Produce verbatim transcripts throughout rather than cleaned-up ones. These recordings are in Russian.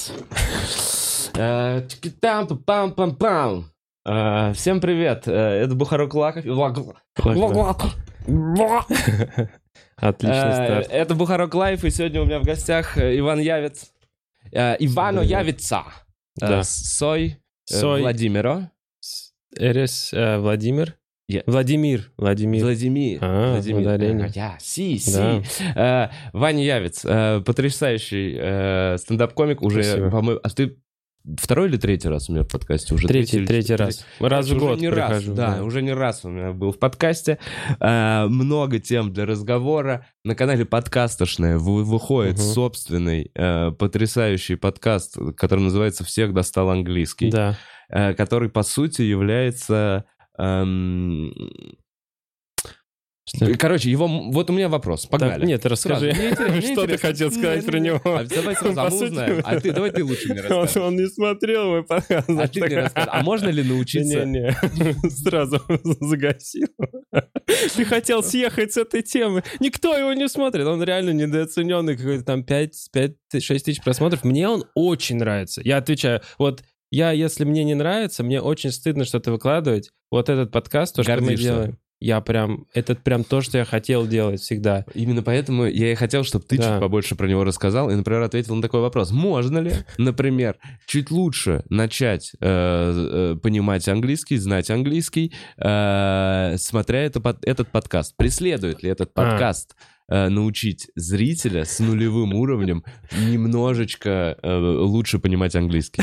Yes. Всем привет. Это Бухарок Лаков. Отличный старт. Это Бухарок Лайф, и сегодня у меня в гостях Иван Явец. Ивано Явица. Сой Владимиро. Эрес Владимир. Yeah. Владимир. Владимир. Владимир. А, Владимир. ударение. А, си, си. Да. А, Ваня Явец, а, потрясающий а, стендап-комик. Уже, Спасибо. по-моему... А ты второй или третий раз у меня в подкасте? Уже Третий, третий раз. Раз в уже год не прихожу. Раз, да, да, уже не раз у меня был в подкасте. А, много тем для разговора. На канале «Подкастошная» вы- выходит Угу. собственный а, потрясающий подкаст, который называется «Всех достал английский», Да. а, который, по сути, является... ам, Что? Короче, его... Вот у меня вопрос. Погнали. Так, нет, расскажи, Сразу. Мне интересно, мне что ты интересно. хотел сказать Не, про не, не. него. А давай сразу, а мы По сути, узнаем. А ты, давай ты лучше мне Он, расскажешь. он не смотрел мой подкаст. А ты мне расскажи. А можно ли научиться... Не-не-не, сразу загасил. Ты хотел съехать с этой темы. Никто его не смотрит. Он реально недооцененный, какой-то там пять-шесть тысяч просмотров. Мне он очень нравится. Я отвечаю, вот я, если мне не нравится, мне очень стыдно что-то выкладывать. Вот этот подкаст, то, что мы Гордишься? делаем. Я прям, это прям то, что я хотел делать всегда. Именно поэтому я и хотел, чтобы ты Да. чуть побольше про него рассказал и, например, ответил на такой вопрос. Можно ли, например, чуть лучше начать э, э, понимать английский, знать английский, э, смотря это, под- этот подкаст? Преследует ли этот А. подкаст э, научить зрителя с нулевым уровнем немножечко э, лучше понимать английский?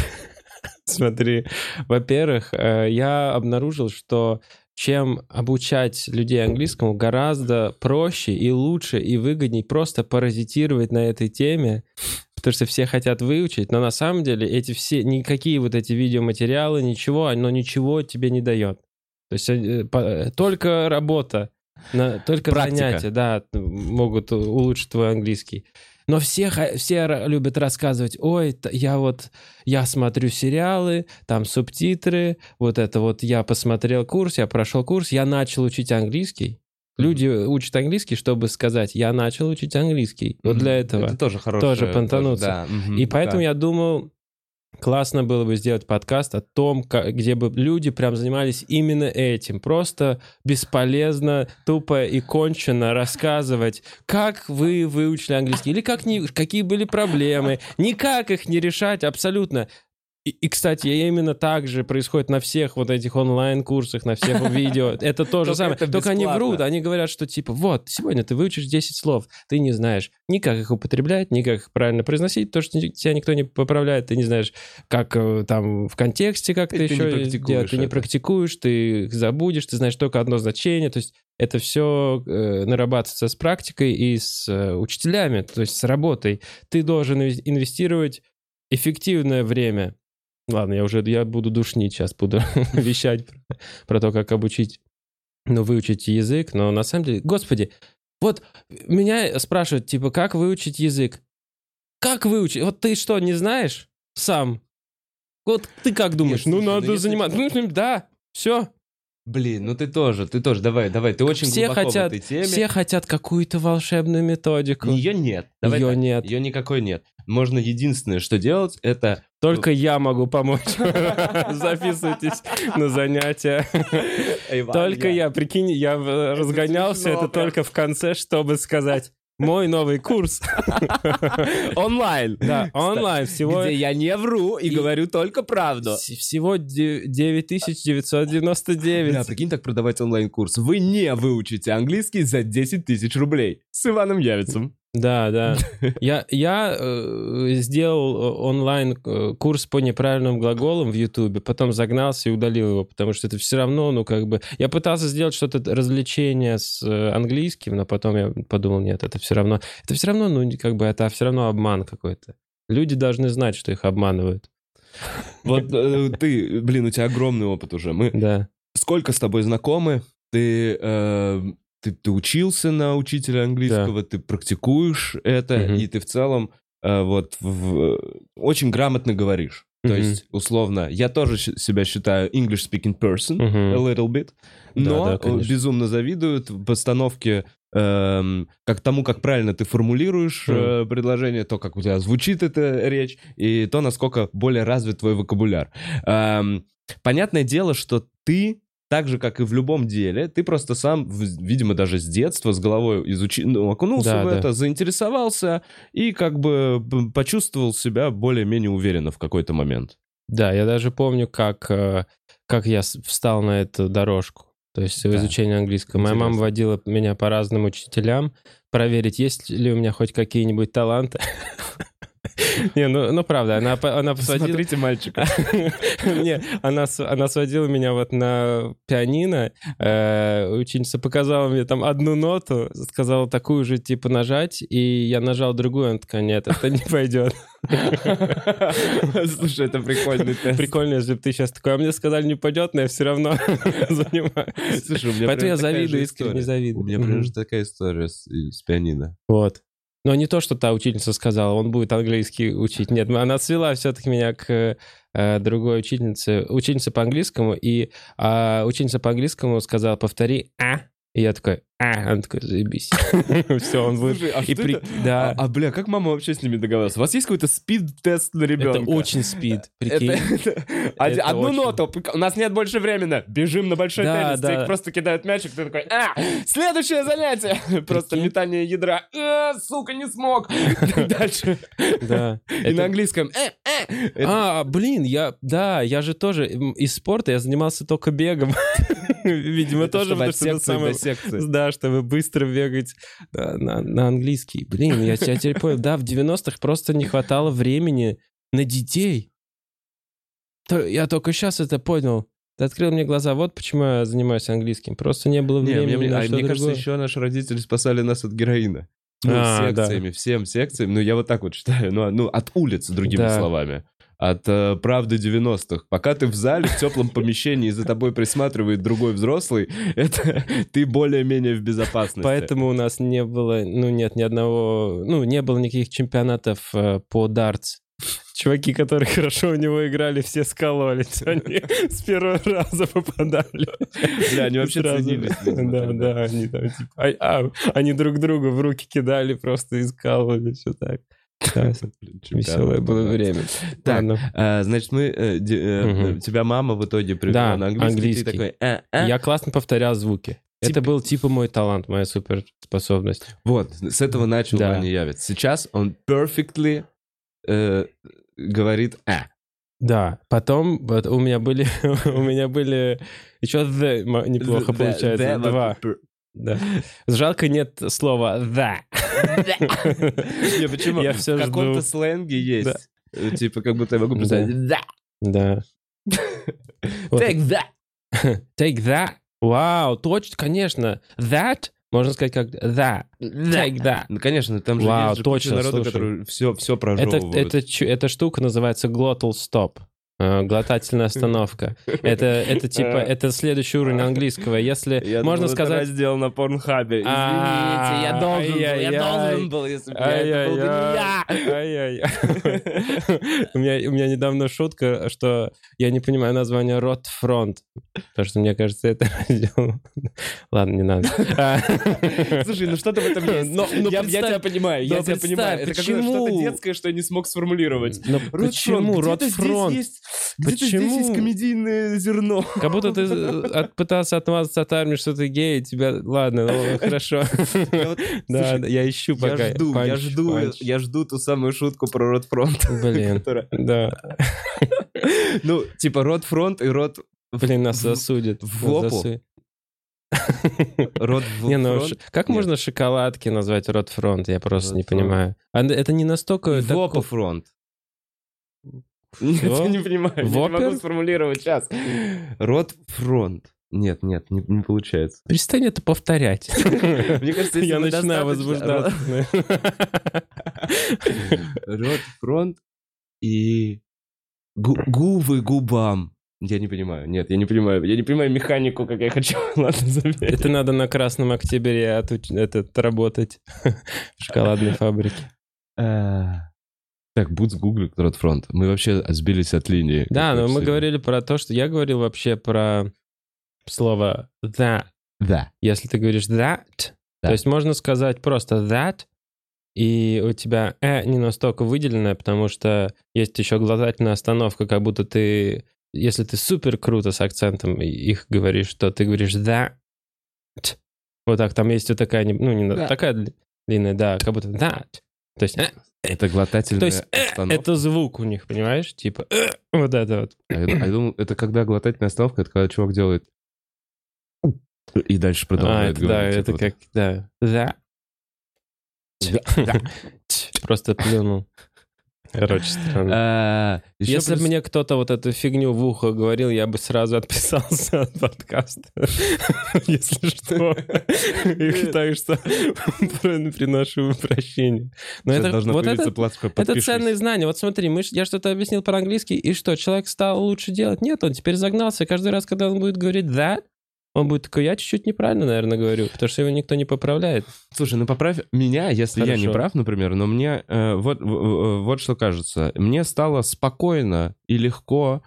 Смотри, во-первых, э, я обнаружил, что чем обучать людей английскому, гораздо проще и лучше и выгодней просто паразитировать на этой теме, потому что все хотят выучить, но на самом деле эти все, никакие вот эти видеоматериалы, ничего, оно ничего тебе не дает. То есть э, по- только работа, на- только Практика. занятия, да, могут улучшить твой английский. Но все, ха- все р- любят рассказывать, ой, т- я вот, я смотрю сериалы, там субтитры, вот это вот я посмотрел курс, я прошел курс, я начал учить английский. Люди учат английский, чтобы сказать, я начал учить английский. Вот для этого. Это тоже хорошее. тоже понтануться. Да, мгм, И поэтому да. я думал, классно было бы сделать подкаст о том, ка- где бы люди прям занимались именно этим. Просто бесполезно, тупо и кончено рассказывать, как вы выучили английский, или как не, какие были проблемы, никак их не решать абсолютно. И, и, кстати, именно так же происходит на всех вот этих онлайн-курсах, на всех видео. Это то же Только самое. это Только они бесплатно. врут, они говорят, что типа, вот, сегодня ты выучишь десять слов, ты не знаешь ни как их употреблять, ни как их правильно произносить, то, что тебя никто не поправляет, ты не знаешь, как э, там в контексте как И ты ты не еще практикуешь делать, ты не это. практикуешь, ты их забудешь, ты знаешь только одно значение, то есть это все э, нарабатывается с практикой и с э, учителями, то есть с работой. Ты должен инвес- инвестировать эффективное время. Ладно, я уже я буду душнить сейчас, буду вещать про, про то, как обучить, ну, выучить язык, но на самом деле, господи, вот меня спрашивают, типа, как выучить язык? Как выучить? Вот ты что, не знаешь сам? Вот ты как думаешь? Нет, ну, слушай, ну, надо если заниматься. Ну, да, все. Блин, ну ты тоже, ты тоже, давай, давай, ты очень Все глубоко хотят, в этой теме. все хотят какую-то волшебную методику. Ее нет. Давай Ее так, нет. Ее никакой нет. Можно единственное, что делать, это... Только я могу помочь. Записывайтесь на занятия. Только я, прикинь, я в- разгонялся, смешно это прям. только в конце, чтобы сказать мой новый курс. Онлайн. Да, онлайн, всего, Где я не вру и, И- говорю только правду. с- всего де- девять тысяч девятьсот девяносто девять. Бля, прикинь, так продавать онлайн-курс. Вы не выучите английский за десять тысяч рублей. С Иваном Явицем. Да, да. Я, я э, сделал э, онлайн э, курс по неправильным глаголам в Ютубе, потом загнался и удалил его, потому что это все равно, ну, как бы... Я пытался сделать что-то, развлечение с э, английским, но потом я подумал, нет, это все равно... Это все равно, ну, как бы, это все равно обман какой-то. Люди должны знать, что их обманывают. Вот э, ты, блин, у тебя огромный опыт уже. Мы Да. сколько с тобой знакомы? Ты... э, Ты, ты учился на учителя английского, ты практикуешь это, Мгм. и ты в целом э, вот в- очень грамотно говоришь. То Мгм. есть, условно, я тоже щ- себя считаю English-speaking person, Мгм. a little bit, Да, но да, э, конечно. безумно завидуют постановке эм, как тому, как правильно ты формулируешь Mm. э, предложение, то, как у тебя звучит эта речь, и то, насколько более развит твой вокабуляр. Эм, понятное дело, что ты, так же, как и в любом деле, ты просто сам, в- видимо, даже с детства, с головой изучил, ну, окунулся Да, в да. это, заинтересовался и как бы п- почувствовал себя более-менее уверенно в какой-то момент. Да, я даже помню, как, э, как я с- встал на эту дорожку. То есть в Да. изучении английского. Моя мама Интересно. водила меня по разным учителям, проверить, есть ли у меня хоть какие-нибудь таланты. Не, ну, ну правда, она, по- она посадила... Смотрите мальчика. Не, она, с- она сводила меня вот на пианино, э, ученица показала мне там одну ноту, сказала такую же, типа, нажать, и я нажал другую, она такая, нет, это не пойдет. Слушай, это прикольный тест. Прикольно, если бы ты сейчас такой, а мне сказали, не пойдет, но я все равно занимаюсь. Слушай, у меня Поэтому прям я такая завидую, же искренне история. завидую. У меня Мгм. прям же такая история с, и с пианино. Вот. Но не то, что та учительница сказала, он будет английский учить. Нет, она свела все-таки меня к э, другой учительнице, ученице по английскому, и а, ученица по английскому сказала, повтори «а». И я такой «а». Она такая, заебись. Все, он будет... Слушай, а И что при- это? Да, А, а, бля, как мама вообще с ними договорилась? У вас есть какой-то спид-тест на ребенка? это очень спид, прикинь. Это- это- Од- Это Одну очень. ноту, у нас нет больше времени, бежим на большой Да, теннис, да. тебе просто кидают мячик, ты такой, а, следующее занятие, просто Прикинь. метание ядра, «А, сука, не смог, дальше, Да. и на английском, «Э, э». Это- А, блин, я, да, я же тоже м, из спорта я занимался только бегом. Видимо, это тоже, чтобы потому от что это секции самое... до секции. Да, чтобы быстро бегать да, на, на английский. Блин, я, я теперь понял, да, в девяностых просто не хватало времени на детей. То- я только сейчас это понял. Ты открыл мне глаза, вот почему я занимаюсь английским. Просто не было Не, времени мне, на а что мне кажется, другое. еще наши родители спасали нас от героина. Ну, А, да. секциями, всем секциями. Ну, я вот так вот считаю. Ну, а- ну от улиц, другими Да. словами. От э, правды девяностых. Пока ты в зале, в теплом помещении, и за тобой присматривает другой взрослый, это ты более-менее в безопасности. Поэтому у нас не было, ну, нет ни одного, ну, не было никаких чемпионатов э, по дартс. Чуваки, которые хорошо у него играли, все скололись. Они с первого раза попадали. Бля, они вообще Сразу. ценились, видимо, Да, тогда. да, они там типа... а, а, они друг другу в руки кидали, просто и скалывали, все так. Да, Блин, чемпионат веселое было по время. Так, Ладно. А, значит, мы... э, де- э, Мгм. Тебя мама в итоге привела Да, на английский. английский. Ты такой... «А, а». Я классно повторял звуки. Это Типа- был типа мой талант, моя суперспособность. Вот, с этого начал Да. Ваня Явец. Сейчас он perfectly э, говорит «а». Да, потом вот у меня были, у меня были еще the м- неплохо The- получается, the- два. пер- Да. Жалко нет слова the. Не, почему? Я всё В каком-то жду. сленге есть. Да. Э, Типа, как будто я могу писать «да». Да. Вот. Take that. Take that. Вау, точно, конечно. That можно сказать как that. Take that. Ну, конечно, там же Вау, есть же куча точно, народу, слушай. которые все, все Это, прожевывают. это, чу- эта штука называется glottal stop. э, Глотательная остановка. Это, это типа, это следующий уровень английского. Если Я можно думал, это сказать... раздел на Порнхабе. Извините, А, я должен был, я ай-яй-яй. должен был, если бы я, это был бы не я. Ай-яй-яй. У меня, у меня недавно шутка, что я не понимаю название Ротфронт. Потому что, мне кажется, это раздел... Ладно, не надо. А, Слушай, ну что-то в этом есть. Но- но я, я представь- тебя понимаю, я но тебя представь, понимаю. Это какое-то почему? что-то детское, что я не смог сформулировать. Но Ротфронт, почему где-то здесь Ротфронт? есть- Где-то здесь Почему? есть комедийное зерно. Как будто ты от- пытался отмазаться от армии, что ты гей, тебя... Ладно, ну, хорошо. Я вот- Да, слушай, да, я ищу пока. Я жду, я Панч, жду, панч. я жду ту самую шутку про Ротфронт. Блин, которая- да. Ну, типа Ротфронт и Рот... Блин, нас в- засудят. в Нас жопу? засудят. Рот Не, ну фронт? ш- как Нет. можно шоколадки назвать Ротфронт? Я просто не Ротфронт. понимаю. А это не настолько... тако- Вопа фронт. Нет, Что? я не понимаю, я не Вопер? могу сформулировать сейчас. Рот фронт. Нет, нет, не, не получается. Перестань это повторять. Мне кажется, если Я мы начинаю достаточно- возбуждаться. Рот фронт и гу- губы губам. Я не понимаю. Нет, я не понимаю. Я не понимаю механику, как я хочу. Ладно, заметь. Это надо на Красном Октябре отуч- этот, работать в шоколадной фабрике. А, Так, Бутс гуглит Ротфронт. Мы вообще сбились от линии. Да, Как но мы вообще. говорили про то, что... Я говорил вообще про слово that. Да. Если ты говоришь that, Да. То есть можно сказать просто that, и у тебя «э» не настолько выделенное, потому что есть еще глотательная остановка, как будто ты, если ты супер круто с акцентом их говоришь, то ты говоришь «that». Вот так, там есть вот такая, ну, не Да. такая длинная, да, как будто «that». То есть «э». Это глотательная То есть «э» остановка. это звук у них, понимаешь? Типа «э», вот это вот. А я, а я думал, это когда глотательная остановка, это когда чувак делает и дальше А, продолжает это, да, говорить. это вот. как, да. Да. Просто плюнул. Короче, странно. А, еще Если бы плюс- мне кто-то вот эту фигню в ухо говорил, я бы сразу отписался от подкаста. Если что. И так что приношу прощение. Но Сейчас это должна вот появиться это платформа это «Подпишись». ценные знания. Вот смотри, мы, ж- я что-то объяснил по-английски, и что, человек стал лучше делать? Нет, он теперь загнался. Каждый раз, когда он будет говорить that, он будет такой, я чуть-чуть неправильно, наверное, говорю, потому что его никто не поправляет. Слушай, ну поправь меня, если я не Хорошо. прав, например, но мне э, вот, в- в- вот что кажется. Мне стало спокойно и легко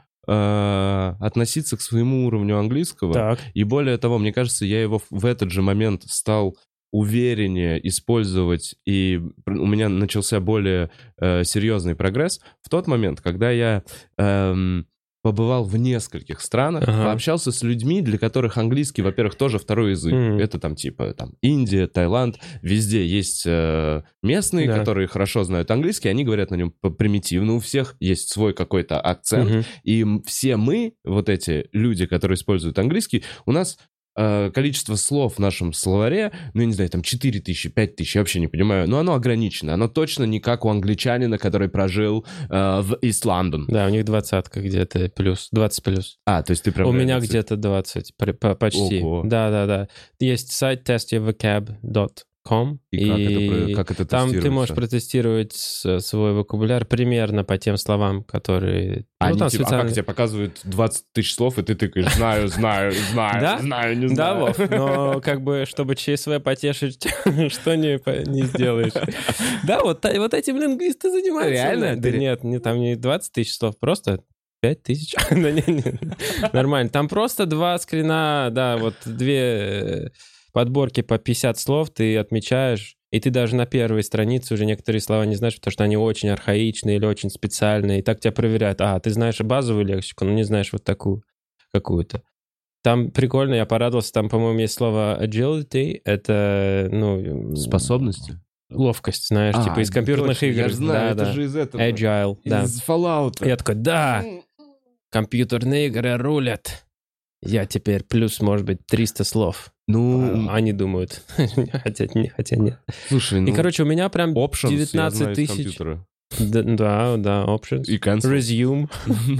э, относиться к своему уровню английского. Так. И более того, мне кажется, я его в- в этот же момент стал увереннее использовать, и пр- у меня начался более э, серьезный прогресс в тот момент, когда я эм, побывал в нескольких странах, Ага. пообщался с людьми, для которых английский, во-первых, тоже второй язык. Мгм. Это там типа там Индия, Таиланд, везде есть э, местные, Да. которые хорошо знают английский, они говорят на нем п- примитивно, у всех есть свой какой-то акцент, Мгм. и м- все мы, вот эти люди, которые используют английский, у нас э, количество слов в нашем словаре, ну, я не знаю, там четыре тысячи, пять тысяч, я вообще не понимаю, но оно ограничено. Оно точно не как у англичанина, который прожил э, в Ист-Лондон. Да, у них двадцатка где-то плюс, двадцать плюс. А, то есть ты прям... У меня реально- где-то двадцать, при- по- почти. Ого. Да-да-да. Есть сайт test your vocab dot com. И как это про- как это там ты тестируется? можешь протестировать с- свой вокабуляр примерно по тем словам, которые... А, ну, не там типа, а специально- как тебе показывают двадцать тысяч слов, и ты тыкаешь, знаю, знаю, знаю, Да? знаю, не Да, знаю. Вов, но как бы, чтобы ЧСВ потешить, что не, по- не сделаешь. Да, вот, та- вот этим лингвисты занимаются. Реально? Да Ты ре- нет, не, там не двадцать тысяч слов, просто пять тысяч. Да не, не, нормально. Там просто два скрина, да, вот две э, подборки по пятьдесят слов ты отмечаешь, и ты даже на первой странице уже некоторые слова не знаешь, потому что они очень архаичные или очень специальные, и так тебя проверяют. А, ты знаешь базовую лексику, но не знаешь вот такую какую-то. Там прикольно, я порадовался, там, по-моему, есть слово agility, это, ну... Способности? Ловкость, знаешь, А, типа из компьютерных точно, игр. Я же знаю, да, это да. же из этого. Agile, да. Из Fallout. Я такой, да, компьютерные игры рулят. Я теперь плюс, может быть, триста слов. Ну, А они думают. хотя, не, хотя нет. слушай, ну... И, короче, у меня прям options, я девятнадцать знаю из тысяч. компьютера. Да, да, да, options. И cancel. Resume.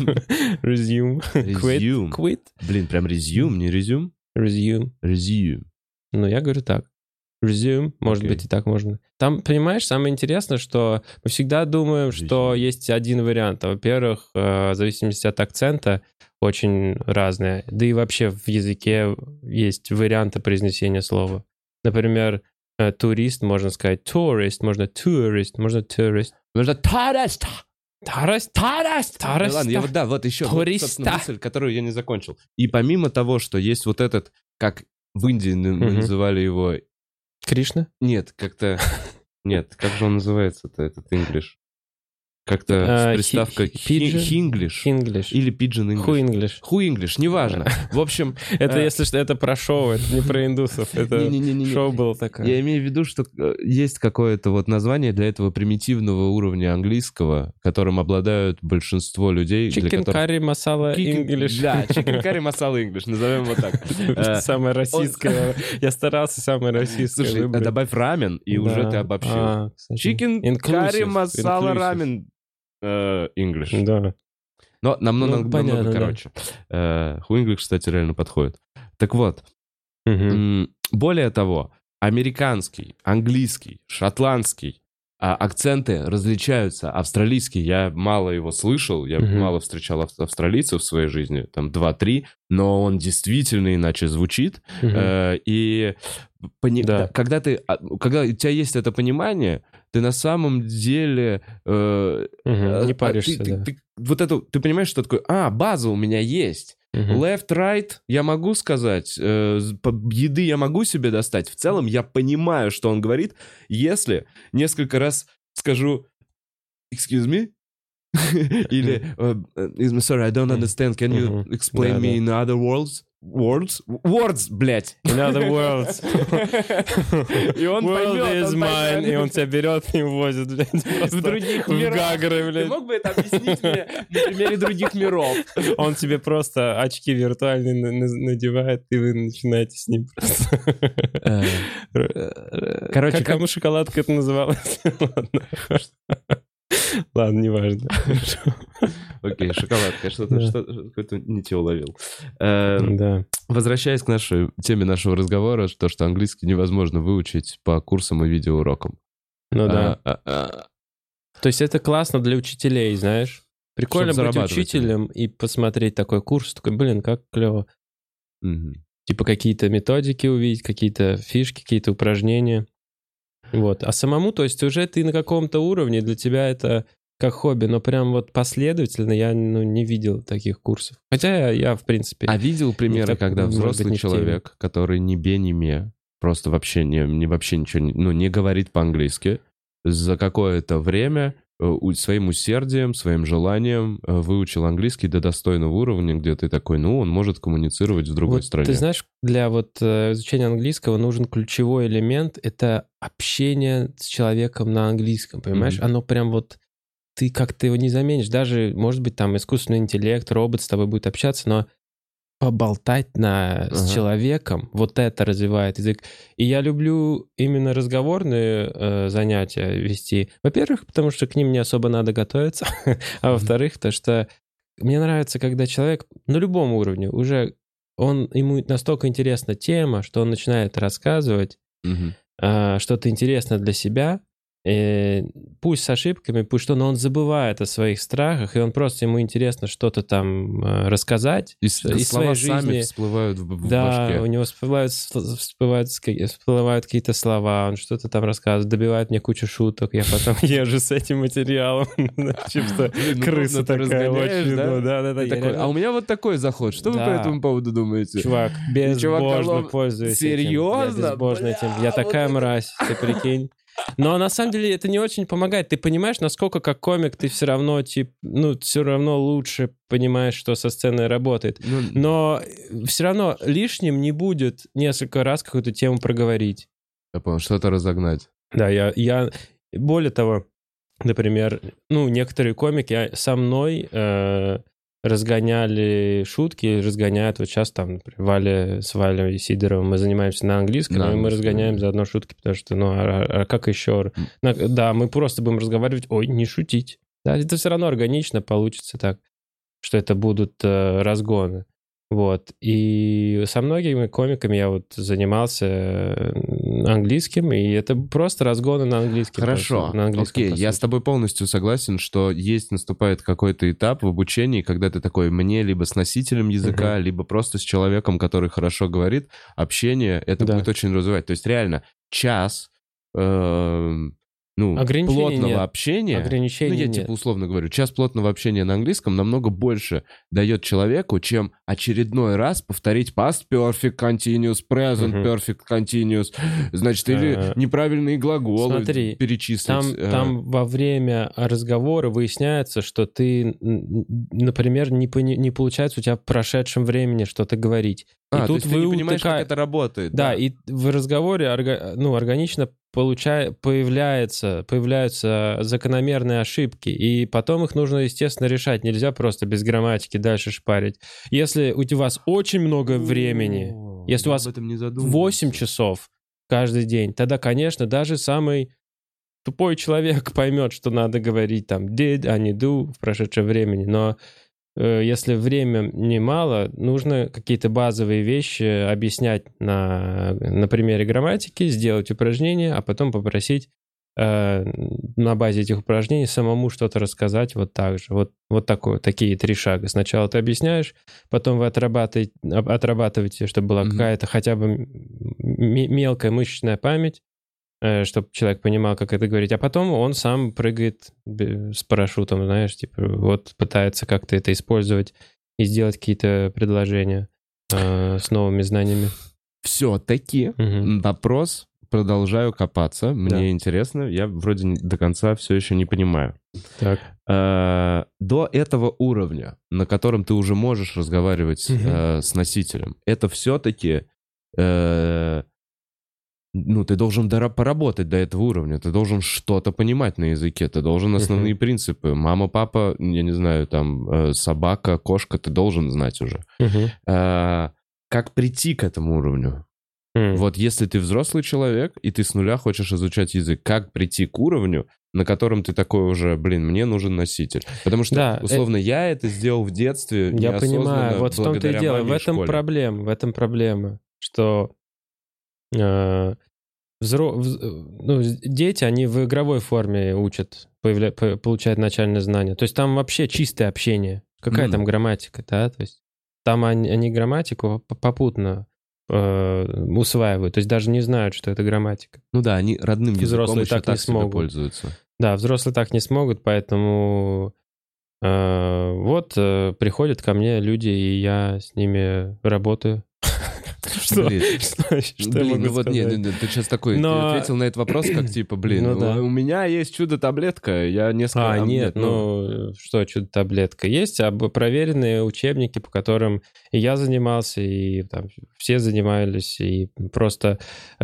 Resume. Quit. Resume. Quit. Блин, прям resume, не resume? Resume. Resume. Ну, я говорю так. Resume, может Окей. быть, и так можно. Там, понимаешь, самое интересное, что мы всегда думаем, что Resume. есть один вариант. А, Во-первых, э, в зависимости от акцента очень разные. Да и вообще в языке есть варианты произнесения слова. Например, э, турист, можно сказать tourist, можно tourist, можно tourist. Нужно tourist. Tourist, tourist, Ну tourist. ладно, я вот, да, вот еще вот, Туриста. собственно, мысль, которую я не закончил. И помимо того, что есть вот этот, как в Индии мы Мгм. называли его... Кришна? Нет, как-то... Нет, как же он называется-то, этот English? Как-то А, с приставкой хи- пиджин? Хинглиш. English. Или Pigeon English. Who English? Who English, неважно. В общем... Это, э, если что, это про шоу, это не про индусов. Это Не-не-не-не. шоу было такое. Я имею в виду, что э, есть какое-то вот название для этого примитивного уровня английского, которым обладают большинство людей. для Chicken которых... curry masala Chicken- English. Да, chicken curry masala English, назовем его так. Э, Самое российское. Я старался самое российское Слушай, а выбрать. добавь рамен, и уже Да. ты обобщил. А, кстати. Chicken Inclusive, curry masala inclusive. ramen э, English. Да. Но намного, Ну, намного понятно, да. короче. Э, Who English, кстати, реально подходит. Так вот, Мгм. м, более того, американский, английский, шотландский а, акценты различаются. Австралийский, я мало его слышал, я Мгм. мало встречал ав- австралийцев в своей жизни, там два-три, но он действительно иначе звучит. Мгм. Э, и пони- Да. да, когда ты, а, когда у тебя есть это понимание, ты на самом деле э, Мгм. а, Не а паришься, ты, ты- да. ты- вот это, ты понимаешь, что такое? А, база у меня есть. Мгм. Left-right я могу сказать, э, по- еды я могу себе достать. В целом я понимаю, что он говорит, если несколько раз скажу «excuse me», или э, э, «sorry, I don't understand, can you Мгм. explain me in other words?» Words? Words, блядь. In other words. И он World поймет, is он mine. поймет. И он тебя берет и увозит, блядь, просто В других в мирах. Гагры, Ты блядь. мог бы это объяснить мне на примере других миров? Он тебе просто очки виртуальные на- на- надевает, и вы начинаете с ним просто... Короче, Как как- кому шоколадка это называлась? Ладно. Ладно, неважно. Окей, шоколадка, что-то, Да. что-то, какое-то не те уловил. Эм, Да. Возвращаясь к нашей теме нашего разговора, то, что английский невозможно выучить по курсам и видеоурокам. Ну да. А, а, а, То есть это классно для учителей, знаешь? Прикольно Чтоб быть зарабатывать учителем и посмотреть такой курс. Такой, блин, как клево. мгм. Типа какие-то методики увидеть, какие-то фишки, какие-то упражнения. Вот. А самому, то есть уже ты на каком-то уровне, для тебя это как хобби, но прям вот последовательно я ну, не видел таких курсов. Хотя я, я, в принципе... А видел примеры, так, когда может быть, взрослый не в теме. человек, который ни бе, ни ме, просто вообще, не, не, вообще ничего, не- ну, не говорит по-английски, за какое-то время э, у- своим усердием, своим желанием э, выучил английский до достойного уровня, где ты такой, ну, он может коммуницировать в другой Вот стране. ты знаешь, для вот э, изучения английского нужен ключевой элемент — это общение с человеком на английском, понимаешь? Мгм. Оно прям вот... Ты как-то его не заменишь. Даже, может быть, там искусственный интеллект, робот с тобой будет общаться, но поболтать на, с Ага. человеком, вот это развивает язык. И я люблю именно разговорные э, занятия вести. Во-первых, потому что к ним не особо надо готовиться, а во-вторых, то что мне нравится, когда человек на любом уровне уже, он, ему настолько интересна тема, что он начинает рассказывать Мгм. а, что-то интересное для себя, э, пусть с ошибками, пусть что, но он забывает о своих страхах, и он просто, ему интересно что-то там э, рассказать И с- из слова своей сами жизни. всплывают в, в Да, у башке. него всплывают, всплывают, ска- всплывают какие-то слова, он что-то там рассказывает, добивает мне кучу шуток, я потом езжу с этим материалом. Чисто Блин, ну, крыса ну, ты такая разгоняешь, очень. да? ну, Да-да-да. Ты я такой, реально- а у меня вот такой заход. Что вы по Да. этому поводу думаете? Чувак, безбожно такого- пользуюсь этим. Серьезно? Я безбожно Бля, этим. Я вот такая это- мразь, ты прикинь. Но на самом деле это не очень помогает. Ты понимаешь, насколько как комик ты все равно, тип, ну, все равно лучше понимаешь, что со сценой работает. Ну, Но все равно лишним не будет несколько раз какую-то тему проговорить. я понял, что-то разогнать. Да, я, я... Более того, например, ну, некоторые комики со мной э, разгоняли шутки, разгоняют. Вот сейчас там, например, Валя с Валей Сидоровым мы занимаемся на английском, На и мы английском, разгоняем да. заодно шутки, потому что, ну, а, а как еще? М. На- да, мы просто будем разговаривать, ой, не шутить. Да, это все равно органично получится так, что это будут э, разгоны. Вот. И со многими комиками я вот занимался э, английским, и это просто разгоны на английском. Хорошо, по сути, на английском, окей, по я сути. с тобой полностью согласен, что есть, наступает какой-то этап в обучении, когда ты такой, мне либо с носителем языка, либо просто с человеком, который хорошо говорит, общение, это Да. будет очень развивать. То есть реально час, эм, ну, Ограничений плотного нет. общения, Ограничений ну, я нет. типа условно говорю, час плотного общения на английском намного больше дает человеку, чем очередной раз повторить past perfect continuous, present Мгм. perfect continuous, значит, или Э, неправильные глаголы смотри, перечислить. Там, э, там во время разговора выясняется, что ты, н- например, не, пони- не получается у тебя в прошедшем времени что-то говорить. а, и то тут есть ты вы не понимаешь, утыка- как это работает. Да, и в разговоре орга- ну, органично получая, появляется, появляются закономерные ошибки, и потом их нужно, естественно, решать. Нельзя просто без грамматики дальше шпарить. Если у вас очень много времени, О, если у я вас об этом не задумывался. восемь часов каждый день, тогда, конечно, даже самый тупой человек поймет, что надо говорить там did, а не do в прошедшем времени. Но э, если время немало, нужно какие-то базовые вещи объяснять на, на примере грамматики, сделать упражнения, а потом попросить э, на базе этих упражнений самому что-то рассказать вот так же. Вот, вот такое, такие три шага. Сначала ты объясняешь, потом вы отрабатываете, об- отрабатываете, чтобы была Мгм. какая-то хотя бы м- м- мелкая мышечная память, чтобы человек понимал, как это говорить, а потом он сам прыгает бе- с парашютом, знаешь, типа вот пытается как-то это использовать и сделать какие-то предложения э, с новыми знаниями. Все-таки Мгм. вопрос, продолжаю копаться, мне Да. интересно, я вроде не- до конца все еще не понимаю. Так. Э, До этого уровня, на котором ты уже можешь разговаривать Мгм. э, с носителем, это все-таки, ну, ты должен дора- поработать до этого уровня, ты должен что-то понимать на языке, ты должен основные Мгм. принципы. Мама, папа, я не знаю, там, э, собака, кошка, ты должен знать уже. Мгм. Э, Как прийти к этому уровню? М. Вот если ты взрослый человек, и ты с нуля хочешь изучать язык, как прийти к уровню, на котором ты такой уже, блин, мне нужен носитель? Потому что, Да, условно, я это сделал в детстве Я неосознанно, понимаю, вот в том-то и благодаря дело, маме в и этом школе. проблема, в этом проблема, что э, взро- вз- э, ну, с- дети, они в игровой форме учат, появля- по- получают начальные знания. То есть там вообще чистое общение. Какая Мгм. там грамматика, да? То есть там они, они грамматику п- попутно э, усваивают, то есть даже не знают, что это грамматика. Ну да, они родным языком Взрослые еще так не так себе смогут. пользуются. Да, взрослые так не смогут, поэтому э, вот э, приходят ко мне люди, и я с ними работаю. Что? Блин. Что что я Блин, могу ну вот, не, сказать? не, не, ты сейчас такой, ты Но- ответил на этот вопрос, как типа, блин, Ну у- да. у меня есть чудо-таблетка, я несколько... А, а, нет, ну что, чудо-таблетка. Есть об- проверенные учебники, по которым и я занимался, и там все занимались, и просто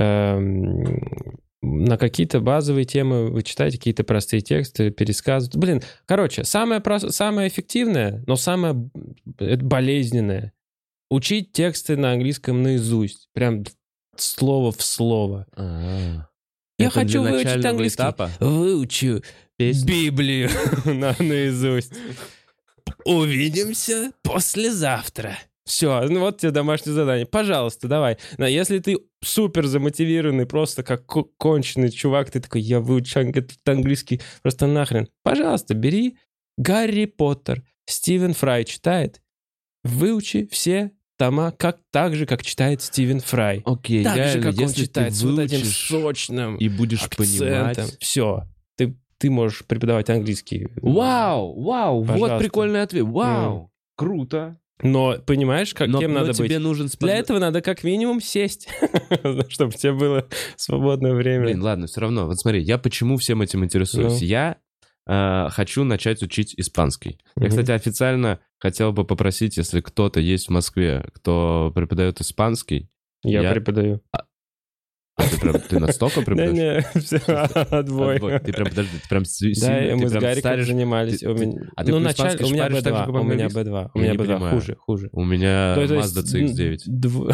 эм, на какие-то базовые темы вы читаете какие-то простые тексты, пересказываете. Блин, короче, самое, прос- самое эффективное, но самое б- это болезненное — учить тексты на английском наизусть. Прям слово в слово. А, Я это хочу для выучить начального английский. этапа? Выучу Песню? Библию на, наизусть. Увидимся послезавтра. Все, ну вот тебе домашнее задание. Пожалуйста, давай. Но если ты супер замотивированный, просто как ко- конченый чувак, ты такой, я выучу ан- этот английский просто нахрен. Пожалуйста, бери Гарри Поттер. Стивен Фрай читает. Выучи все тома как, так же, как читает Стивен Фрай. Окей, Так же, реально, как он если ты читает, с вот этим выучишь сочным и будешь акцентом. понимать... Все, ты, ты можешь преподавать английский. Вау, вау, вот Пожалуйста. прикольный ответ. Вау, круто. Но понимаешь, как, Но, кем но надо тебе быть? нужен... спод- Для этого надо как минимум сесть, чтобы тебе было свободное время. Блин, ладно, все равно. Вот смотри, я почему всем этим интересуюсь? Ну. Я э, хочу начать учить испанский. Я, Мгм. кстати, официально хотел бы попросить, если кто-то есть в Москве, кто преподает испанский. Я, я- преподаю. А ты прям ты настолько преподаешь? Не-не, все, отбой. Отбой. Ты прям, подожди, ты прям с- Да, сильно, и ты мы с прям Гариком старишь- занимались. ты- У ты- меня- а ты Ну, по-испански началь- у меня шпаришь так же, бэ два, как у меня по-английски? бэ два, у Я меня не бэ два, понимаю. хуже, хуже. У меня То- то Mazda есть, си икс девять. дв-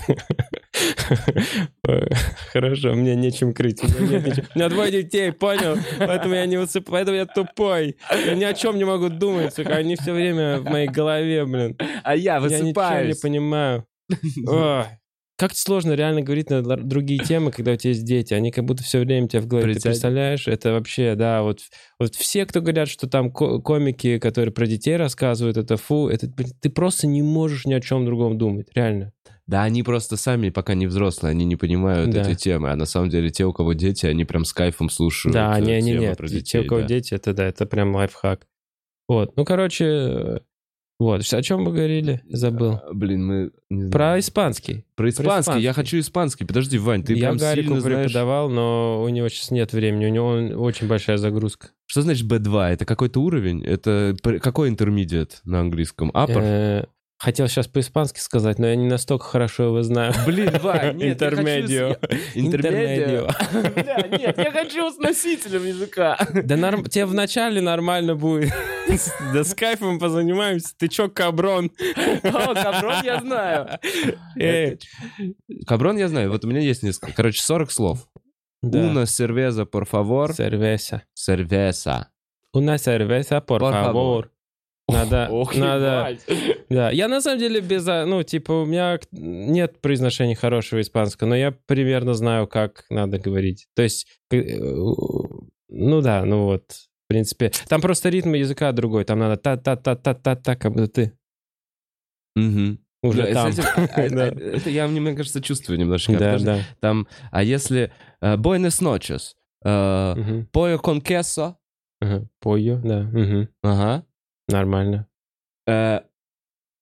Хорошо, мне нечем крыть. У меня нет ничего. У меня двое детей, понял? Поэтому я не высып... Поэтому я тупой. Я ни о чем не могу думать, сука. Они все время в моей голове, блин. А я Я ничего не высыпаюсь. понимаю. Ой. Как сложно реально говорить на л- другие темы, когда у тебя есть дети. Они как будто все время у тебя в голове. Ты Притягивают. представляешь? Это вообще, да, вот, вот все, кто говорят, что там ко- комики, которые про детей рассказывают, это фу, это, блин, ты просто не можешь ни о чем другом думать, реально. Да, они просто сами пока не взрослые, они не понимают Да. этой темы. А на самом деле те, у кого дети, они прям с кайфом слушают Да, э, не, не, темы нет. про Те, детей. у кого да. дети, это да, это прям лайфхак. Вот, ну, короче, э, вот, о чем мы говорили? Забыл. А, Блин, мы... не знаю. Про испанский. Про испанский. Я испанский. хочу испанский. Подожди, Вань, ты Я прям Гарику сильно знаешь... преподавал, но у него сейчас нет времени, у него очень большая загрузка. Что значит би два? Это какой-то уровень? Это пр- какой интермедиат на английском? Upper? Э, Хотел сейчас по-испански сказать, но я не настолько хорошо его знаю. Блин, Вань, нет, я хочу... Интермедио. с- Интермедио? Бля, нет, я хочу с носителем языка. Да норм... тебе вначале нормально будет. Да с кайфом позанимаемся. Ты чё, каброн? О, каброн я знаю. Эй. Каброн я знаю. Вот у меня есть несколько. Короче, сорок слов. Да. Una cerveza, por favor. Cerveza. Cerveza. Una cerveza, por Por favor. favor. Надо, Ох, надо, ебать. да. Я на самом деле без, а, ну, типа, у меня нет произношения хорошего испанского, но я примерно знаю, как надо говорить. То есть, э, ну да, ну вот, в принципе. Там просто ритм языка другой, там надо та-та-та-та-та-та, как будто ты Мгм. уже Да, там. кстати, а- а- Да. Это я, мне кажется, чувствую немножко. Да, Подожди. да. Там, а если э, Buenas noches, э, Мгм. pollo con queso, Ага. Пою, да. Мгм. ага, Нормально. э,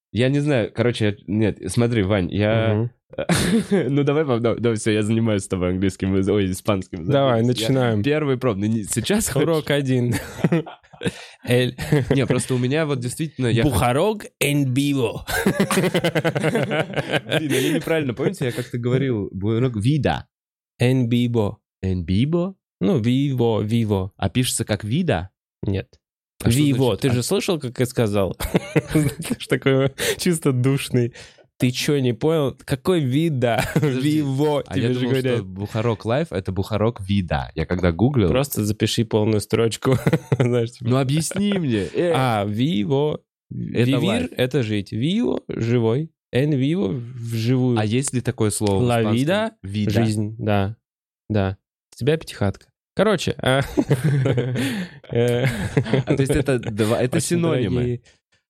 Я не знаю, короче, я- нет, смотри, Вань, я... Ну, давай, пап, давай, давай, все, я занимаюсь с тобой английским, язы- ой, испанским. Давай, Я начинаем. Первый пробный. Не- Сейчас хочешь? Урок один. Эль. Не, просто у меня вот действительно... я Бухарок en vivo. Блин, я неправильно, помните, я как-то говорил, буйрок вида. En vivo. Энбибо? Ну, vivo, vivo. А пишется как вида? Нет. А что Vivo. значит? Ты А- же слышал, как я сказал? Знаешь, такой чисто душный. Ты чё, не понял? Какой вида? Подожди. Vivo. А я Тебе же думал, что говорят. Бухарок Лайф — это Бухарок вида. Я когда гуглил... Просто запиши полную строчку. Знаешь, типа. Ну, объясни мне. Э, А, vivo. Это Vivir life. — это жить. Vivo — живой. En vivo — вживую. А есть ли такое слово в La испанском? vida — Вида. жизнь, да. Да. С тебя пятихатка. Короче. а, э, А, то есть это, два, это очень синонимы. дорогие.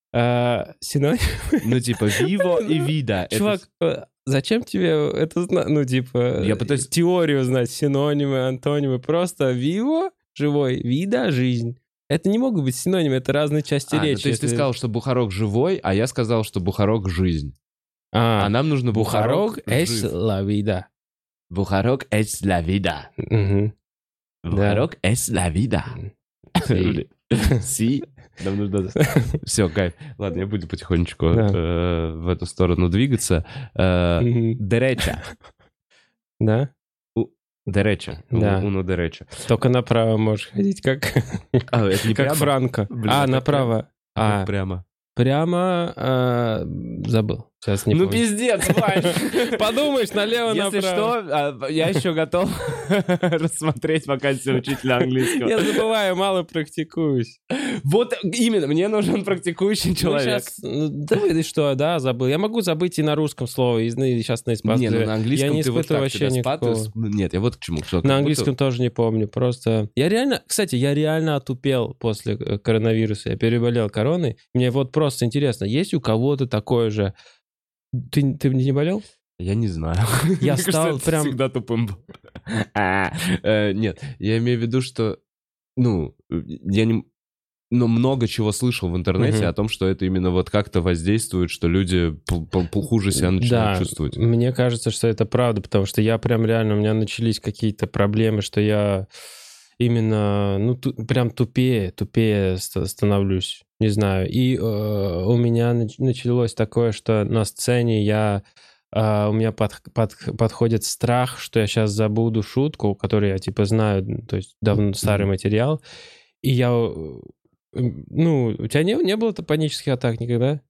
А, Синонимы? Ну, типа, vivo и вида. Это Чувак, э, зачем тебе это знать? Ну, типа, Я пытаюсь- теорию знать, синонимы, антонимы. Просто vivo — живой, vida — жизнь. Это не могут быть синонимы, это разные части А, ну, речи. то есть ты если- сказал, что Бухарок живой, а я сказал, что Бухарок жизнь. А, А нам нужно Бухарок Бухарок es жив. la vida. Бухарок es la vida. Мгм. Бухарок es la vida. Sí. Си. Нам нужно... Все, кайф. Ладно, я буду потихонечку Да. э, в эту сторону двигаться. Э, Мгм. Дереча. Да? Дереча. Да. Уну дереча. Только направо можешь ходить, как, А, это не как прямо? Франко. Блин, а, как направо. А, А, как прямо. прямо а, забыл. Сейчас не Ну, помню. пиздец, Вань. Подумаешь, налево, Если направо. что, а, я еще готов рассмотреть вакансию учителя английского. Я забываю, мало практикуюсь. Вот именно, мне нужен практикующий Ну, человек. щас, ну, да вы что, да, забыл. Я могу забыть и на русском слово, и сейчас на испанском. Не, ну на английском я не ты вот испытываю так тебя вообще спатываешь. никакого. Нет, я вот к чему. Что, как На будто- английском тоже не помню, просто... Я реально, кстати, я реально отупел после э, коронавируса. Я переболел короной. Мне вот просто интересно, есть у кого-то такое же... Ты, ты не болел? Я не знаю. Я Мне стал кажется, прям- всегда тупым был. А, э, Нет, я имею в виду, что... Ну, я не... Но много чего слышал в интернете Мгм. о том, что это именно вот как-то воздействует, что люди пл- пл- хуже себя начинают Да, чувствовать. мне кажется, что это правда, потому что я прям реально, у меня начались какие-то проблемы, что я именно, ну, ту- прям тупее, тупее ст- становлюсь, не знаю. И э, у меня нач- началось такое, что на сцене я, э, у меня под- под- подходит страх, что я сейчас забуду шутку, которую я, типа, знаю, то есть давно старый материал, и я, э, ну, у тебя не, не было панических атак никогда?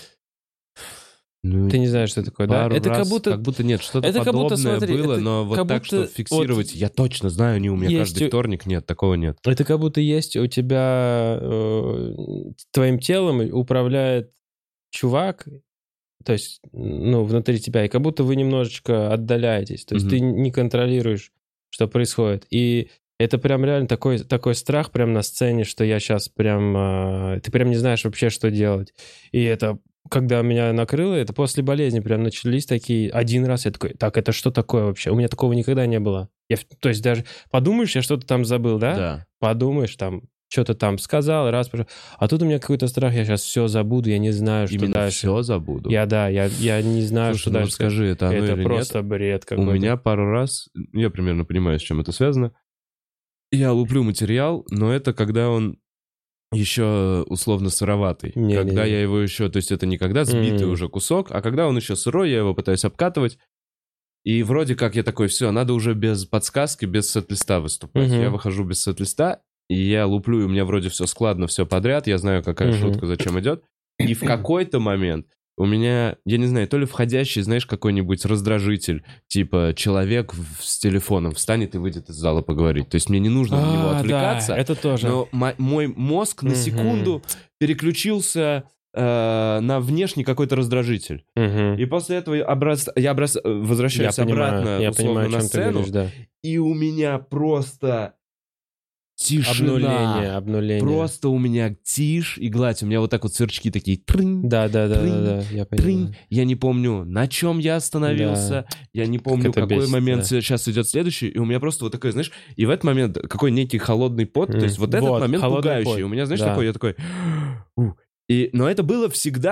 Ну, Ты не знаешь, что такое, да? пару Это раз, как будто... Как будто нет, что-то это как будто, подобное смотри, было, это но вот как так, что будто фиксировать, вот я точно знаю, они у меня есть каждый у- вторник, нет, такого нет. Это как будто есть у тебя э, твоим телом управляет чувак, то есть, ну, внутри тебя, и как будто вы немножечко отдаляетесь, то есть Мгм. ты не контролируешь, что происходит. И это прям реально такой, такой страх прям на сцене, что я сейчас прям... э, ты прям не знаешь вообще, что делать. И это, когда меня накрыло, это после болезни прям начались такие... Один раз я такой, так, это что такое вообще? У меня такого никогда не было. Я, в- то есть даже подумаешь, я что-то там забыл, да? Да. Подумаешь, там, что-то там сказал, раз, пошел. А тут у меня какой-то страх, я сейчас все забуду, я не знаю, что Именно дальше. все забуду. Я, да, я, я не знаю, Слушай, что ну дальше. расскажи, это оно это или просто бред нет? какой-то. У меня пару раз, я примерно понимаю, с чем это связано, я луплю материал, но это когда он еще условно сыроватый. Не-не-не. Когда я его еще, то есть это не когда сбитый Мгм. уже кусок, а когда он еще сырой, я его пытаюсь обкатывать. И вроде как я такой, все, надо уже без подсказки, без сет-листа выступать. Мгм. Я выхожу без сет-листа, и я луплю, и у меня вроде все складно, все подряд, я знаю, какая Мгм. шутка, зачем идет. И в какой-то момент у меня, я не знаю, то ли входящий, знаешь, какой-нибудь раздражитель, типа человек в- с телефоном встанет и выйдет из зала поговорить. То есть мне не нужно на него А, отвлекаться, да, это тоже. но мо- мой мозг на Мгм. секунду переключился э, на внешний какой-то раздражитель. Мгм. И после этого я, образ... я образ... возвращаюсь я понимаю, обратно, я условно, понимаю, о на чем ты сцену, говоришь, да. и у меня просто тишина. Обнуление, обнуление. Просто у меня тишь и гладь. У меня вот так вот сверчки такие. Трынь, Да, да, да, Трынь, да, да, я трынь. понимаю. Я не помню, на чем я остановился. Я не помню, это какой бесит, момент да. сейчас идет следующий. И у меня просто вот такой, знаешь, и в этот момент какой некий холодный пот. То Мгм. есть вот этот Вот, момент холодный пугающий. пот. У меня, знаешь, Да. такой, я такой... «Ух». И, но это было всегда.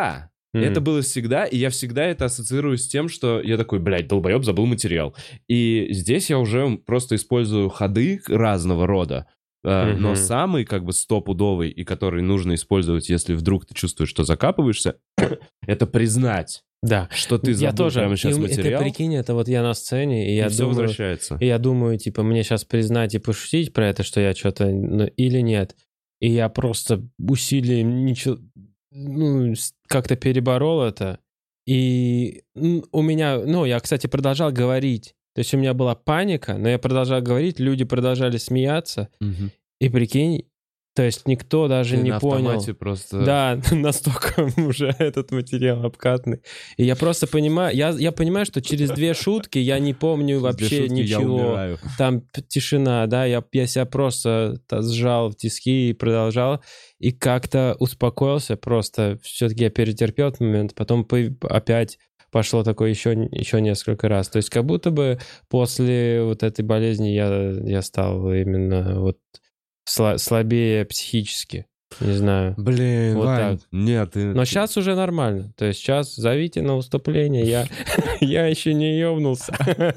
Mm-hmm. Это было всегда, и я всегда это ассоциирую с тем, что я такой, блядь, долбоеб, забыл материал. И здесь я уже просто использую ходы разного рода, mm-hmm. но самый как бы стопудовый, и который нужно использовать, если вдруг ты чувствуешь, что закапываешься, это признать. Да, что ты забыл я тоже, прямо сейчас и, материал. Ты прикинь, это вот я на сцене, и, и я все думаю, возвращается. И я думаю, типа, мне сейчас признать и пошутить про это, что я что-то, ну, или нет. И я просто усилием ничего, ну, как-то переборол это. И у меня, ну, я, кстати, продолжал говорить. То есть у меня была паника, но я продолжал говорить, люди продолжали смеяться. Угу. И прикинь, то есть никто даже Ты не на понял. автомате просто... Да, настолько уже этот материал обкатный. И я просто понимаю, я, я понимаю, что через две шутки я не помню вообще ничего. Там тишина, да, я, я себя просто сжал в тиски и продолжал. И как-то успокоился просто. Все-таки я перетерпел этот момент. Потом опять пошло такое еще, еще несколько раз. То есть как будто бы после вот этой болезни я, я стал именно вот... слабее психически, не знаю. Блин, вот Вань, так. Нет. Ты... Но сейчас уже нормально. То есть сейчас зовите на выступление. Я, я еще не ёбнулся.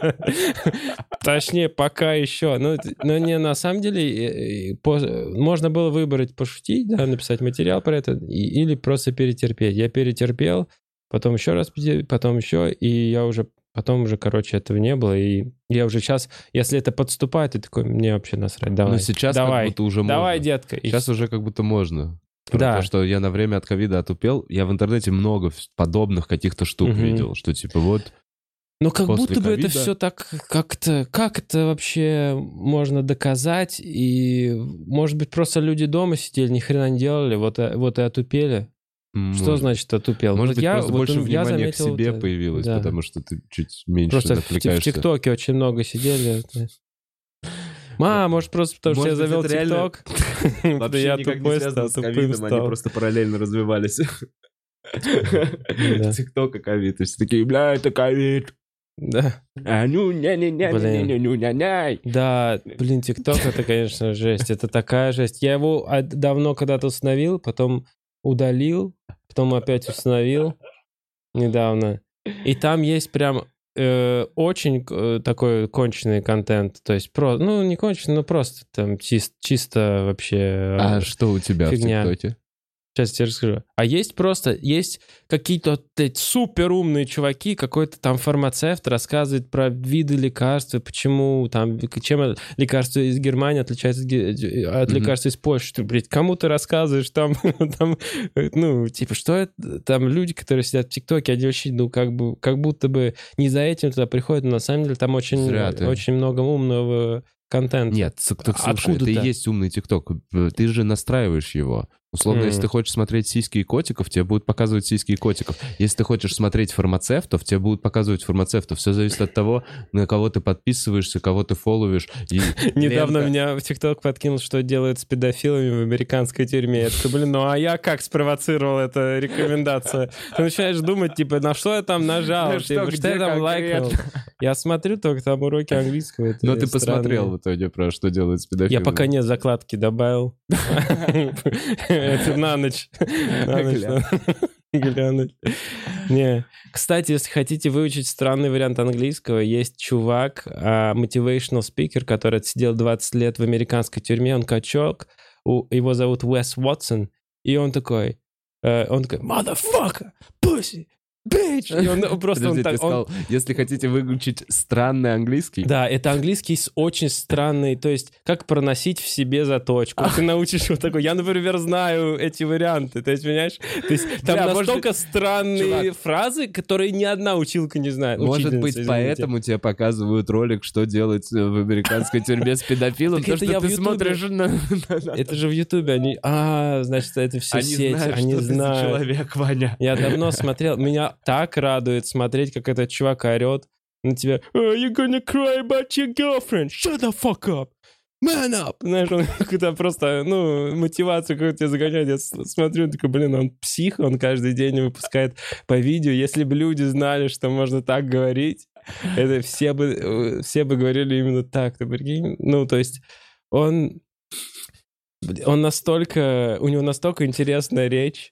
Точнее, пока еще. Но, но не, на самом деле, по, можно было выбрать пошутить, да, написать материал про это, и, или просто перетерпеть. Я перетерпел, потом еще раз, потом еще, и я уже... Потом уже, короче, этого не было, и я уже сейчас, если это подступает, то такой, мне вообще насрать, давай. Но сейчас давай, как будто уже можно. Давай, детка. Сейчас и... уже как будто можно. Да. Потому что я на время от ковида отупел, я в интернете много подобных каких-то штук угу. видел, что типа вот... Но как будто бы ковида... это все так как-то... Как это вообще можно доказать? И, может быть, просто люди дома сидели, ни хрена не делали, вот, вот и отупели. Может. Что значит отупел? Может вот быть, я, просто вот больше он, внимания я заметил, к себе это, появилось, да. потому что ты чуть меньше просто отвлекаешься. в ТикТоке очень много сидели. Ма, может, просто потому что я завел ТикТок? Вообще я никак не тупой связано стал, с ковидом, они просто параллельно развивались. ТикТок и ковид. То есть такие, бля, это ковид. Да. А ну, не-не-не-не-не-не-не-не. Да, блин, ТикТок это, конечно, жесть. Это такая жесть. Я его давно когда-то установил, потом удалил, потом опять установил недавно. И там есть прям э, очень э, такой конченый контент. То есть, про, ну, не конченый, но просто там чис, чисто вообще э, А что у тебя фигня. в ТикТоке? Сейчас я тебе расскажу. А есть просто, есть какие-то супер умные чуваки, какой-то там фармацевт рассказывает про виды лекарств, почему там, чем лекарство из Германии отличается от mm-hmm. лекарства из Польши. Ты, блядь, кому ты рассказываешь там, там, ну, типа, что это? Там люди, которые сидят в ТикТоке, они очень, ну, как бы, как будто бы не за этим туда приходят, но на самом деле там очень, очень много умного контента. Нет, так, слушай, это и есть умный ТикТок. Ты же настраиваешь его. Условно, mm. если ты хочешь смотреть сиськи и котиков, тебе будут показывать сиськи и котиков. Если ты хочешь смотреть фармацевтов, тебе будут показывать фармацевтов. Все зависит от того, на кого ты подписываешься, кого ты фолловишь. И Недавно лента... меня в ТикТок подкинул, что делают с педофилами в американской тюрьме. Я такой, блин, ну а я как спровоцировал эту рекомендацию? Ты начинаешь думать, типа, на что я там нажал? Что я там лайкнул? Я смотрю только там уроки английского. Но ты посмотрел в итоге про что делают с педофилами? Я пока нет, закладки добавил. Это на ночь. На ночь. Глянуть. Не. Кстати, если хотите выучить странный вариант английского, есть чувак, motivational speaker, который отсидел двадцать лет в американской тюрьме, он качок, его зовут Уэс Уотсон, и он такой, он такой, motherfucker, pussy, bitch! И он просто... Подожди, он так, ты сказал, он... если хотите выучить странный английский? Да, это английский с очень странный, то есть как проносить в себе заточку. Ты научишь его такой. Я, например, знаю эти варианты, то есть, понимаешь? То есть там Бля, настолько может... странные Чувак, фразы, которые ни одна училка не знает. Может быть, извините. Поэтому тебе показывают ролик, что делать в американской тюрьме с педофилом, потому что ты смотришь на... Это же в Ютубе. Они... А, значит, это все сеть. Они знают. Человек, Ваня. Я давно смотрел. Меня так радует смотреть, как этот чувак орет на тебя. Oh, you're gonna cry about your girlfriend. Shut the fuck up. Man up. Знаешь, он какую-то просто, ну, мотивацию какую-то тебе загоняет. Я смотрю, такой, блин, он псих, он каждый день выпускает по видео. Если бы люди знали, что можно так говорить, это все бы, все бы говорили именно так. Ты прикинь? Ну, то есть он... Он настолько... У него настолько интересная речь,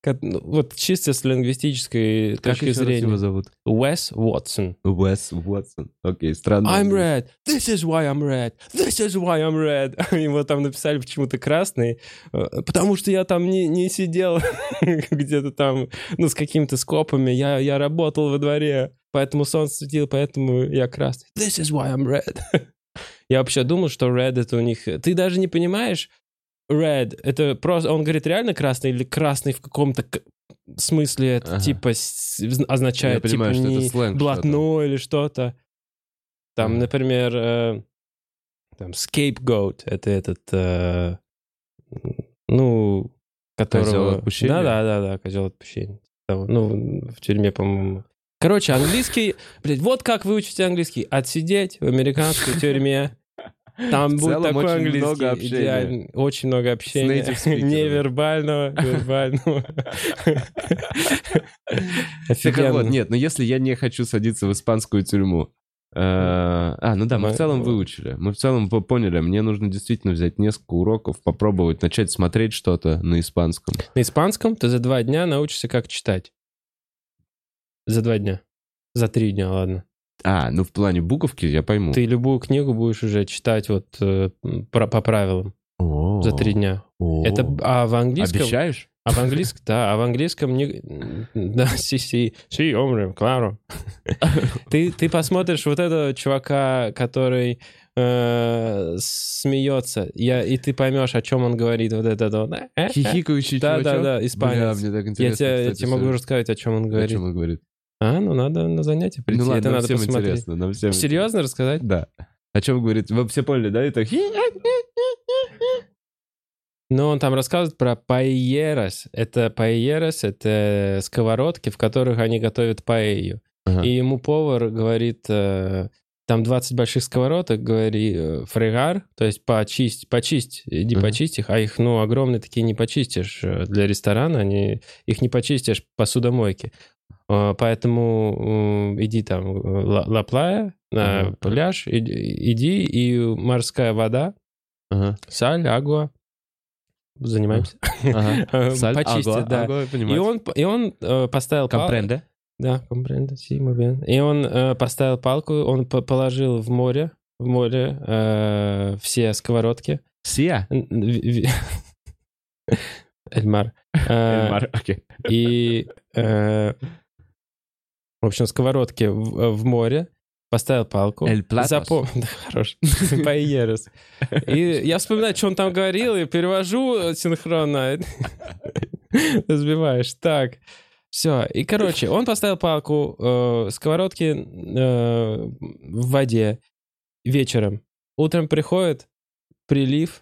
как, ну, вот чисто с лингвистической Как точки еще раз зрения. его зовут? Уэс Уотсон. Уэс Уотсон. Окей, странно. I'm red. This is why I'm red. This is why I'm red. Его там написали почему-то красный, потому что я там не, не сидел где-то там, ну, с какими-то скопами. Я, я работал во дворе, поэтому солнце светило, поэтому я красный. This is why I'm red. Я вообще думал, что red — это у них... Ты даже не понимаешь, red — это просто... Он говорит реально красный или красный в каком-то к- смысле это Ага. типа с- означает Я понимаю, типа что это не сленг блатно или что-то. Там, Ага. например, э, там scapegoat — это этот, э, ну, которого... Козёл отпущения? Да-да-да, козел отпущения. Того. Ну, в тюрьме, по-моему. Короче, английский... Блядь, вот как вы учите английский. Отсидеть в американской тюрьме. Там В будет целом такой очень английский. много общения. идеальный, очень много общения. native speaker'ами. Невербального, вербального. Так вот, Офигенно. нет, но если я не хочу садиться в испанскую тюрьму... э, А, ну да, мы Мы- в целом выучили. Мы в целом по- поняли, мне нужно действительно взять несколько уроков, попробовать начать смотреть что-то на испанском. На испанском ты за два дня научишься, как читать. За два дня. За три дня, ладно. А, ну в плане буковки я пойму. Ты любую книгу будешь уже читать вот э, про- по правилам О, за три дня. о. Это, а в английском... Обещаешь? А в английском, да, а в английском не... Да, си, си, си, омре, кларо. Ты, ты посмотришь вот этого чувака, который э, смеется, я, и ты поймешь, о чем он говорит, вот это вот. Хихикающий Да, чувачок? да, да, испанец. Бля, мне так Я интересно, тебе, я кстати, тебе могу всё. рассказать, о чем он О говорит. чем он говорит? А, ну надо на занятие прийти, Ну ладно, это нам надо всем посмотреть. интересно. Нам всем Серьезно рассказать? Да. О чем говорит? Вы все поняли, да? Это хи- Ну, он там рассказывает про паэльерос. Это паэльерос, это сковородки, в которых они готовят паэлью. Ага. И ему повар говорит, э, там двадцать больших сковородок, говори, э, фрегар, то есть почисть, почисть, иди Мгм. почисть их, а их, ну, огромные такие не почистишь э, для ресторана, они, их не почистишь в посудомойке. Э, Поэтому э, иди там, э, ла, ла плая, на Ага. пляж, иди, иди, и морская вода, Ага. саль, агуа, занимаемся. Ага. Э, Саль, Почистит, агуа, да. агуа, И понимаете. он, и он э, поставил палку. Компренде? Да, comprendo, sí, muy bien. И он э, поставил палку, он по- положил в море, в море э, все сковородки. Сия? Н- н- ви- ви- Эльмар. Э, Эльмар, окей. И, э, в общем, сковородки в, в море. Поставил палку. Эль платос. Запом... Да, хорош. Паэльерос. И я вспоминаю, что он там говорил, и перевожу синхронно. Сбиваешь. Так. Все. И, короче, он поставил палку, э, сковородки э, в воде вечером. Утром приходит, прилив.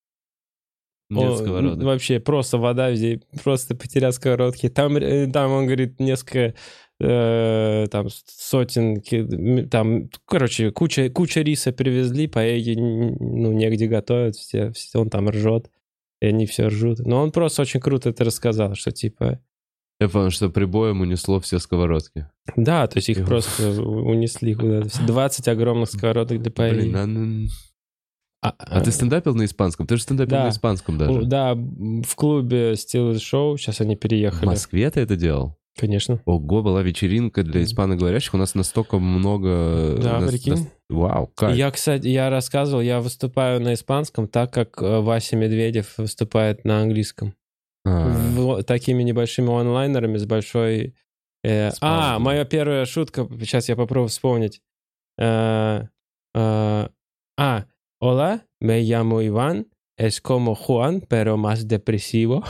Нет Он- сковородок. Вообще просто вода везде, просто потерял сковородки. Там, э, там он говорит, несколько э, там сотен, ки- м, там, короче, куча, куча риса привезли, паэльи, н- ну, негде готовят, все, все, он там ржет, и они все ржут. Но он просто очень круто это рассказал, что типа, Я понял, что прибоем унесло все сковородки. да, то есть их Ё. просто унесли куда-то. двадцать огромных сковородок для паэльи. Блин, а, ну- А, а ты стендапил на испанском? Ты же стендапил Да. на испанском у- даже. Да, в клубе Still Show, сейчас они В переехали. Москве ты это делал? Конечно. Ого, была вечеринка для Мгм. испаноговорящих. У нас настолько много... Да, у нас- прикинь. нас- Вау, как? Я, кстати, я рассказывал, я выступаю на испанском, так как э, Вася Медведев выступает на английском. А, В- такими небольшими онлайнерами с большой... э, С а, паузой. моя первая шутка, сейчас я попробую вспомнить. Э, э, а, hola, me llamo Iván, es como Juan, pero más depresivo.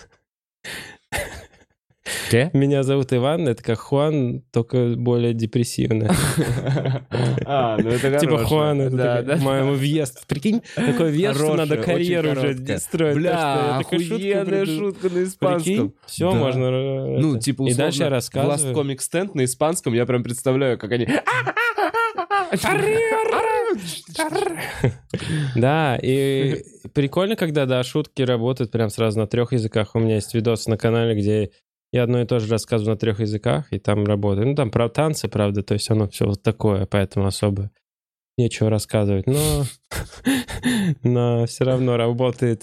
Ке? Меня зовут Иван, это как Хуан, только более депрессивно. А, ну это Типа хорошее. Хуан, это Да, такой, да. моему въезд. Прикинь, такой въезд, что Хорошая, надо карьеру очень уже короткая. строить. Так что Бля, я такую шутку охуенная придумал. шутка на испанском. все, Да. можно... э, Ну, это. типа, И условно, дальше я рассказываю. Last Comic Stand на испанском, я прям представляю, как они... Да, и прикольно, когда, да, шутки работают прям сразу на трех языках. У меня есть видос на канале, где я одно и то же рассказываю на трех языках, и там работает. Ну, там про танцы, правда, то есть оно все вот такое, поэтому особо нечего рассказывать. Но, но все равно работает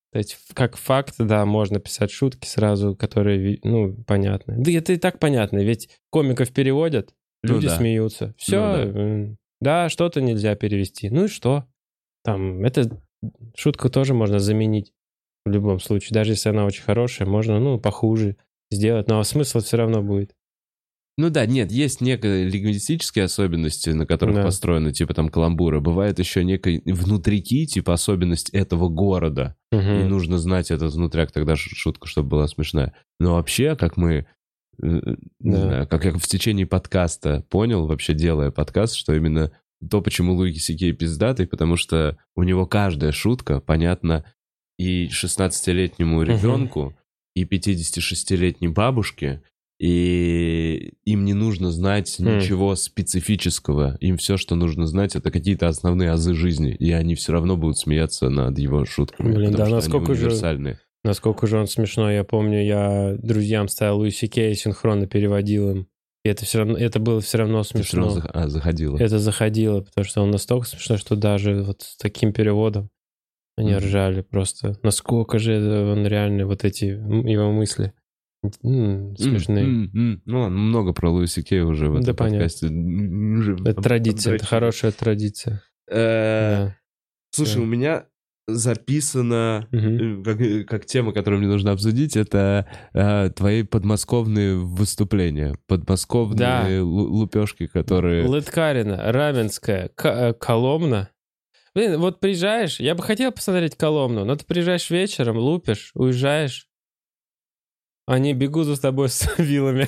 То есть как факт, да, можно писать шутки сразу, которые, ну, понятны. Да это и так понятно, ведь комиков переводят, люди ну, да. смеются. Все, ну, да. да, что-то нельзя перевести. Ну и что? Там, это шутку тоже можно заменить в любом случае. Даже если она очень хорошая, можно, ну, похуже сделать, но смысл все равно будет. Ну да, нет, есть некие лингвистические особенности, на которых Да. построены, типа там каламбуры. Бывает еще некая внутрики, типа особенность этого города. Угу. И нужно знать этот внутряк, тогда ш- шутка, чтобы была смешная. Но вообще, как мы, э, не Да. знаю, как я в течение подкаста понял, вообще делая подкаст, что именно то, почему Луи Си Кей пиздатый, потому что у него каждая шутка понятна и шестнадцатилетнему ребенку, и пятидесятишестилетней бабушке, и им не нужно знать Хм. ничего специфического. Им все, что нужно знать, это какие-то основные азы жизни. И они все равно будут смеяться над его шутками. Блин, потому да что насколько они же- универсальные. Насколько же он смешной. Я помню, я друзьям ставил Луи Си Кей, синхронно переводил им. И это все равно, это было все равно Ты всё равно смешно. зах- а, заходило. Это заходило, потому что он настолько смешной, что даже вот с таким переводом они Мгм. ржали просто. Насколько же это он реально, вот эти м, его мысли м, смешные. М, м, м. Ну ладно, много про Луи Си Кей уже в этом Да, понятно. подкасте. М, уже Это об- традиция, это обдрочили. хорошая традиция. Э, Да. Слушай, Да. у меня записано, Мгм. э, как, э, как тема, которую мне нужно обсудить, это э, твои подмосковные выступления, подмосковные Да. лу- лупешки, которые... Лыткарина, Раменская, К- э, Коломна. Блин, вот приезжаешь, я бы хотел посмотреть Коломну, но ты приезжаешь вечером, лупишь, уезжаешь, они бегут за тобой с вилами.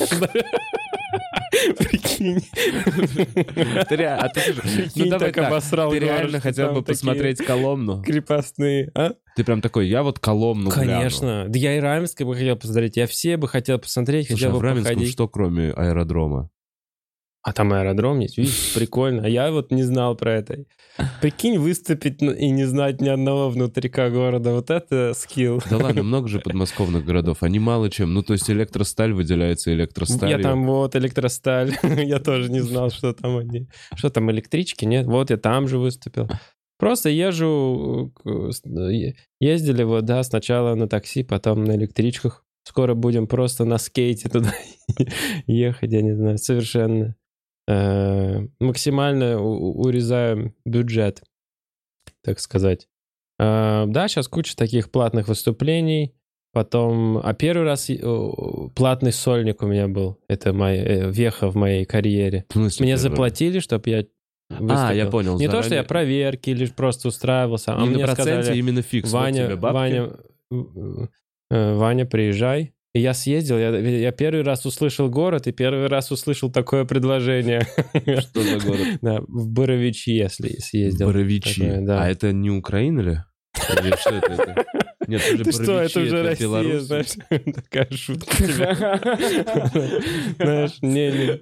Прикинь. Ты ре- а ты слушай, ну Прикинь, давай так так, обосрал ты город, реально что хотел там бы такие посмотреть Коломну? крепостные, а? Ты прям такой, я вот Коломну гляну. Конечно. Да я и Раменское бы хотел посмотреть, я все бы хотел посмотреть, Слушай, а хотел в бы Раменском походить. что, кроме аэродрома? А там аэродром есть, видишь, прикольно. А я вот не знал про это. Прикинь, выступить ну, и не знать ни одного внутрика города. Вот это скилл. Да ладно, много же подмосковных городов, они мало чем. Ну, то есть электросталь выделяется электросталью. Я там вот электросталь. Я тоже не знал, что там они. Что там, электрички? Нет, вот я там же выступил. Просто езжу, к- с- е- ездили вот, да, сначала на такси, потом на электричках. Скоро будем просто на скейте туда ехать, я не знаю, совершенно. Э, максимально у- у- урезаем бюджет, так сказать. Э, да, сейчас куча таких платных выступлений. Потом, а первый раз э, платный сольник у меня был. Это моя э, веха в моей карьере. В смысле, Мне первый? заплатили, чтобы я выступил. А, я понял. Не то, что я заранее. проверки или просто устраивался, а Не на мне проценте, сказали, именно фикс. Вот Ваня, тебе бабки. Ваня, э, э, Ваня, приезжай. И я съездил, я, я первый раз услышал город и первый раз услышал такое предложение. Что за город? Да, в Боровичи, если съездил. Боровичи. Такое, да. А это не Украина ли? Или что это? это? Нет, это же Ты что, Боровичи, это уже Россия, Беларусь. знаешь? Такая шутка у тебя. Знаешь, не,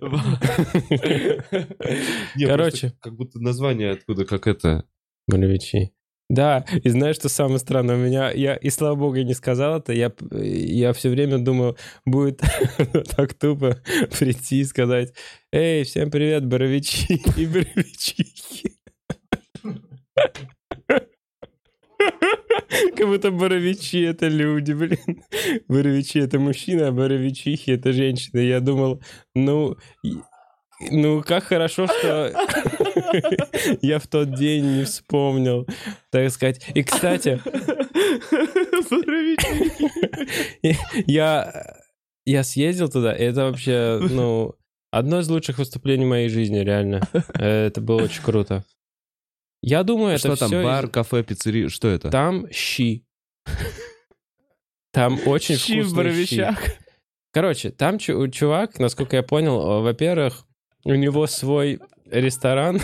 Не, Короче. просто как будто название откуда, как это. Боровичи. Да, и знаешь, что самое странное? У меня, я, и слава богу, я не сказал это, я, я все время думал, будет так тупо прийти и сказать, эй, всем привет, Боровичи и Боровичихи. Как будто Боровичи — это люди, блин. Боровичи — это мужчина, а Боровичихи — это женщина. Я думал, ну... и- Ну, как хорошо, что я в тот день не вспомнил, так сказать. И, кстати, я, я съездил туда, и это вообще, ну, одно из лучших выступлений моей жизни, реально. Это было очень круто. Я думаю, это Что там, все... бар, кафе, пиццерия, что это? Там щи. Там очень Щи в вкусные щи. Боровичах. Короче, там чу- чувак, насколько я понял, э, во-первых, у него свой ресторан,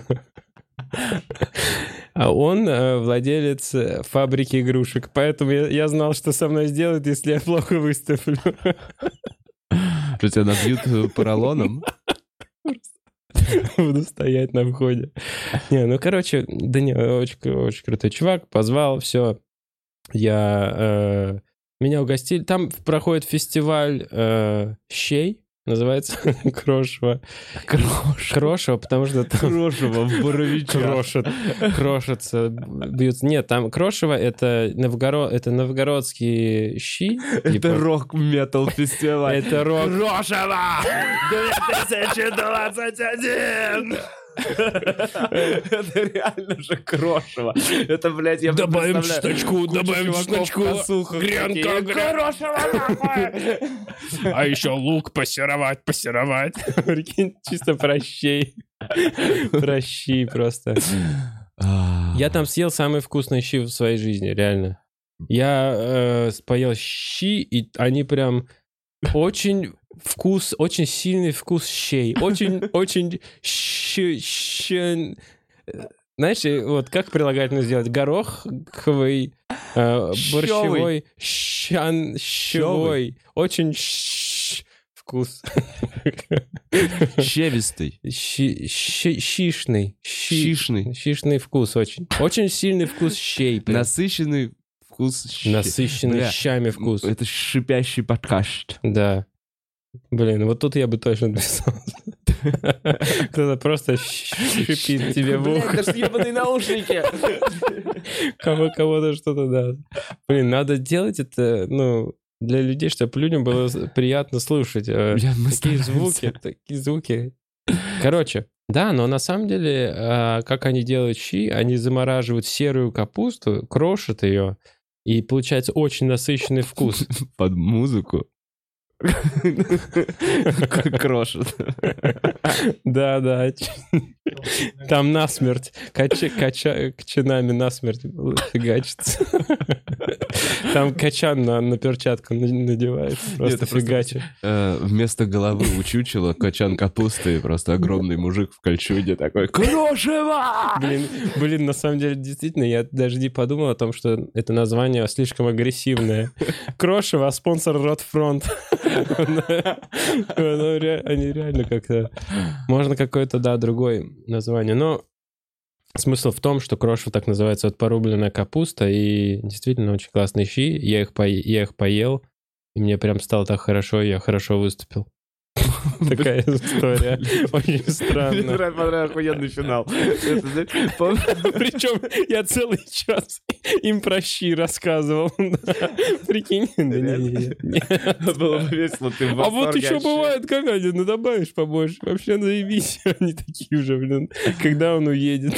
а он э, владелец э, фабрики игрушек. Поэтому я, я знал, что со мной сделают, если я плохо выступлю. Что тебя набьют поролоном? Буду стоять на входе. Не, ну, короче, да не, очень, очень крутой чувак. Позвал, все. Я... э, меня угостили. Там проходит фестиваль э, щей. называется крошево. Крошево. Крошево, потому что там... Крошево в Боровичах. Крошит, крошится, бьются. Нет, там крошево — это, Новгород, это новгородские щи. Это типа. рок-метал фестиваль. Это рок... Крошево две тысячи двадцать один! Это реально же крошево. Это, блядь, я Добавим представляю, чесночку, кучу добавим чуваков в чесночку, косухах гренка, такие, грен- Крошево, нахуй! А еще лук пассеровать, пассеровать. Прикинь, чисто прощей. Прощи просто. Я там съел самые вкусные щи в своей жизни, реально. Я э, поел щи, и они прям очень вкус, очень сильный вкус щей. Очень, очень щ, щ... Знаешь, вот как прилагательно сделать? Гороховый, э, борщевой, щан, щевой. Очень щ... вкус. Щевистый. Щи, щи, щишный. Щи, Щишный. щишный вкус очень. Очень сильный вкус щей. Прям. Насыщенный вкус щи. Насыщенный Бля, щами вкус. Это шипящий подкаст. Да. Блин, вот тут я бы точно написал. Кто-то просто шипит тебе в ухо. Это ж ебаные наушники. Кому кого-то что-то, да. Блин, надо делать это, ну, для людей, чтобы людям было приятно слушать. э, Бля, мы Такие стараемся. звуки, такие звуки. Короче, да, но на самом деле, а, как они делают щи, они замораживают серую капусту, крошат ее, и получается очень насыщенный вкус. Под музыку. Крошит. Да, да. Там насмерть. Кача, кача, качанами насмерть фигачится. Там качан на, на перчатку надевает. Просто Нет, фигачит. Э, вместо головы у чучела качан капусты, просто огромный мужик в кольчуге такой «Крошево!» Блин, блин, на самом деле, действительно, я даже не подумал о том, что это название слишком агрессивное. Крошево, а спонсор Ротфронт. Они реально как-то... Можно какое-то, да, другое название. Но смысл в том, что крошево так называется вот порубленная капуста, и действительно очень классные щи. Я их, по... я их поел, и мне прям стало так хорошо, и я хорошо выступил. Такая история. Очень странно. Мне понравился охуенный финал. Причем я целый час им про щи рассказывал. Прикинь. Было бы весело, ты в А вот восторге еще от щи. бывает, как один, ну добавишь побольше. Вообще заебись. Они такие уже, блин, когда он уедет.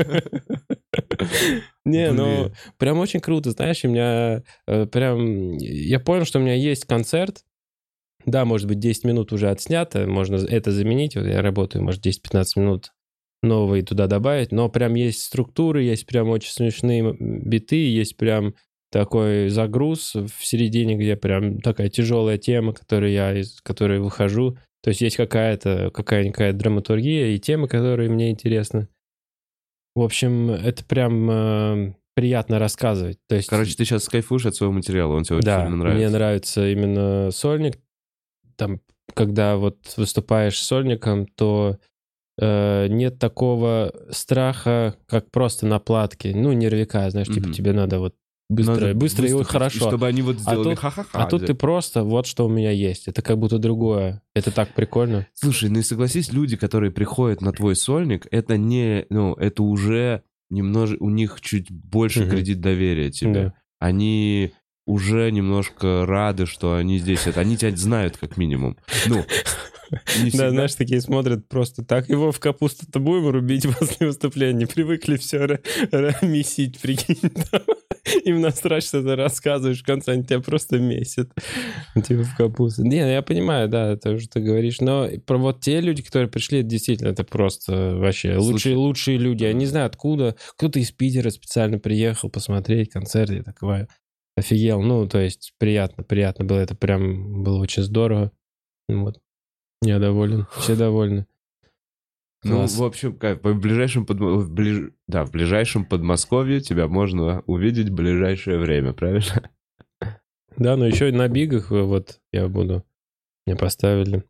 Не, ну, Блин. прям очень круто, знаешь, у меня э, прям... Я понял, что у меня есть концерт. Да, может быть, десять минут уже отснято, можно это заменить. Вот я работаю, может, десять-пятнадцать минут новые туда добавить, но прям есть структуры, есть прям очень смешные биты, есть прям такой загруз в середине, где прям такая тяжелая тема, которую я, из которой выхожу. То есть есть какая-то, какая-никакая драматургия и темы, которые мне интересны. В общем, это прям э, приятно рассказывать. То есть, Короче, ты сейчас кайфуешь от своего материала, он тебе очень да, сильно нравится. мне нравится именно сольник. Там, когда вот выступаешь сольником, то э, нет такого страха, как просто на платке. Ну, нервика, знаешь, типа Мгм. тебе надо вот быстро, Надо быстро и выступить, хорошо. чтобы они вот А сделали тут- ха-ха-ха. А тут ты просто, вот что у меня есть. Это как будто другое. Это так прикольно. Слушай, ну и согласись, люди, которые приходят на твой сольник, это не, ну, это уже немножко, у них чуть больше Мгм. кредит доверия тебе. Да. Они уже немножко рады, что они здесь. Это они тебя знают как минимум. Ну, не всегда. Да, знаешь, такие смотрят просто так. Его в капусту-то будем рубить после выступления. Привыкли все месить, прикинь. Им насрать, что ты рассказываешь, в конце они тебя просто месят. Типа в капусту. Не, я понимаю, да, это уже ты говоришь. Но про вот те люди, которые пришли, это действительно, это просто вообще Слушай. лучшие, лучшие люди. Я не знаю, откуда. Кто-то из Питера специально приехал посмотреть концерт. Я такой офигел. Ну, то есть приятно, приятно было. Это прям было очень здорово. Вот. Я доволен. Все довольны. Ну, Класс. в общем, как, в ближайшем, под... в ближ... да, в ближайшем Подмосковье тебя можно увидеть в ближайшее время, правильно? Да, но еще и на бигах э, вот я буду. Мне поставили.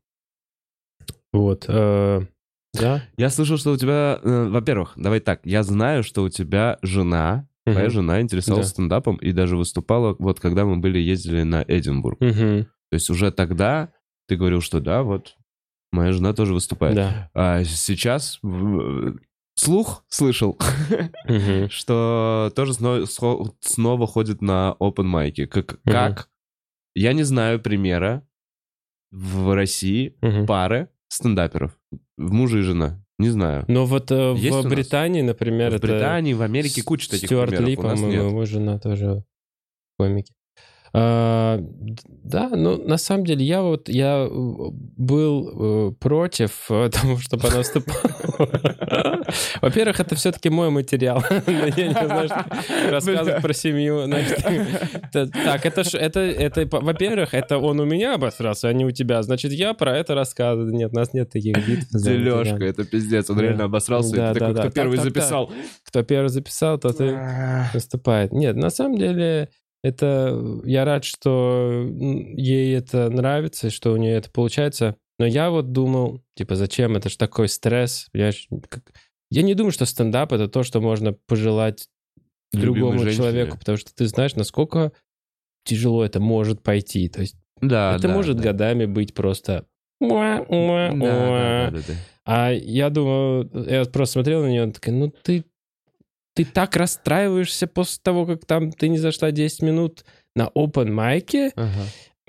Вот. э, Да. Я слышал, что у тебя, э, во-первых, давай так, я знаю, что у тебя жена, твоя Мгм. жена интересовалась Да. стендапом и даже выступала, вот когда мы были, ездили на Эдинбург. Мгм. То есть уже тогда ты говорил, что да, вот моя жена тоже выступает. Да. А сейчас в- слух слышал, Мгм. что тоже сно- схо- снова ходит на open майки. Как, Мгм. как? Я не знаю примера в России Мгм. пары стендаперов. Мужа и жена. Не знаю. Но вот э, Есть у в нас? Британии, например, В это... Британии, в Америке куча таких Стюарт примеров. Ли, У нас по-моему, нет. его жена тоже комики. А, д- да, ну, на самом деле, я вот, я э, был э, против э, того, чтобы она выступала. Во-первых, это все-таки мой материал. Я не знаю, что рассказывать про семью. Значит, т- Так, это ж, это, это, по- во-первых, это он у меня обосрался, а не у тебя. Значит, я про это рассказываю. Нет, у нас нет таких битв. за Дележка, материал. это пиздец. Он Да. реально обосрался. Да, и ты да, такой, да. кто Так, первый так, записал? Кто первый записал, тот и выступает. Нет, на самом деле, это я рад, что м, ей это нравится, что у нее это получается. Но я вот думал, типа, зачем? Это ж такой стресс. понимаешь? Как- Я не думаю, что стендап — это то, что можно пожелать Любимой другому женщине. человеку, потому что ты знаешь, насколько тяжело это может пойти. То есть Да, это да, может да. годами быть просто... Да, да, да, да, да. А я думаю, я просто смотрел на нее, она такая, ну ты, ты так расстраиваешься после того, как там ты не зашла десять минут на open майке. Ага.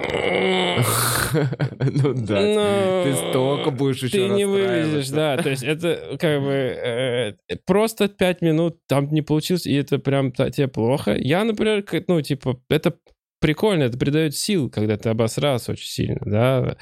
Ну да, Ну, ты столько будешь еще Ты не вывезешь, расстраиваться. да. То есть это как бы э, просто пять минут там не получилось, и это прям та- тебе плохо. Я, например, как- ну, типа, это прикольно, это придает сил, когда ты обосрался очень сильно, да.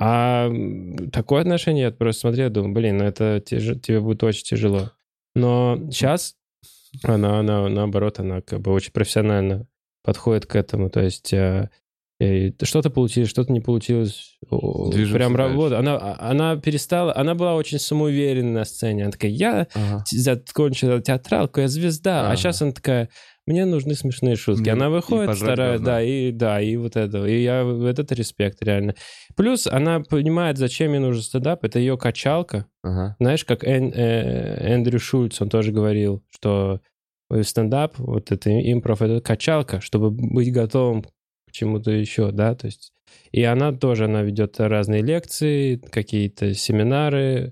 А м, такое отношение я просто смотрел, думаю, блин, ну это тяж- тебе будет очень тяжело. Но сейчас она, она, наоборот, она как бы очень профессионально подходит к этому. То есть э, э, что-то получилось, что-то не получилось. О, Движемся Прям дальше. работа. Она, она перестала, она была очень самоуверенна на сцене. Она такая, я Ага. т- закончила театралку, я звезда. Ага. А сейчас она такая, мне нужны смешные шутки. Мне Она и выходит, пожрать старается, говна. да, и да, и вот это. И я в этот респект реально. Плюс она понимает, зачем ей нужен стендап. Это ее качалка. Ага. Знаешь, как Эн- э, Эндрю Шульц, он тоже говорил, что стендап, вот это импров, это качалка, чтобы быть готовым к чему-то еще, да, то есть... И она тоже, она ведет разные лекции, какие-то семинары,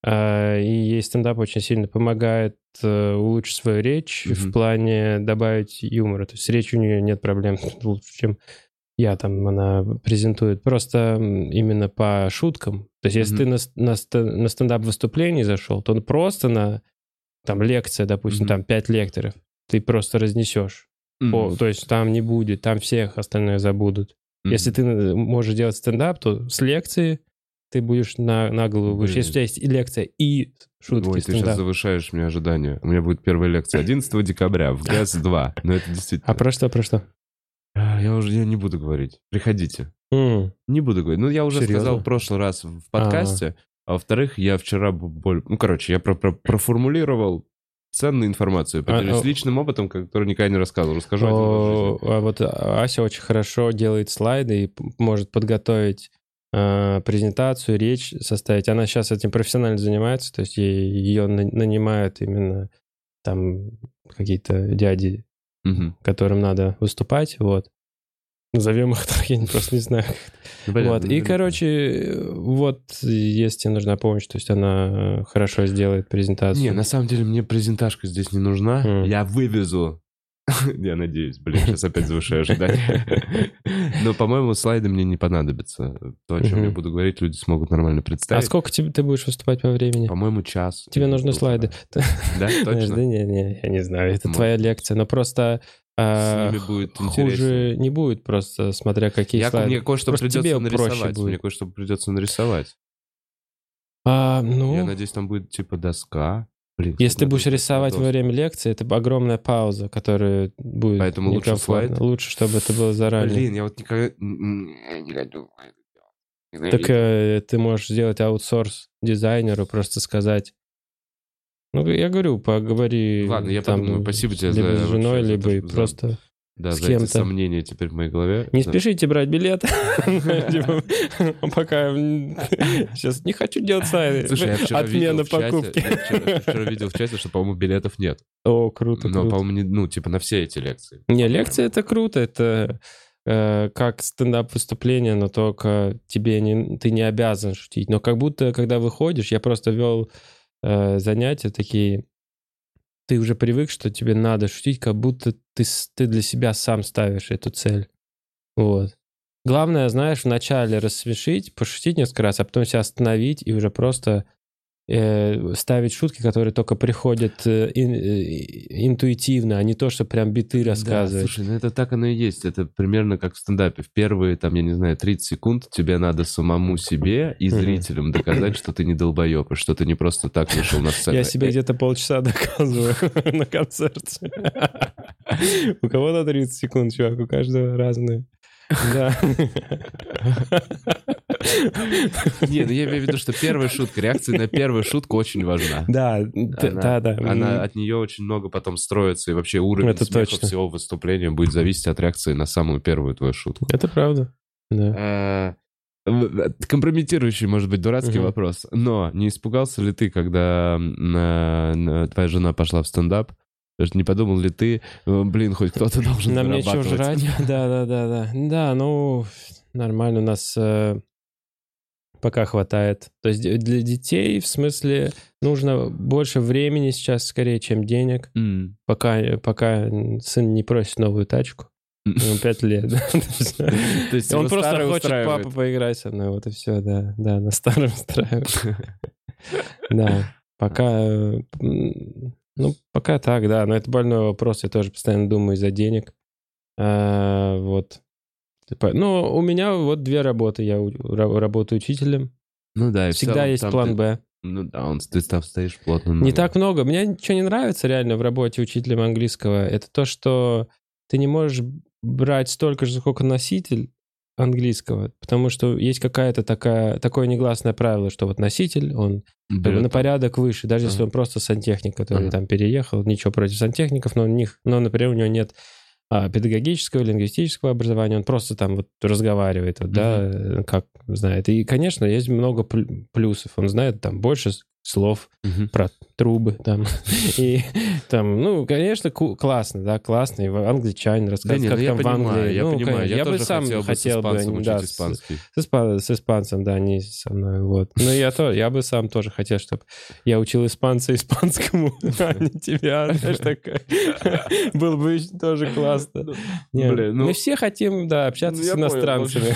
э, и ей стендап очень сильно помогает э, улучшить свою речь Мгм. в плане добавить юмора. То есть с речью у нее нет проблем лучше, чем я там, она презентует. Просто м, именно по шуткам. То есть если Мгм. ты на, с- на, ст- на стендап-выступлении зашел, то он просто на там лекция, допустим, Мгм. там пять лекторов, ты просто разнесешь. Мгм. О, то есть там не будет, там всех остальных забудут. Мгм. Если ты э, можешь делать стендап, то с лекции ты будешь на, на голову выше. Блин. Если у тебя есть и лекция, и шутки, Ой, ты сейчас стендап. завышаешь мне ожидания. У меня будет первая лекция одиннадцатого декабря в ГЭС два. Но это действительно... А про что, про что? А, Я уже я не буду говорить. Приходите. М, Не буду говорить. Ну, я уже Серьезно? сказал в прошлый раз в подкасте. А во-вторых, я вчера... б- боль- Ну, короче, я про- про- проформулировал ценную информацию. Поделюсь А, а- личным опытом, который никогда не рассказывал. Расскажу один раз в о, жизни. а вот Ася очень хорошо делает слайды и п- может подготовить э, презентацию, речь составить. Она сейчас этим профессионально занимается, то есть ей- ее на- нанимают именно там какие-то дяди, Мгм. которым надо выступать, вот. Назовем их так, я не- просто не знаю. Ну, понятно, Вот. ну, И, понятно. короче, вот, если тебе нужна помощь, то есть она э, хорошо сделает презентацию. Не, на самом деле мне презентажка здесь не нужна. М. Я вывезу. Я надеюсь. Блин, сейчас опять завышаю ожидания. Но, по-моему, слайды мне не понадобятся. То, о чем Мгм. я буду говорить, люди смогут нормально А представить. сколько тебе, ты будешь выступать по времени? По-моему, час. Тебе или нужны полтора. слайды. Да, Знаешь, Да точно? не, не, я не знаю, это Может твоя быть. лекция, но просто а, С ними будет хуже интереснее. не будет, просто смотря какие Я, слайды. мне кое-что Просто придется тебе проще нарисовать. будет. Мне кое-что придется нарисовать. А, ну, Я надеюсь, там будет типа доска. Блин, если ты надо будешь будет рисовать во доску. время лекции, это огромная пауза, которая будет Поэтому лучше некомфортно. слайд? Лучше, чтобы это было заранее. Блин, я вот никогда... м, не хочу это делать. Так э, ты можешь сделать аутсорс дизайнеру, просто сказать. Ну, я говорю, поговори. Ладно, я там, подумаю. Спасибо тебе либо за с женой, вообще за либо то, и что за- просто Да, с за эти кем-то. сомнения теперь в моей голове. Не Да. спешите брать билет. Типа, Пока сейчас не хочу делать слайды. Слушай, я вчера видел Отмена в чате, покупки. я вчера, вчера видел в чате, что, по-моему, билетов нет. О, круто, Но, круто. по-моему, не, ну, типа на все эти лекции. Не, лекция — это круто, это э, как стендап-выступление, но только тебе не, ты не обязан шутить. Но как будто, когда выходишь, я просто вел э, занятия такие, ты уже привык, что тебе надо шутить, как будто ты, с- ты для себя сам ставишь эту цель. Вот. Главное, знаешь, вначале рассмешить, пошутить несколько раз, а потом себя остановить и уже просто э, ставить шутки, которые только приходят э, ин- э, интуитивно, а не то, что прям биты Да, рассказывать. слушай, ну это так оно и есть. Это примерно как в стендапе. В первые, там, я не знаю, тридцать секунд тебе надо самому себе и Мгм. зрителям доказать, что ты не долбоеб, и что ты не просто так вышел на сцену. Я себе Э, где-то полчаса доказываю на концерте. У кого-то тридцать секунд, чувак, у каждого разные. Да. Не, ну я имею в виду, что первая шутка, реакция на первую шутку очень важна. Да, т- Она, да, да. она М, от нее очень много потом строится, и вообще уровень Это смеха точно. всего выступления будет зависеть от реакции на самую первую твою шутку. Это правда. Да. А, в- Компрометирующий, может быть, дурацкий Мгм. вопрос, но не испугался ли ты, когда на- на- твоя жена пошла в стендап? Потому что не подумал ли ты, э, блин, хоть кто-то должен Нам нечего зарабатывать? жрать. Да, да, да, да. Да, ну, нормально у нас э, пока хватает. То есть д- для детей, в смысле, нужно больше времени сейчас, скорее, чем денег. М. Пока, пока сын не просит новую тачку. Ему пять лет. да. То есть Он его просто старое хочет устраивает. папа поиграть со мной, вот и все, да. Да, на старом устраивает. Да, пока... э, м, Ну, пока так, да. Но это больной вопрос. Я тоже постоянно думаю из-за денег. А, Вот. Типа, ну, у меня вот две работы. Я у- ра- работаю учителем. Ну да, и в Всегда целом есть там план ты- «Б». Ну да, он, ты там стоишь плотно. Не на- так много. Мне ничего не нравится реально в работе учителем английского. Это то, что ты не можешь брать столько же, сколько носитель английского, потому что есть какая-то такая, такое негласное правило, что вот носитель, он как бы берет на там. порядок выше, даже если Ага. он просто сантехник, который Ага. там переехал, ничего против сантехников, но у них, но, например, у него нет а, педагогического, лингвистического образования, он просто там вот разговаривает, вот, да, э, как знает. И, конечно, есть много плю- плюсов. Он знает там больше с- слов Мгм. про трубы там. И там, ну, конечно, ку- классно, да, классно. И в- англичанин Да рассказывает, нет, как ну я там в понимаю, Англии. я Ну, понимаю. конечно, Я, бы тоже сам хотел бы с хотел бы, испанцем учить да, с- испанский. с, испа- с испанцем, да, не со мной, вот. Но я тоже, я бы сам тоже хотел, чтобы я учил испанца испанскому, а не тебя, знаешь, такая. Было бы еще тоже классно. Не, Блин, ну- Мы все хотим, да, общаться Ну, с я понял, иностранцами.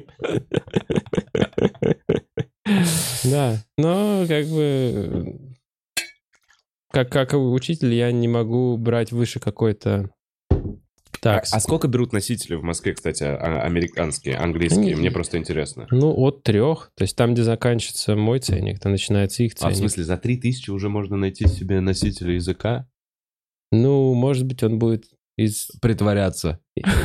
Да, но как бы как, как учитель я не могу брать выше какой-то А, такс. а сколько берут носители в Москве, кстати, а- американские, английские? Они- Мне просто интересно. Ну, от трех. То есть там, где заканчивается мой ценник, там начинается их А в ценник. смысле, за три тысячи уже можно найти себе носителя языка? Ну, может быть, он будет из... Притворяться.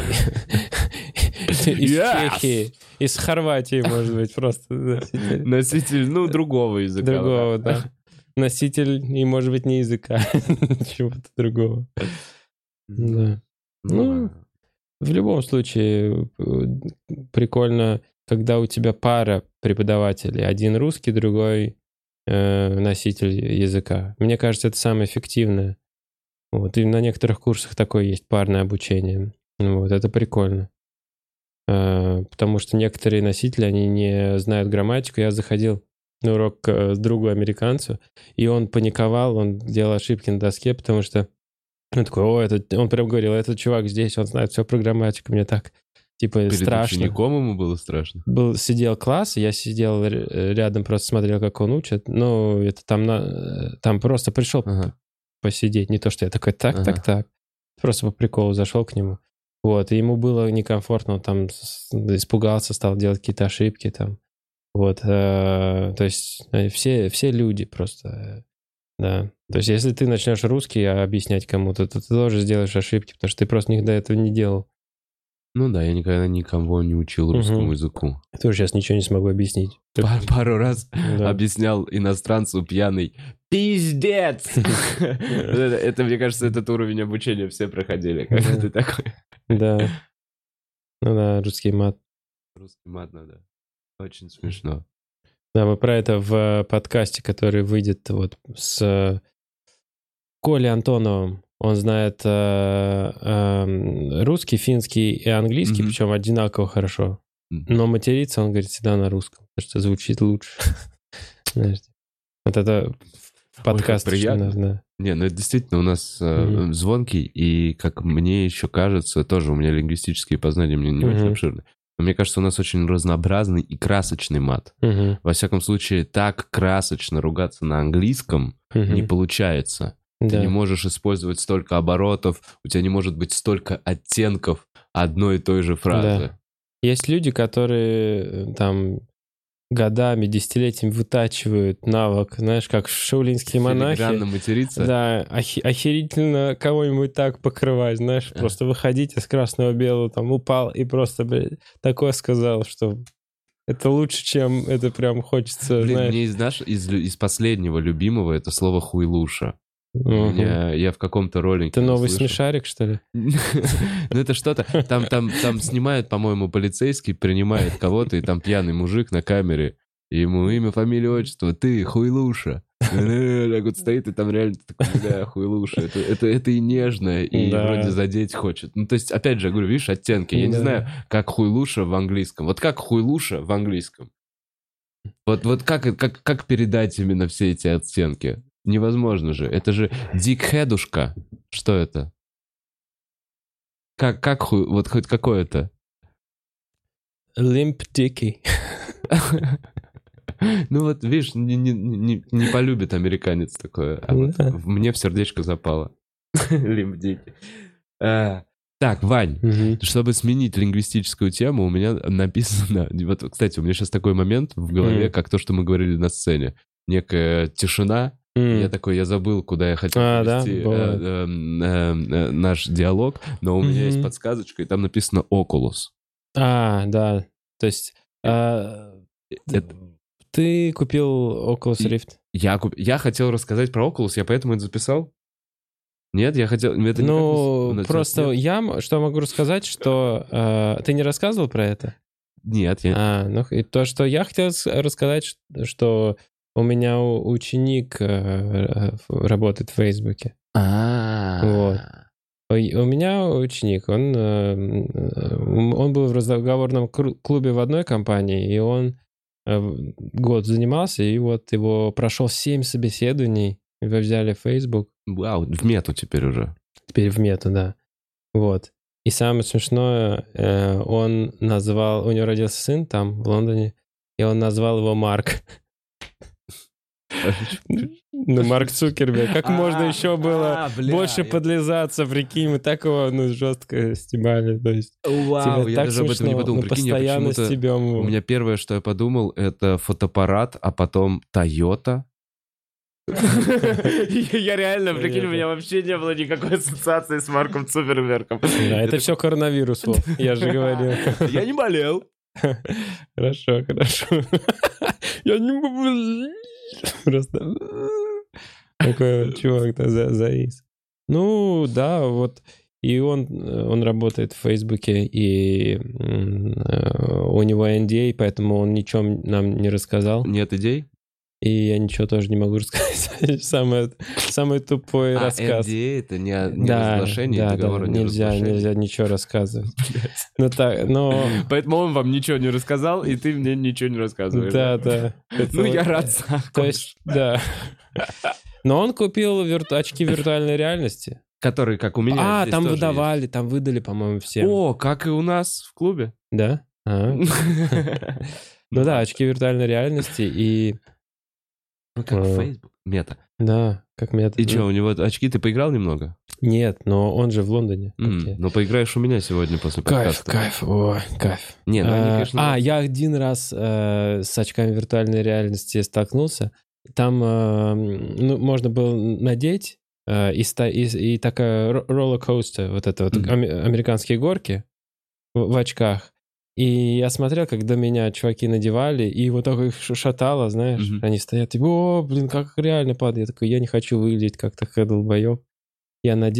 Из Yes! Чехии, из Хорватии, может быть, просто носитель. Носитель, ну, другого языка. Другого, да. Носитель, и, может быть, не языка, чего-то другого. Да. Ну, да. В любом случае, э, прикольно, когда у тебя пара преподавателей. Один русский, другой э, носитель языка. Мне кажется, это самое эффективное. Вот. И на некоторых курсах такое есть парное обучение. Вот. Это прикольно. Э, потому что некоторые носители, они не знают грамматику. Я заходил на урок к э, другу американцу, и он паниковал, он делал ошибки на доске, потому что он такой, о, этот... он прям говорил, этот чувак здесь, он знает всю про грамматику, мне так, типа, Перед страшно. учеником ему было страшно? Был, сидел класс, я сидел р- рядом, просто смотрел, как он учит. Ну, это там, на... там просто пришел Ага. посидеть, не то, что я такой, так, Ага. так, так. Просто по приколу зашел к нему. Вот, и ему было некомфортно, он там с- испугался, стал делать какие-то ошибки там. Вот, э, то есть э, все, все люди просто, э, да. То есть если ты начнешь русский объяснять кому-то, то ты тоже сделаешь ошибки, потому что ты просто никогда этого не делал. Ну да, я никогда никого не учил русскому Мгм. языку. Я тоже сейчас ничего не смогу объяснить. Пар- Пару раз Да. объяснял иностранцу пьяный «Пиздец!» это, это, мне кажется, этот уровень обучения все проходили. Когда Да. ты такой... Да. Ну да, русский мат. Русский мат надо. Очень смешно. Да, мы про это в подкасте, который выйдет вот с Колей Антоновым. Он знает э, э, русский, финский и английский, Мгм. причем одинаково хорошо. Мгм. Но материться он говорит всегда на русском, потому что звучит лучше. Знаешь, вот это в как подкасте очень приятно. нужно. Не, ну это действительно у нас э, Мгм. звонкий, и, как мне еще кажется, тоже у меня лингвистические познания мне не очень Мгм. обширны. Но мне кажется, у нас очень разнообразный и красочный мат. Мгм. Во всяком случае, так красочно ругаться на английском не Мгм. получается. Ты Да. не можешь использовать столько оборотов, у тебя не может быть столько оттенков одной и той же фразы. Есть люди, которые э, там годами, десятилетиями вытачивают навык, знаешь, как шаулинские монахи. Филигранно материться. Да, охи- охерительно кого-нибудь так покрывать, знаешь, А. просто выходить из красного-белого, там, упал и просто, блядь, такое сказал, что это лучше, чем это прям хочется, Блин, знаешь. мне из, наш, из, лю- из последнего любимого это слово хуйлуша. У Мгм. меня, я в каком-то ролике Ты новый услышал. смешарик, что ли? Ну это что-то, там, там, там снимают, по-моему, полицейский, принимает кого-то, и там пьяный мужик на камере, и ему имя, фамилия, отчество, ты, хуйлуша. Так вот стоит, и там реально ты такой, да, хуйлуша. Это, это, это и нежно, и Да. вроде задеть хочет. Ну, то есть, опять же, я говорю, видишь, оттенки. Я не Да. знаю, как хуйлуша в английском. Вот как хуйлуша в английском? Вот, вот как, как, как передать именно все эти оттенки? Невозможно же. Это же дикхедушка. Что это? Как, как хуй, вот хоть какое-то? Limp Dicky. Ну вот, видишь, не, не, не, не полюбит американец такое. А вот Да. в- мне в сердечко запало. Лимбдики. А, Так, Вань, Мгм. чтобы сменить лингвистическую тему, у меня написано... Вот, кстати, у меня сейчас такой момент в голове, Мгм. как то, что мы говорили на сцене. Некая тишина. И М. Я такой, я забыл, куда я хотел А, да? повести э, Бывает. э, э, э, наш диалог, но у меня есть Мгм. подсказочка, и там написано «Oculus». А, да. То есть а, Это- ты купил Oculus И- Rift? Я, куп- я хотел рассказать про Oculus, я поэтому это записал. Нет, я хотел... Это никак не с- Ну, нет? просто я м- что могу рассказать, что э, ты не рассказывал про это? Нет, я... А, ну и то, что я хотел с- рассказать, ш- что у меня у- ученик э, э, ф- работает в Фейсбуке. Вот. У у меня ученик, он, э, э, он был в разговорном кру- клубе в одной компании, и он э, в- год занимался, и вот его прошел семь собеседований, его взяли в Facebook, Вау, в мету теперь уже. теперь в мету, да. Вот. И самое смешное, э, он назвал, у него родился сын там, в Лондоне, и он назвал его Марк. Ну, Марк Цукерберг. Как можно А, еще было а, бля, больше я- подлизаться, прикинь, мы так его, ну, жестко снимали, то есть... Вау, тебе я так даже об этом не смешно, подумал. мы Прикинь, я постоянно почему-то... стебем его. У меня первое, что я подумал, это фотоаппарат, а потом Toyota. Я реально, прикинь, у меня вообще не было никакой ассоциации с Марком Цукербергом. Да, это все коронавирус, Вов, я же говорил. Я не болел. Хорошо, хорошо. Я не могу... Просто... Такой вот чувак-то за- завис. Ну, да, вот. И он, он работает в Фейсбуке, и м, э, у него эн ди эй, поэтому он ничего нам не рассказал. Нет идей? И я ничего тоже не могу рассказать. Самый, самый тупой А, рассказ. эн ди эй это не, не Да, разглашение, да, договор да, о нельзя, неразглашении. нельзя ничего рассказывать. Ну, так, но... Поэтому он вам ничего не рассказал, и ты мне ничего не рассказываешь. Да, да. Ну, Это я вот- рад за То есть, да. Но он купил вирту- очки виртуальной реальности. Который, как у меня, А, здесь там тоже выдавали, там выдали, по-моему, есть. всем. О, как и у нас в клубе. Да? А. Ну да, очки виртуальной реальности и... Ну, как Э. Facebook. Мета. Да, как метод. И что, у него очки, ты поиграл немного? Нет, но он же в Лондоне. М, Окей. Ну, поиграешь у меня сегодня после Кайф, подкаста. кайф, о, кайф. Не, ну они, А, конечно... а, я один раз э, с очками виртуальной реальности столкнулся. Там э, ну, можно было надеть э, и, ста- и, и такая ро- роллер-коустер, вот это вот Мгм. аме- американские горки в, в очках. И я смотрел, как до меня чуваки надевали, и вот так их ш- шатало, знаешь. Мгм. Они стоят, и, о, блин, как реально падает. Я такой, я не хочу выглядеть как такой долбоеб. Я надел,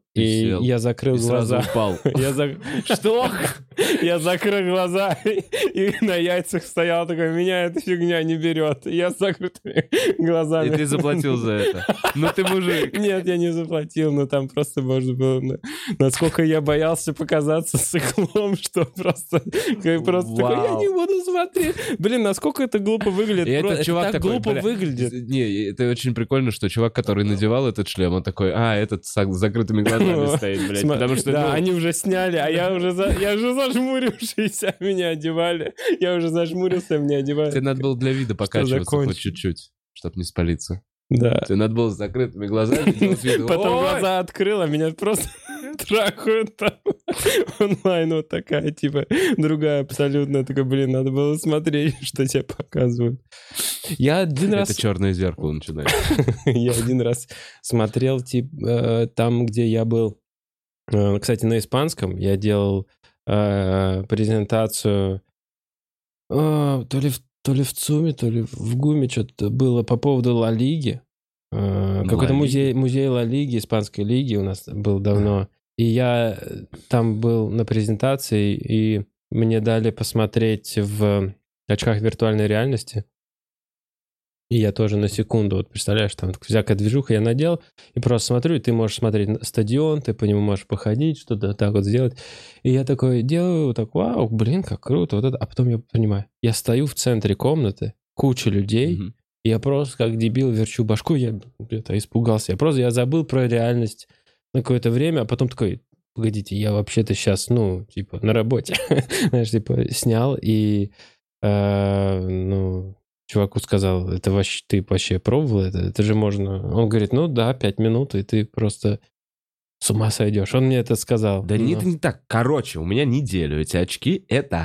И сел, я закрыл и сразу глаза. упал. Я за... Что? Я закрыл глаза, и на яйцах стоял такой, меня эта фигня не берет. Я с закрытыми глазами. И ты заплатил за это. Ну ты мужик. Нет, я не заплатил, но там просто можно было... Насколько я боялся показаться сыклом, что просто... Просто такой, я не буду смотреть. Блин, насколько это глупо выглядит. И этот чувак так такой, глупо бля, выглядит. Не, это очень прикольно, что чувак, который надевал этот шлем, он такой, а, этот с закрытыми глазами стоит, блядь. Сма- Потому что, да, ну, они уже сняли, а я уже, за... я уже зажмурившийся, меня одевали. Я уже зажмурился, меня одевали. тебе надо было для вида покачиваться закончить? хоть чуть-чуть, чтобы не спалиться. Да. Тебе надо было с закрытыми глазами делать вид. Потом «Ой!» глаза открыл, а меня просто трахают там онлайн вот такая, типа, другая абсолютно. Такой, блин, надо было смотреть, что тебе показывают. Я один раз... Это черное зеркало начинает. Я один раз смотрел, типа, там, где я был, э, кстати, на испанском, я делал э, презентацию э, то ли в то ли в ЦУМе, то ли в ГУМе что-то было по поводу Ла Лиги. Э, какой-то музей, музей Ла Лиги, испанской лиги у нас был давно. И я там был на презентации, и мне дали посмотреть в очках виртуальной реальности. И я тоже на секунду, вот представляешь, там всякая движуха я надел, и просто смотрю, и ты можешь смотреть на стадион, ты по нему можешь походить, что-то так вот сделать. И я такой делаю, так, вау, блин, как круто, вот это. А потом я понимаю, я стою в центре комнаты, куча людей, Мгм. и я просто как дебил верчу башку, я где-то испугался. Я просто, я забыл про реальность на какое-то время, а потом такой, погодите, я вообще-то сейчас, ну, типа, на работе, знаешь, типа, снял, и, э, ну... Чуваку сказал, это вообще, ты вообще пробовал это? Это же можно... Он говорит, ну да, пять минут, и ты просто с ума сойдешь. Он мне это сказал. Да но... не, это не так. Короче, у меня неделю эти очки — это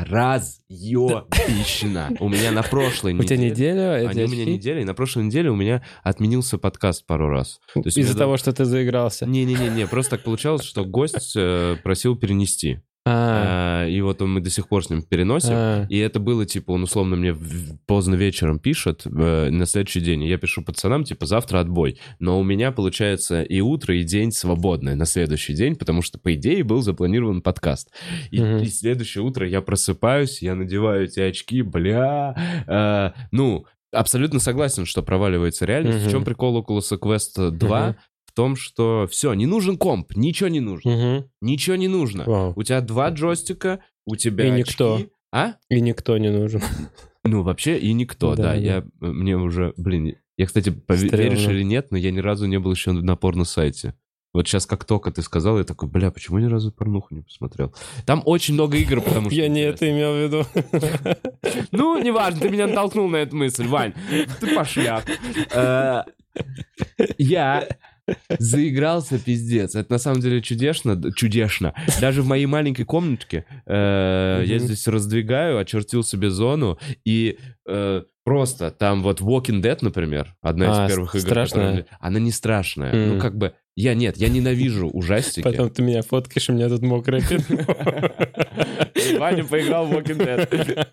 разъебищно. У меня на прошлой У тебя неделе... неделя? эти Они у меня очки? неделя, и на прошлой неделе у меня отменился подкаст пару раз. То есть Из-за мне того, что ты заигрался? Не-не-не, просто так получалось, что гость э, просил перенести. А, А, и вот он, мы до сих пор с ним переносим. а, И это было, типа, он условно мне в- поздно вечером пишет э, на следующий день. И я пишу пацанам, типа, завтра отбой. Но у меня, получается, и утро, и день свободное на следующий день, потому что, по идее, был запланирован подкаст. И, Мгм. и следующее утро я просыпаюсь, я надеваю эти очки, бля. э, ну, абсолютно согласен, что проваливается реальность. Мгм. В чем прикол Oculus Quest два? Мгм. В том, что все, не нужен комп, ничего не нужно. Мгм. Ничего не нужно. Вау. У тебя два джойстика, у тебя И никто. очки. А? И никто не нужен. Ну, вообще, и никто, Да, да. да. Я, мне уже, блин, я, кстати, пове- Стрёмно. веришь или нет, но я ни разу не был еще на порно-сайте. Вот сейчас, как только ты сказал, я такой, бля, почему ни разу порнуху не посмотрел? Там очень много игр, потому что... Я не интересно. это имел в виду. Ну, неважно, ты меня натолкнул на эту мысль, Вань. Ты пошляк. Э, Я заигрался, пиздец. Это на самом деле чудесно, д- чудесно. Даже в моей маленькой комнатке э, я Мгм. здесь раздвигаю, очертил себе зону, и э, просто там вот Walking Dead, например, одна из А, первых игр, страшная? которая мне- она не страшная. М. Ну, как бы, я нет, я ненавижу ужастики. Потом ты меня фоткаешь, у меня тут мокрое пятно. Ваня поиграл в Walking Dead.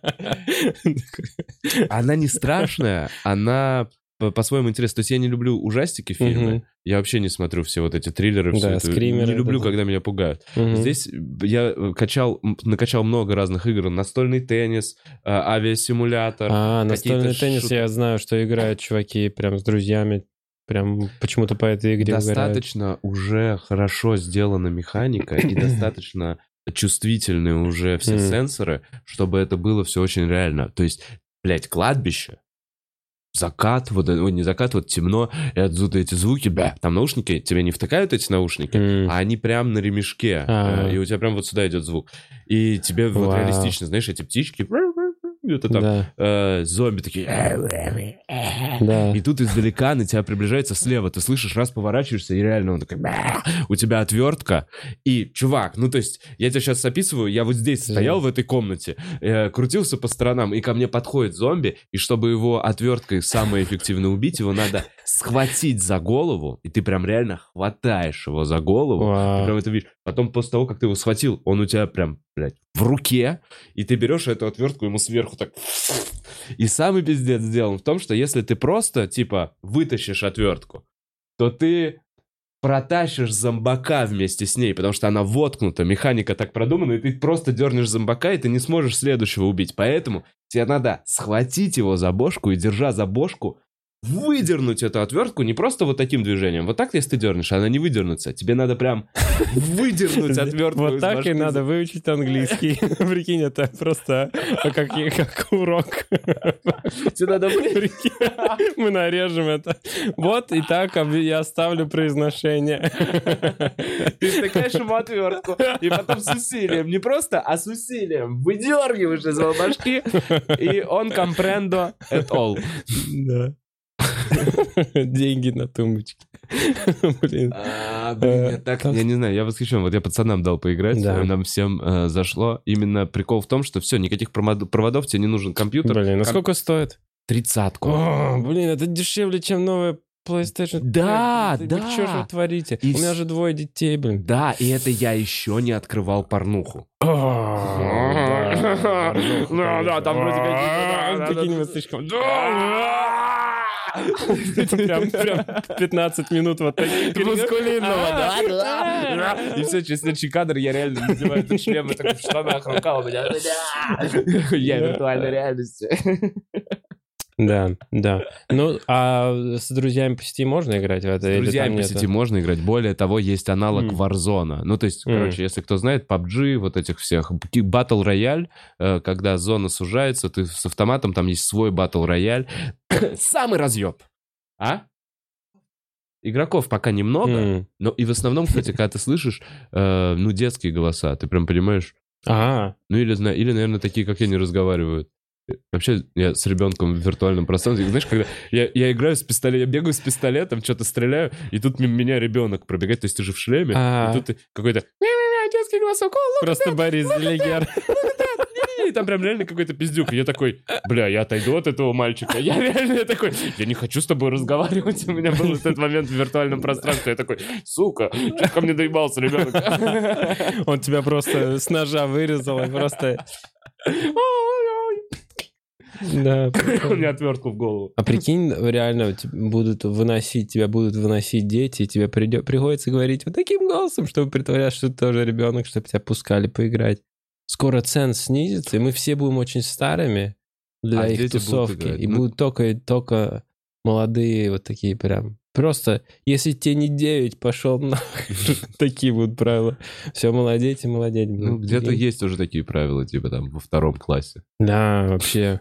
Она не страшная, она по- по-своему интересная. То есть я не люблю ужастики, фильмы. Мгм. Я вообще не смотрю все вот эти триллеры. всё Да, это. скримеры, Не люблю, да. когда меня пугают. Мгм. Здесь я качал, м, накачал много разных игр. Настольный теннис, а, авиасимулятор. А, настольный какие-то теннис, шут- я знаю, что играют чуваки прям с друзьями. Прям почему-то по этой игре угорают. Достаточно уже хорошо сделана механика и достаточно чувствительные уже все Мгм. сенсоры, чтобы это было все очень реально. То есть, блядь, кладбище, закат, вот, э, ой, не закат, вот темно, и отсюда эти звуки, бля, там наушники, тебе не втыкают эти наушники, М. а они прям на ремешке, А. э, и у тебя прям вот сюда идет звук. И тебе вот Вау. реалистично, знаешь, эти птички, где-то там, Да, э, зомби такие... да. И тут издалека на тебя приближается слева. Ты слышишь, раз поворачиваешься, и реально он такой... «Бя». У тебя отвертка. И, чувак, ну то есть, я тебя сейчас описываю, я вот здесь стоял в этой комнате, э, крутился по сторонам, и ко мне подходит зомби, и чтобы его отверткой самое эффективно убить, его надо схватить за голову, и ты прям реально хватаешь его за голову. Ты Вау. прям это видишь. Потом, после того, как ты его схватил, он у тебя прям, блядь, в руке, и ты берешь эту отвертку ему сверху так... И самый пиздец сделан в том, что если ты просто, типа, вытащишь отвертку, то ты протащишь зомбака вместе с ней, потому что она воткнута, механика так продумана, и ты просто дернешь зомбака, и ты не сможешь следующего убить. Поэтому тебе надо схватить его за бошку и, держа за бошку, выдернуть эту отвертку не просто вот таким движением. Вот так, если ты дернешь, она не выдернется. Тебе надо прям выдернуть отвертку. Вот так и надо выучить английский. Прикинь, это просто как урок. Тебе надо... Мы нарежем это. Вот и так я оставлю произношение. Ты втыкаешь ему отвертку, и потом с усилием, не просто, а с усилием выдергиваешь из его башки, и он comprendo at all. Да. Деньги на тумбочке. Блин. А, блин, я так, я не знаю, я восхищен. Вот я пацанам дал поиграть, Да. нам всем э, зашло. Именно прикол в том, что все, никаких промод- проводов, тебе не нужен компьютер. Блин, а Ком- сколько стоит? Тридцатку. О, блин, это дешевле, чем новая PlayStation. Да, пять. да. Вы что же вы творите? И У меня с- же двое детей, блин. Да, и это я еще не открывал порнуху. Да, да, там вроде какие-то- какие-нибудь слишком... Прям прям пятнадцать минут вот таких. Мускулинного, да? И все, через следующий кадр я реально надеваю этот шлем, и такой в штанах, рука у меня. Я в виртуальной реальности. Да, да. Ну, а с друзьями по сети можно играть в это? С или друзьями там по нету? сети можно играть. Более того, есть аналог М. Warzone. Ну, то есть, М. короче, если кто знает, пабг, вот этих всех. Battle Royale, э, когда зона сужается, ты с автоматом, там есть свой Battle Royale. Самый разъеб. А? Игроков пока немного, М. но и в основном, кстати, когда ты слышишь, э, ну, детские голоса, ты прям понимаешь, А, ну, или, зна- или, наверное, такие, как я, не разговаривают. Вообще, я с ребенком в виртуальном пространстве, знаешь, когда я, я играю с пистолетом, я бегаю с пистолетом, что-то стреляю, и тут мимо меня ребенок пробегает, то есть ты же в шлеме, А. и тут ты какой-то «Мя-мя-мя, детский голосок, о, просто Борис Делегер. и там прям реально какой-то пиздюк. И я такой, бля, я отойду от этого мальчика. Я реально я такой, я не хочу с тобой разговаривать. У меня был этот момент в виртуальном пространстве. Я такой, сука, что ко мне доебался ребенок? Он тебя просто с ножа вырезал и просто... Да. У меня отвертку в голову. А прикинь, реально т- будут выносить, тебя будут выносить дети, и тебе придё- приходится говорить вот таким голосом, чтобы притворяться, что ты тоже ребенок, чтобы тебя пускали поиграть. Скоро цен снизится, и мы все будем очень старыми для А их дети будут тусовки. играть. И Ну- будут только, только молодые вот такие прям. Просто, если тебе не девять, пошел нахуй. Такие будут правила. Все, молодеть и молодеть. Ну, где-то Прикинь. есть уже такие правила, типа там во втором классе. Да, вообще.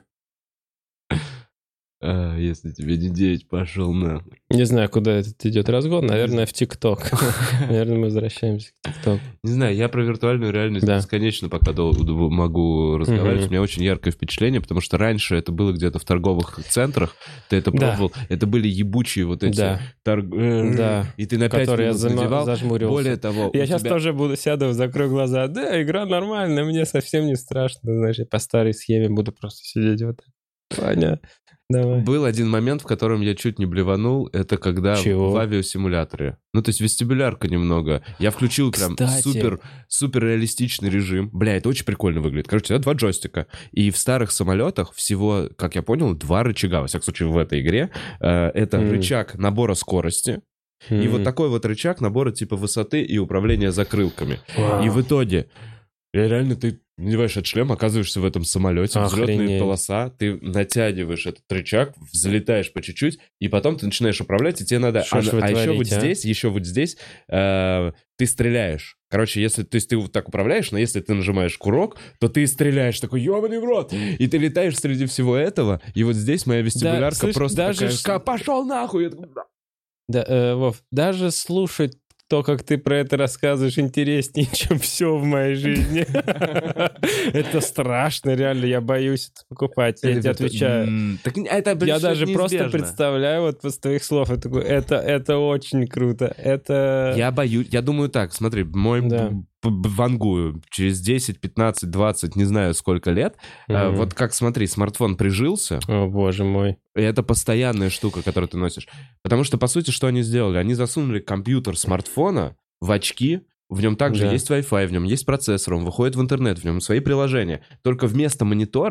А, если тебе не девять, пошел нахуй. Не знаю, куда этот идет разгон. Наверное, в ТикТок. Наверное, мы возвращаемся к ТикТоку. Не знаю, я про виртуальную реальность Да. бесконечно пока дол- д- могу разговаривать. Мгм. У меня очень яркое впечатление, потому что раньше это было где-то в торговых центрах, ты это Да. пробовал, это были ебучие вот эти Да. торг... э, Да. И ты на пять Который я минут зама- надевал. зажмуривался. Более того, Я у сейчас тебя- тоже буду сяду, закрою глаза. Да, игра нормальная, мне совсем не страшно. Знаешь, я по старой схеме буду просто сидеть вот так. Ваня, давай. Был один момент, в котором я чуть не блеванул, это когда Чего? в авиасимуляторе. Ну, то есть вестибулярка немного. Я включил прям Кстати. супер, супер реалистичный режим. Бля, это очень прикольно выглядит. Короче, это два джойстика. И в старых самолетах всего, как я понял, два рычага. Во всяком случае, в этой игре. Э, Это Мгм. рычаг набора скорости. И М. вот такой вот рычаг набора типа высоты и управления закрылками. Вау. И в итоге, я реально, ты надеваешь этот шлем, оказываешься в этом самолете, взлетная Охренеть. полоса, ты натягиваешь этот рычаг, взлетаешь по чуть-чуть, и потом ты начинаешь управлять, и тебе надо... Шо А, ж вы а еще вот творите, а? здесь, еще вот здесь э, ты стреляешь. Короче, если, то есть ты вот так управляешь, но если ты нажимаешь курок, то ты стреляешь, такой, ёбаный в рот! И ты летаешь среди всего этого, и вот здесь моя вестибулярка слышь, просто даже такая, с- «Ка- пошел нахуй! Я такой, «Да». Да, э, Вов, даже слушать то, как ты про это рассказываешь, интереснее, чем все в моей жизни. Это страшно, реально, я боюсь это покупать, я Это тебе вирту- отвечаю. М, так это, блин, Я всё даже просто неизбежно. представляю вот из твоих слов, я такой, это, это очень круто, это... Я боюсь, я думаю так, смотри, мой Да. б- б- вангую через десять, пятнадцать, двадцать, не знаю сколько лет, э, Мгм. вот как, смотри, смартфон прижился, О, боже мой. и это постоянная штука, которую ты носишь. Потому что, по сути, что они сделали? Они засунули компьютер смартфона в очки, в нем также Да. есть Wi-Fi, в нем есть процессор, он выходит в интернет, в нем свои приложения. Только вместо монитора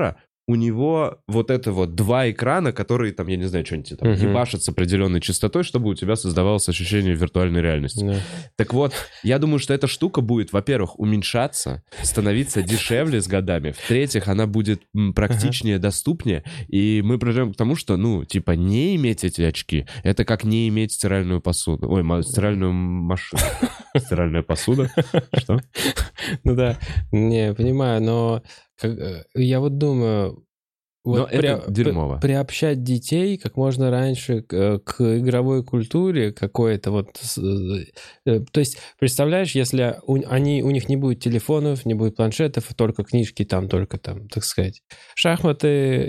у него вот это вот два экрана, которые там, я не знаю, что-нибудь там Мгм. ебашат с определенной частотой, чтобы у тебя создавалось ощущение виртуальной реальности. Да. Так вот, я думаю, что эта штука будет, во-первых, уменьшаться, становиться дешевле с годами. В-третьих, она будет м, практичнее, доступнее. И мы придем к тому, что, ну, типа, не иметь эти очки, это как не иметь стиральную посуду. Ой, ма- стиральную машину. Стиральная посуда. Что? Ну да, не, понимаю, но как, э, я вот думаю, Но вот это при- дерьмово. при- приобщать детей как можно раньше к, э, к игровой культуре какой-то вот, с- э, э, то есть представляешь, если у, они, у них не будет телефонов, не будет планшетов, а только книжки там, только там, так сказать, шахматы,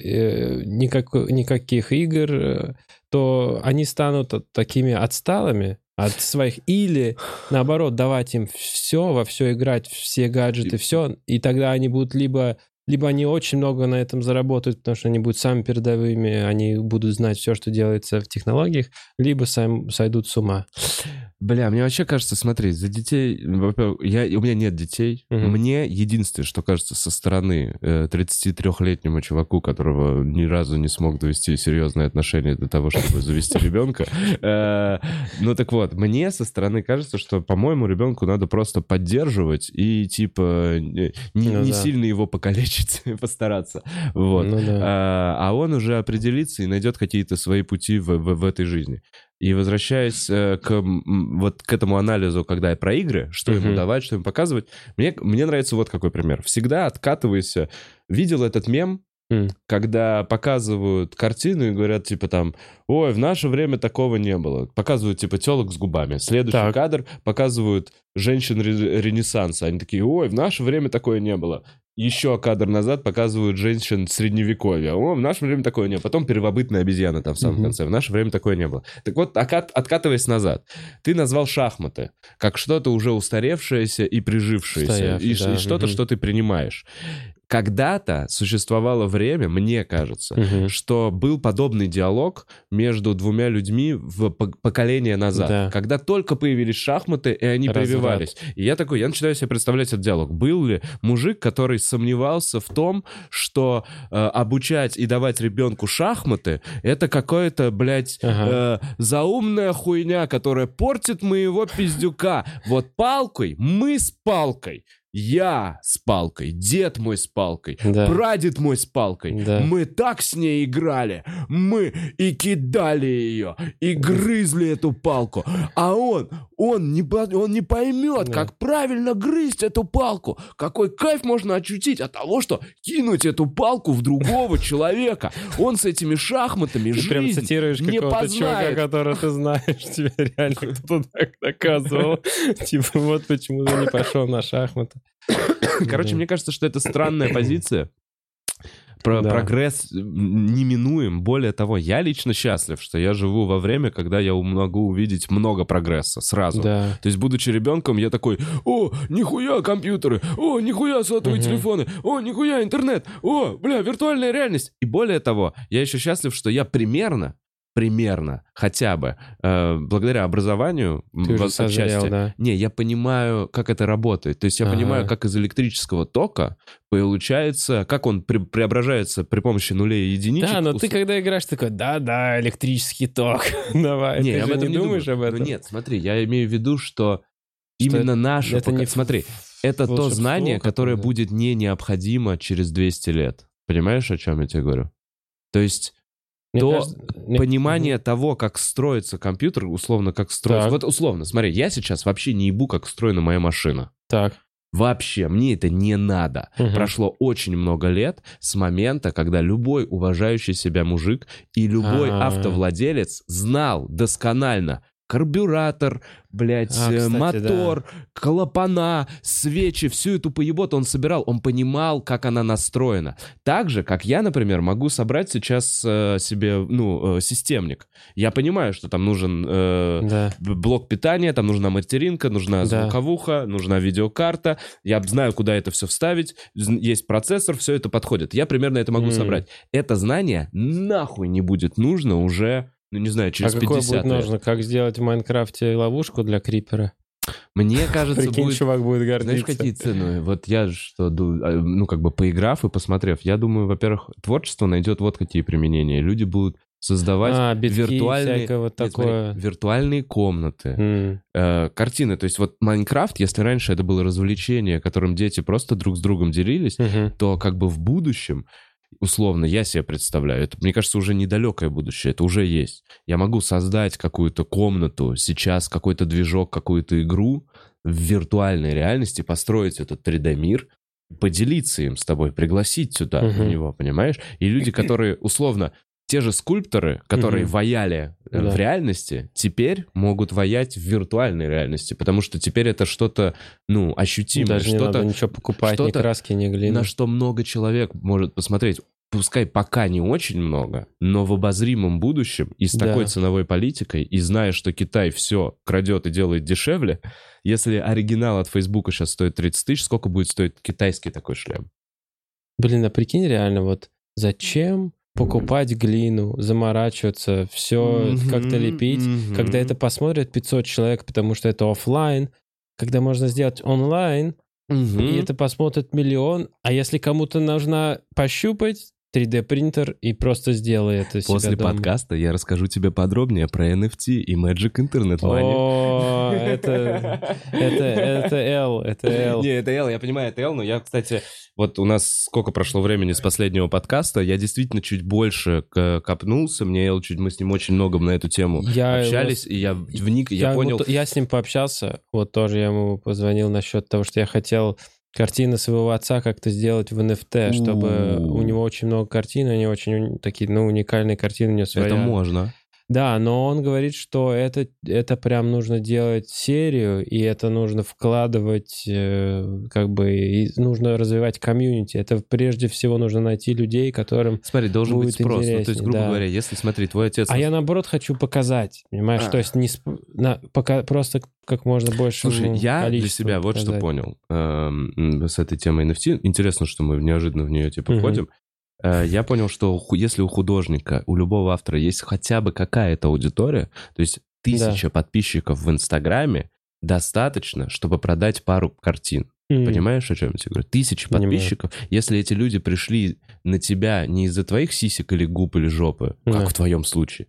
э, никак, никаких игр, э, то они станут от- такими отсталыми от своих, или наоборот давать им все, во все играть, все гаджеты, И- все, и тогда они будут либо либо они очень много на этом заработают, потому что они будут самыми передовыми, они будут знать все, что делается в технологиях, либо сам сойдут с ума. Бля, мне вообще кажется, смотри, за детей... Во-первых, я, у меня нет детей. Мгм. Мне единственное, что кажется со стороны э, тридцатитрёхлетнему чуваку, которого ни разу не смог довести серьезные отношения до того, чтобы завести ребенка. Э, Ну так вот, мне со стороны кажется, что, по-моему, ребенку надо просто поддерживать и, типа, не, не Ну да. сильно его покалечить, постараться. Вот. Ну да. А, а он уже определится и найдет какие-то свои пути в, в, в этой жизни. И возвращаясь э, к, м, вот к этому анализу, когда я про игры, что ему Мгм. давать, что ему показывать, мне, мне нравится вот какой пример. Всегда откатывайся. Видел этот мем, М. когда показывают картину и говорят, типа там, ой, в наше время такого не было. Показывают, типа, телок с губами. Следующий Так. кадр показывают женщин ре- Ренессанса. Они такие, ой, в наше время такое не было. Еще кадр назад показывают женщин Средневековья. О, в наше время такое не было. Потом первобытная обезьяна там в самом Мгм. конце. В наше время такое не было. Так вот, окат- откатываясь назад. Ты назвал шахматы как что-то уже устаревшееся и прижившееся. Устоявшее, И, ш- да, и что-то, мгм. что ты принимаешь. Когда-то существовало время, мне кажется, Мгм. что был подобный диалог между двумя людьми в по- поколение назад. Да. Когда только появились шахматы, и они Разврат. прививались. И я такой, я начинаю себе представлять этот диалог. Был ли мужик, который сомневался в том, что э, обучать и давать ребенку шахматы, это какое-то, блядь, Ага. э, заумная хуйня, которая портит моего пиздюка. Вот палкой, мы с палкой. Я с палкой, дед мой с палкой, Да. прадед мой с палкой. Да. Мы так с ней играли. Мы и кидали ее, и грызли эту палку. А он, он не, по- он не поймет, Да. как правильно грызть эту палку. Какой кайф можно ощутить от того, что кинуть эту палку в другого человека. Он с этими шахматами Ты прям жизнь цитируешь не какого-то чувака, познает. которого ты знаешь, тебе реально кто-то так доказывал. Типа, вот почему ты не пошел на шахматы. Короче, Да. мне кажется, что это странная позиция. Про- Да. Прогресс неминуем. Более того, я лично счастлив, что я живу во время, когда я могу увидеть много прогресса сразу. Да. То есть, будучи ребенком, я такой, о, нихуя компьютеры, о, нихуя сотовые Мгм. телефоны, о, нихуя интернет, о, бля, виртуальная реальность. И более того, я еще счастлив, что я примерно, примерно, хотя бы, э, благодаря образованию, Ты уже в- созрел, отчасти, да. не, я понимаю, как это работает. То есть я Ага. понимаю, как из электрического тока получается, как он пре- преображается при помощи нулей и единичек. Да, но Ус- ты когда играешь, такой, да-да, электрический ток. Давай, Не, ты я об же этом не не думаешь думаю. об этом? Ну нет, смотри, я имею в виду, что, Что именно это- наше... это пока- не Смотри, ф- это то волшебство знание, которое какое-то. будет не необходимо через двести лет. Понимаешь, о чем я тебе говорю? То есть Мне то кажется, мне- понимание того, как строится компьютер, условно, как строится... Так. Вот условно, смотри, я сейчас вообще не ебу, как устроена моя машина. Так. Вообще, мне это не надо. Мгм. Прошло очень много лет с момента, когда любой уважающий себя мужик и любой А. автовладелец знал досконально карбюратор, блядь, А, э, кстати, мотор, клапана, свечи, всю эту поеботу он собирал, он понимал, как она настроена. Так же, как я, например, могу собрать сейчас э, себе, ну, э, системник. Я понимаю, что там нужен э, Да. б- блок питания, там нужна материнка, нужна Да. звуковуха, нужна видеокарта. Я знаю, куда это все вставить. З- Есть процессор, все это подходит. Я примерно это могу М. собрать. Это знание нахуй не будет нужно уже, ну не знаю, через а какое пятьдесят будет лет. нужно? Как сделать в Майнкрафте ловушку для крипера? Мне кажется, Прикинь, будет... чувак будет гордиться. Знаешь, какие цены? Вот я что, ну, как бы поиграв и посмотрев, я думаю, во-первых, творчество найдет вот какие применения. Люди будут создавать а, битки, виртуальные, вот нет, такое. смотри, виртуальные комнаты, Mm. э, картины. То есть вот Майнкрафт, если раньше это было развлечение, которым дети просто друг с другом делились, Mm-hmm. то как бы в будущем, условно, я себе представляю, это, мне кажется, уже недалекое будущее, это уже есть. Я могу создать какую-то комнату, сейчас какой-то движок, какую-то игру в виртуальной реальности, построить этот три дэ-мир, поделиться им с тобой, пригласить сюда Mm-hmm. в него, понимаешь? И люди, которые, условно, те же скульпторы, которые Мгм. ваяли э, Да. в реальности, теперь могут ваять в виртуальной реальности, потому что теперь это что-то, ну, ощутимое, Даже не что-то, надо ничего покупать, ни что-то, краски, ни глины. на что много человек может посмотреть. Пускай пока не очень много, но в обозримом будущем и с Да. такой ценовой политикой, и зная, что Китай все крадет и делает дешевле, если оригинал от Фейсбука сейчас стоит тридцать тысяч, сколько будет стоить китайский такой шлем? Блин, а прикинь, реально, вот зачем покупать глину, заморачиваться, все Мгм, как-то лепить, мгм. когда это посмотрят пятьсот человек, потому что это оффлайн, когда можно сделать онлайн, Мгм. и это посмотрит миллион, а если кому-то нужно пощупать, три дэ-принтер и просто сделай это себя После дома. подкаста я расскажу тебе подробнее про эн эф ти и Magic Internet Money. О, это, это, это L, это L. Не, это Эл, я понимаю, это Эл, но я, кстати, вот у нас сколько прошло времени с последнего подкаста, я действительно чуть больше к- копнулся, мне Эл чуть, мы с ним очень много на эту тему Я общались, его- и я вник, я, Я, ему понял... т- я с ним пообщался, вот тоже я ему позвонил насчет того, что я хотел картины своего отца как-то сделать в эн эф ти, чтобы У. у него очень много картин, они очень уни- такие, ну, уникальные картины у него своя. Это можно. Да, но он говорит, что это, это прям нужно делать серию, и это нужно вкладывать, э, как бы, и нужно развивать комьюнити. Это прежде всего нужно найти людей, которым... Смотри, должен быть Будет спрос. Ну, то есть, интереснее, грубо да. говоря, если, смотри, твой отец... А я, наоборот, хочу показать, понимаешь? А. То есть не сп- на, пока, просто как можно больше Слушай, я для себя вот что понял эм, с этой темой эн эф ти. Интересно, что мы неожиданно в нее типа Мгм. входим. Э, Я понял, что ху- если у художника, у любого автора есть хотя бы какая-то аудитория, то есть тысяча подписчиков в Инстаграме, достаточно, чтобы продать пару картин. Понимаешь, о чем я тебе говорю? Тысячи Понимаю. подписчиков. Если эти люди пришли на тебя не из-за твоих сисек или губ или жопы, Да. как в твоем случае,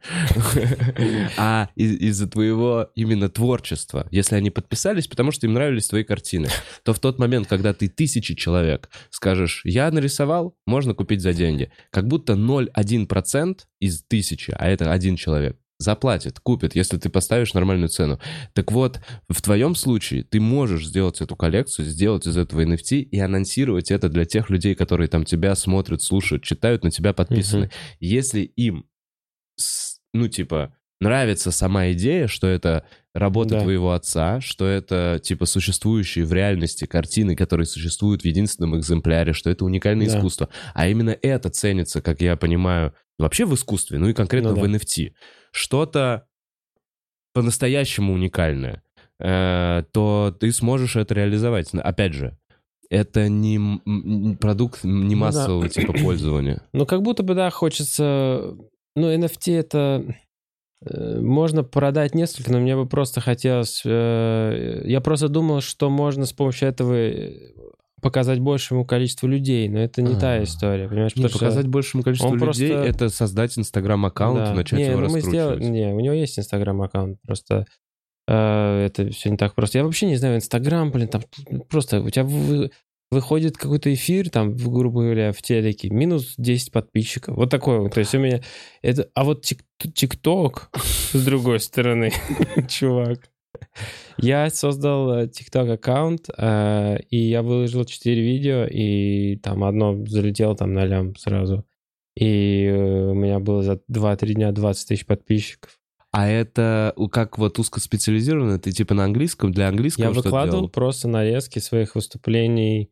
а из- из-за твоего именно творчества, если они подписались, потому что им нравились твои картины, то в тот момент, когда ты тысячи человек скажешь, я нарисовал, можно купить за деньги, как будто ноль целых один десятых процента из тысячи, а это один человек, заплатит, купит, если ты поставишь нормальную цену. Так вот, в твоем случае ты можешь сделать эту коллекцию, сделать из этого эн эф ти и анонсировать это для тех людей, которые там тебя смотрят, слушают, читают, на тебя подписаны. Мгм. Если им, с- ну, типа, нравится сама идея, что это работа Да. твоего отца, что это, типа, существующие в реальности картины, которые существуют в единственном экземпляре, что это уникальное Да. искусство. А именно это ценится, как я понимаю, вообще в искусстве, ну и конкретно Ну в да. эн эф ти. Что-то по-настоящему уникальное, э, то ты сможешь это реализовать. Опять же, это не м- м- продукт не Ну да. массового типа пользования. Ну, как будто бы, да, хочется... Ну, эн эф ти это... э, Можно продать несколько, но мне бы просто хотелось... э, Я просто думал, что можно с помощью этого э, показать большему количеству людей, но это не А. та история, понимаешь? Не, Потому что- показать большему количеству он людей просто- это создать инстаграм-аккаунт Да. и начать не, его ну мы раскручивать. сделали- Не, у него есть инстаграм-аккаунт, просто э, это все не так просто. Я вообще не знаю, инстаграм, блин, там просто у тебя вы- выходит какой-то эфир, там, в- грубо говоря, в телеке, минус десять подписчиков. Вот такое вот. То есть у меня... это, А вот тик- ТикТок, с другой стороны, чувак. Я создал ТикТок-аккаунт, э, и я выложил четыре видео, и там одно залетело там на лям сразу. И э, у меня было за два-три дня двадцать тысяч подписчиков. А это у- как вот узкоспециализированно? Ты типа на английском, для английского Я что-то выкладывал делал? просто нарезки своих выступлений,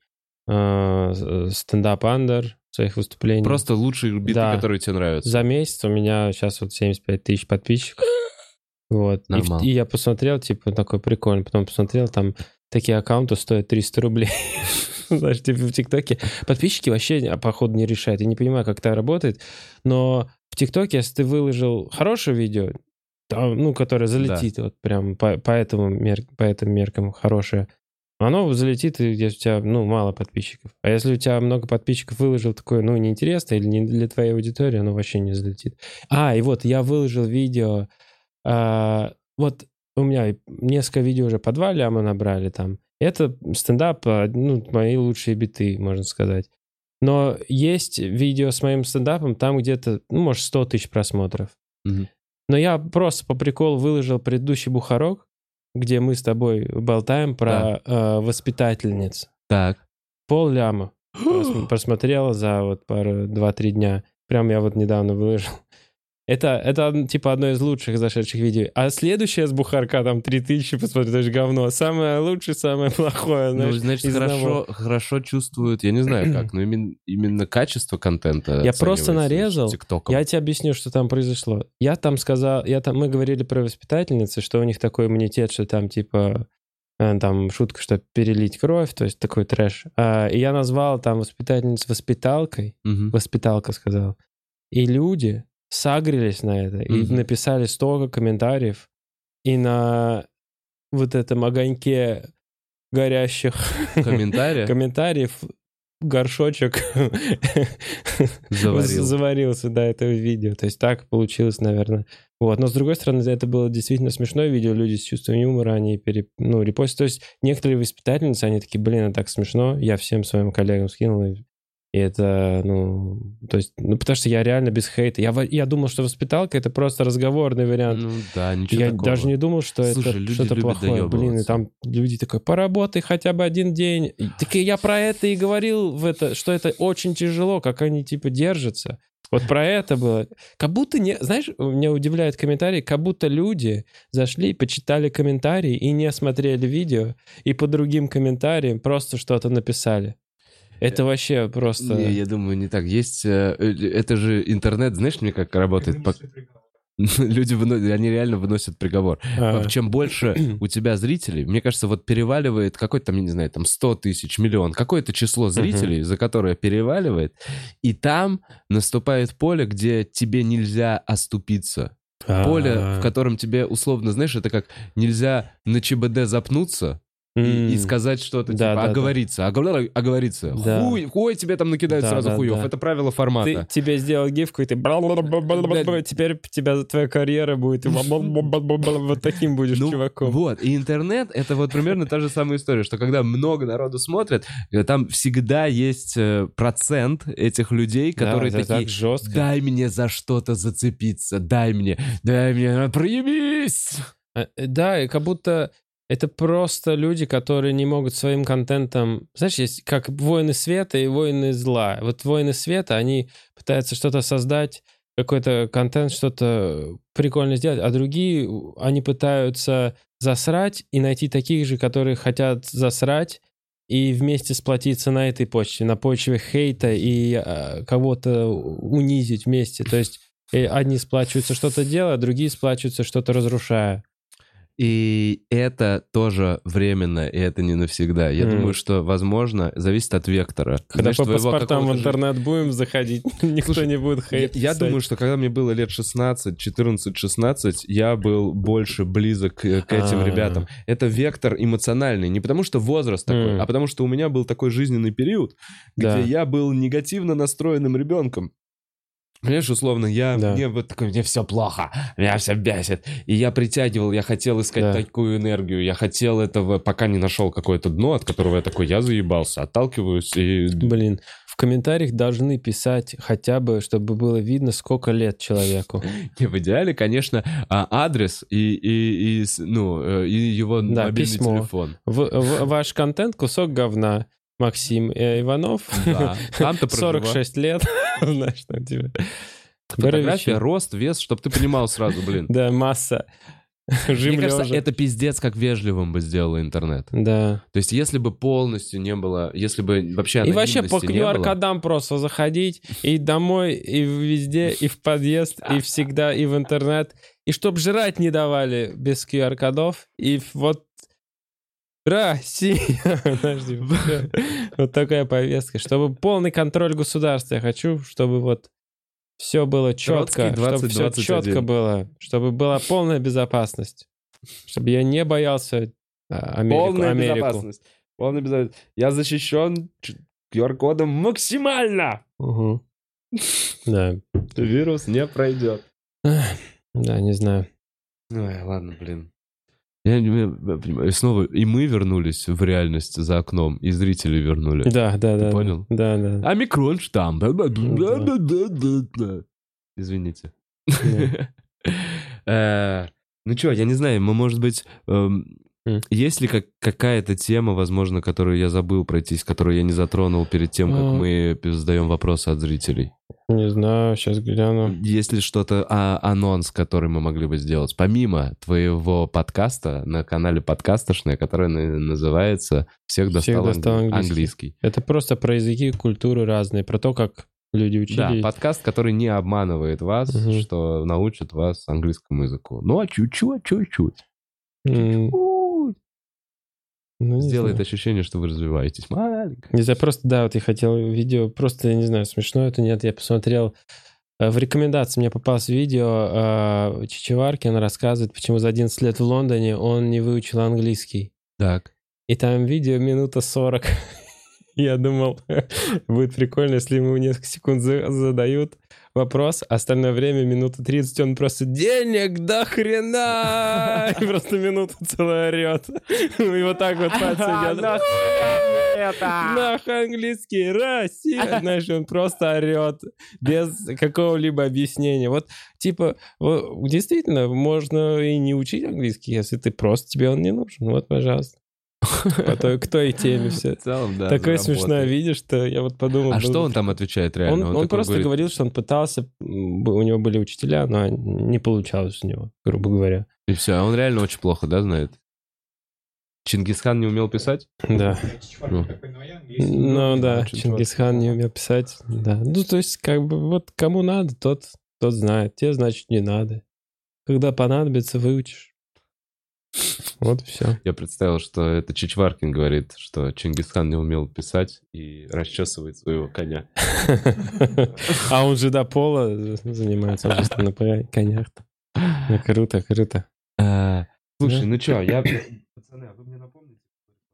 э, стендап-андер своих выступлений. Просто лучшие биты, Да. которые тебе нравятся. За месяц у меня сейчас вот семьдесят пять тысяч подписчиков. Вот. И, в- Нормально. и я посмотрел, типа, такой прикольный. Потом посмотрел, там такие аккаунты стоят триста рублей. Знаешь, типа в ТикТоке. Подписчики вообще, походу, не решают. Я не понимаю, как это работает. Но в ТикТоке, если ты выложил хорошее видео, там, ну, которое залетит, да. вот прям по, по, этому мер, по этим меркам хорошее, оно залетит, если у тебя, ну, мало подписчиков. А если у тебя много подписчиков выложил такое, ну, неинтересно или не для твоей аудитории, оно вообще не залетит. А, и вот я выложил видео, а, вот у меня несколько видео уже по два ляма набрали там. Это стендап, ну, мои лучшие биты, можно сказать. Но есть видео с моим стендапом, там где-то, ну, может, сто тысяч просмотров. Mm-hmm. Но я просто по приколу выложил предыдущий Бухарок, где мы с тобой болтаем про да. э, воспитательниц. Так. Пол ляма прос- просмотрела за вот пару, два-три дня. Прям я вот недавно выложил. Это, это типа одно из лучших зашедших видео. А следующее с Бухарка там три тысячи, посмотри, это же говно. Самое лучшее, самое плохое. Знаешь, ну, значит, хорошо, хорошо чувствуют, я не знаю как, но именно, именно качество контента. Я просто нарезал. Я тебе объясню, что там произошло. Я там сказал, я там, мы говорили про воспитательницы, что у них такой иммунитет, что там типа там шутка, что перелить кровь, то есть такой трэш. А, и я назвал там воспитательницу воспиталкой. Угу. Воспиталка сказал. И люди сагрились на это и mm-hmm. написали столько комментариев, и на вот этом огоньке горящих комментариев горшочек Заварил. заварился до этого видео. То есть так получилось, наверное. Вот. Но с другой стороны, это было действительно смешное видео. Люди с чувством юмора, они пере... ну, репостят. То есть некоторые воспитательницы, они такие, блин, это так смешно. Я всем своим коллегам скинул, и И это, ну, то есть, ну, потому что я реально без хейта. Я, я думал, что воспиталка — это просто разговорный вариант. Ну, да, ничего я такого. даже не думал, что Слушай, это что-то плохое. Блин, и там люди такой, поработай хотя бы один день. Так я про это и говорил, в это, что это очень тяжело, как они, типа, держатся. Вот про это было. Как будто не... Знаешь, меня удивляют комментарии, как будто люди зашли, почитали комментарии и не смотрели видео, и по другим комментариям просто что-то написали. Это вообще просто... Не, я думаю, не так. Есть... Это же интернет, знаешь, мне как работает? Люди, выносят, они реально выносят приговор. А-а-а. Чем больше у тебя зрителей, мне кажется, вот переваливает какой-то там, я не знаю, там сто тысяч, миллион, какое-то число зрителей, uh-huh. за которое переваливает, и там наступает поле, где тебе нельзя оступиться. А-а-а. Поле, в котором тебе, условно, знаешь, это как нельзя на ЧБД запнуться, И, и сказать что-то, да, типа, да, оговориться, да. Оговор... оговориться. Да. Хуй, хуй тебе там накидают да, сразу да, хуев. Да. Это правило формата. Ты, тебе сделал гифку, и ты... Теперь тебя твоя карьера будет... Вот таким будешь ну, чуваком. Вот, и интернет — это вот примерно та же самая история, что когда много народу смотрят, там всегда есть процент этих людей, которые да, такие, дай мне за что-то зацепиться, дай мне, дай мне, проебись! Да, и как будто... Это просто люди, которые не могут своим контентом... Знаешь, есть как воины света и воины зла. Вот воины света, они пытаются что-то создать, какой-то контент, что-то прикольно сделать, а другие, они пытаются засрать и найти таких же, которые хотят засрать, и вместе сплотиться на этой почве, на почве хейта и а, кого-то унизить вместе. То есть одни сплачиваются что-то делая, другие сплачиваются что-то разрушая. И это тоже временно, и это не навсегда. Я mm. думаю, что, возможно, зависит от вектора. Когда Знаешь, по паспортам в интернет же... будем заходить, никто Слушай, не будет хейтить. Я, я думаю, что когда мне было лет шестнадцать, четырнадцать, шестнадцать, я был больше близок к этим А-а-а. ребятам. Это вектор эмоциональный. Не потому что возраст такой, mm. а потому что у меня был такой жизненный период, где да. я был негативно настроенным ребенком. Понимаешь, условно, я, да. мне вот такой, мне все плохо, меня все бесит. И я притягивал, я хотел искать да. такую энергию, я хотел этого, пока не нашел какое-то дно, от которого я такой, я заебался, отталкиваюсь и... Блин, в комментариях должны писать хотя бы, чтобы было видно, сколько лет человеку. Не, в идеале, конечно, адрес и, и, и, ну, и его да, мобильный письмо. Телефон. В, в, ваш контент — кусок говна. Максим Иванов, да, сорок шесть лет, знаешь, там тебе. Фотография, рост, вес, чтобы ты понимал сразу, блин. Да, масса. Мне кажется, это пиздец, как вежливым бы сделал интернет. Да. То есть, если бы полностью не было, если бы вообще и вообще по ку ар было... кодам просто заходить и домой, и везде, и в подъезд, и всегда, и в интернет. И чтоб жрать не давали без ку ар кодов. И вот Россия! Вот такая повестка. Чтобы полный контроль государства. Я хочу, чтобы вот все было четко, чтобы все четко было, чтобы была полная безопасность, чтобы я не боялся Америку. Полная Америку. безопасность. Полная безопасность. Я защищен ку ар-кодом максимально. Угу. Да. Вирус не пройдет. Да, не знаю. Ой, ладно, блин. Я не понимаю. И снова и мы вернулись в реальность за окном, и зрители вернули. Да, да, Ты да. понял? Да, да. Омикрон штамм. Извините. Ну что, я не знаю, мы, может быть... Есть ли как, какая-то тема, возможно, которую я забыл пройтись, которую я не затронул перед тем, как мы задаем вопросы от зрителей? Не знаю, сейчас гляну. Есть ли что-то, а, анонс, который мы могли бы сделать? Помимо твоего подкаста на канале Подкастошная, который называется «Всех достал, Всех достал английский. английский». Это просто про языки, культуры разные, про то, как люди учили. Да, подкаст, который не обманывает вас, угу. что научит вас английскому языку. Ну, а чуть-чуть, чуть-чуть. Чуть-чуть. Ну, сделает знаю. Ощущение, что вы развиваетесь. Маленько. Не знаю, просто, да, вот я хотел видео, просто, я не знаю, смешно это, нет, я посмотрел, в рекомендации мне попалось видео э, Чичеварки, он рассказывает, почему за одиннадцать лет в Лондоне он не выучил английский. Так. И там видео минута сорок. Я думал, будет прикольно, если ему несколько секунд задают вопрос, а остальное время, минута тридцать, он просто «Денег до хрена!» И просто минуту целая орет. И вот так вот пальцы идет. Нах, английский, Россия! Знаешь, он просто орет без какого-либо объяснения. Вот, типа, действительно, можно и не учить английский, если ты просто, тебе он не нужен. Вот, пожалуйста. По той, к той теме все. В целом, да. Такое смешное видишь, что я вот подумал... А был... что он там отвечает реально? Он, он, он просто говорит... говорил, что он пытался... У него были учителя, но не получалось у него, грубо говоря. И все, а он реально очень плохо, да, знает? Чингисхан не умел писать? Да. Ну, ну да, Чингисхан не умел писать, да. Ну, то есть, как бы, вот кому надо, тот, тот знает. Тебе, значит, не надо. Когда понадобится, выучишь. Вот все. Я представил, что это Чичваркин говорит, что Чингисхан не умел писать и расчесывает своего коня. А он же до пола занимается, он же на конях-то. Круто, круто. Слушай, ну что, я... Пацаны, а вы мне напомните?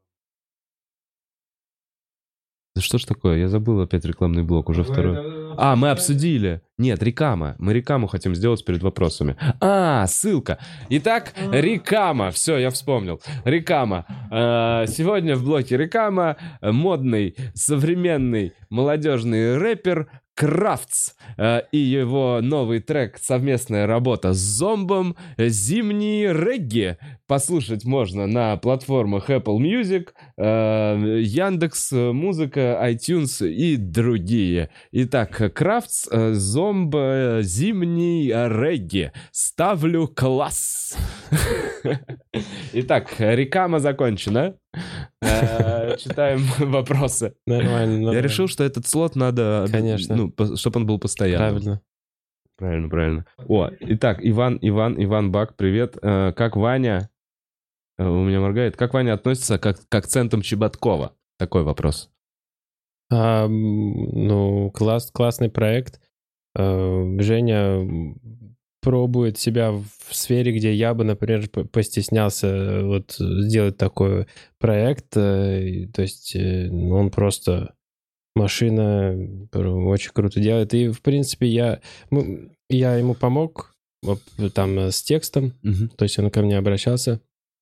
Да что ж такое? Я забыл опять рекламный блок, уже второй. А, мы обсудили. Нет, рекама. Мы рекаму хотим сделать перед вопросами. А, ссылка. Итак, рекама. Все, я вспомнил. Рекама. Сегодня в блоке рекама модный, современный, молодежный рэпер Крафтс и его новый трек «Совместная работа с Зомбом» «Зимний регги». Послушать можно на платформах Apple Music, Яндекс.Музыка, iTunes и другие. Итак, Крафтс, Зомб, «Зимний регги». Ставлю класс. Итак, реклама закончена. Читаем вопросы. Нормально, нормально. Я решил, что этот слот надо... Конечно. Ну, чтобы он был постоянным. Правильно. Правильно, правильно. О, итак, Иван, Иван, Иван Бак, привет. Как Ваня... У меня моргает. Как Ваня относится к, к акцентам Чеботкова? Такой вопрос. А, ну, класс, классный проект. Женя пробует себя в сфере, где я бы, например, постеснялся вот сделать такой проект. То есть он просто машина очень круто делает. И, в принципе, я, я ему помог там с текстом. Uh-huh. То есть он ко мне обращался.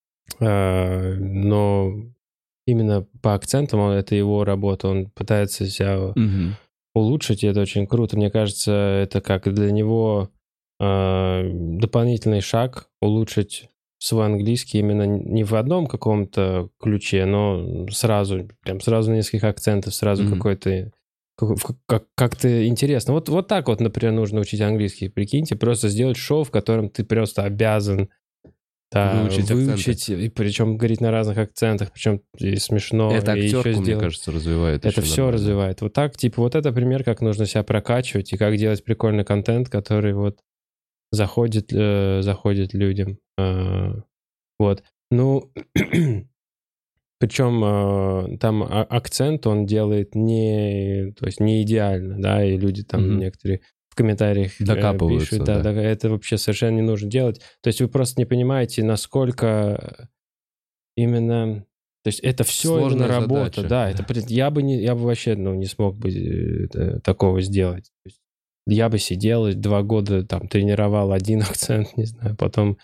Но именно по акцентам это его работа. Он пытается себя uh-huh. улучшить, и это очень круто. Мне кажется, это как для него дополнительный шаг улучшить свой английский именно не в одном каком-то ключе, но сразу, прям сразу нескольких акцентов, сразу mm-hmm. какой-то как, как-то интересно. Вот, вот так вот, например, нужно учить английский. Прикиньте, просто сделать шоу, в котором ты просто обязан да, выучить, выучить и причем говорить на разных акцентах, причем и смешно. Это и актерку, еще мне кажется, развивает. Это все нормально. Развивает. Вот так, типа, вот это пример, как нужно себя прокачивать и как делать прикольный контент, который вот заходит, э, заходит людям. Э, вот. Ну, причем э, там акцент он делает не, то есть не идеально, да, и люди там mm-hmm. некоторые в комментариях э, Докапываются, пишут. Да, да. да, это вообще совершенно не нужно делать. То есть вы просто не понимаете, насколько именно... То есть это все Сложная именно работа. задача. Да, это, при- я, бы не, я бы вообще ну, не смог бы э, это- такого сделать. То есть я бы сидел и два года там тренировал один акцент, не знаю, потом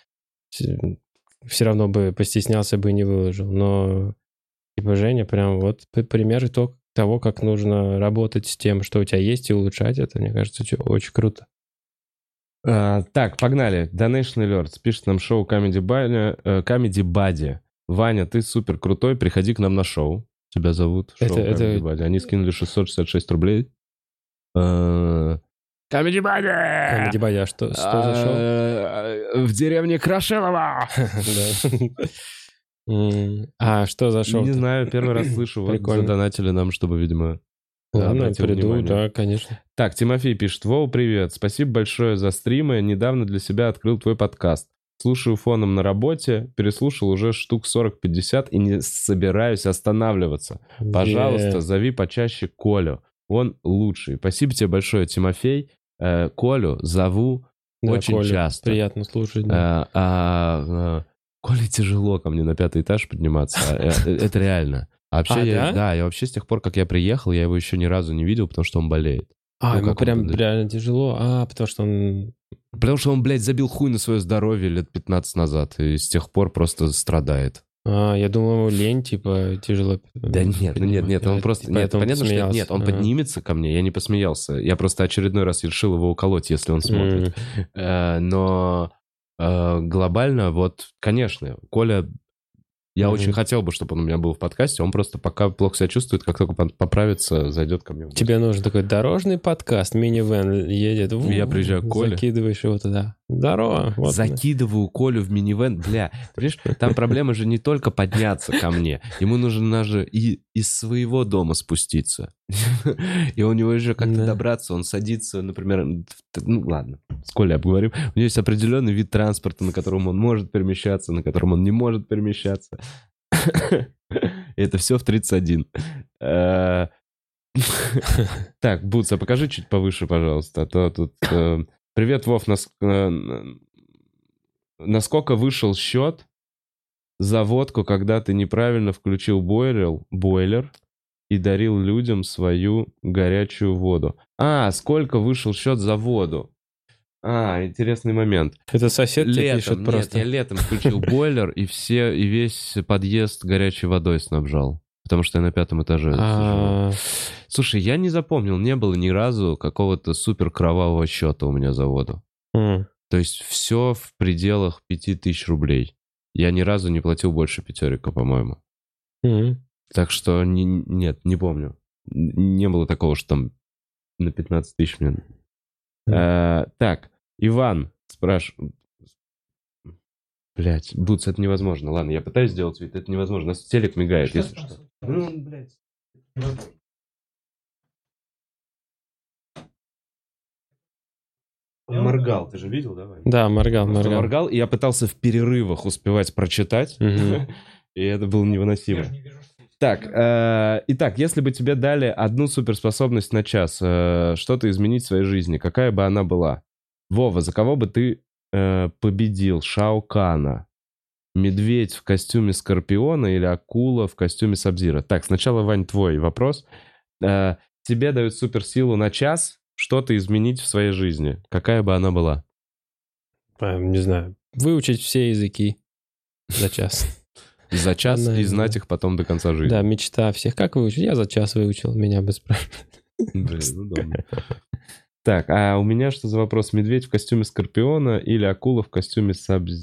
все равно бы постеснялся бы и не выложил. Но типа Женя прям вот п- пример итог того, как нужно работать с тем, что у тебя есть, и улучшать это, мне кажется, чё- очень круто. А, так, погнали. Donation Alerts пишет нам шоу Comedy Buddy. э, Comedy Buddy. Ваня, ты супер крутой, приходи к нам на шоу. Тебя зовут шоу Это- это- Comedy Buddy. Они скинули шестьсот шестьдесят шесть рублей. Э, Comedy Buddy! Комеди Бади, а что, что за шоу? А, В деревне Крашилово. Да. М, А что за шоу? Не знаю, первый раз слышу. Вот Прикольно. задонатили нам, чтобы, видимо... Ладно, обратил приду, внимание. да, конечно. Так, Тимофей пишет. Вова, привет. Спасибо большое за стримы. Недавно для себя открыл твой подкаст. Слушаю фоном на работе, переслушал уже штук сорок-пятьдесят и не собираюсь останавливаться. Пожалуйста, Е. зови почаще Колю. Он лучший. Спасибо тебе большое, Тимофей. Э, Колю зову Да, очень Коля, часто. приятно слушать. да. А, а, а, Коле тяжело ко мне на пятый этаж подниматься. А, э, Это реально. А вообще, А, я, да? да, я вообще с тех пор, как я приехал, я его еще ни разу не видел, потому что он болеет. А, ну, ему как он прям там, да? реально тяжело. А, потому что он... Потому что он, блядь, забил хуй на свое здоровье лет пятнадцать назад, и с тех пор просто страдает. А, я думал, ему лень, типа, тяжело. Да нет, ну нет, нет, он просто... Нет, Поэтому понятно, что посмеялся. нет, он Ага. поднимется ко мне, я не посмеялся. Я просто очередной раз решил его уколоть, если он смотрит. Э, Но э, глобально, вот, конечно, Коля... Я Мгм. очень хотел бы, чтобы он у меня был в подкасте. Он просто пока плохо себя чувствует, как только пон- поправится, зайдет ко мне. в гости. Тебе нужен такой дорожный подкаст, минивэн едет. Я приезжаю к Коле. Закидываешь его туда. Здорово. Вот мы. Закидываю Колю в минивэн. Бля, ты понимаешь, там проблема же не только подняться ко мне. Ему нужно даже и из своего дома спуститься. И у него еще как-то Да. добраться. Он садится, например... в- Ну, ладно, с Колей обговорим. У него есть определенный вид транспорта, на котором он может перемещаться, на котором он не может перемещаться. И это все в тридцать один. Э, Так, Бутса, покажи чуть повыше, пожалуйста, а то тут... э, Привет, Вов, нас- э, насколько вышел счет за водку, когда ты неправильно включил бойлер, бойлер и дарил людям свою горячую воду? А, сколько вышел счет за воду? А, интересный момент. Это сосед тебе пишет Летом, нет, просто. я летом включил бойлер и все, и весь подъезд горячей водой снабжал. Потому что я на пятом этаже сижу. А, Слушай, я не запомнил, не было ни разу какого-то супер кровавого счета у меня за воду. м. То есть все в пределах пяти тысяч рублей. Я ни разу не платил больше пятерика, по-моему. М. Так что не- нет, не помню. Н- Не было такого, что там на пятнадцать тысяч мне... Э, так, Иван спрашивает... Блять, Бутс, это невозможно. Ладно, я пытаюсь сделать вид, это невозможно. У нас телек мигает, если что. Ну, блядь. Он моргал, ты же видел, давай? Да, моргал, Просто моргал. моргал, и я пытался в перерывах успевать прочитать, Мгм. и это было невыносимо. Так, э, итак, если бы тебе дали одну суперспособность на час, э, что-то изменить в своей жизни, какая бы она была? Вова, за кого бы ты э, победил? Шао Кана, медведь в костюме Скорпиона или акула в костюме Сабзира? Так, сначала, Вань, твой вопрос. Э, тебе дают суперсилу на час, что-то изменить в своей жизни. Какая бы она была? А, Не знаю. Выучить все языки за час. За час Она, и знать да. их потом до конца жизни. Да, мечта всех. Как выучить? Я за час выучил, меня бы спрашивали. Блин, удобно. Так, а у меня что за вопрос? Медведь в костюме Скорпиона или акула в костюме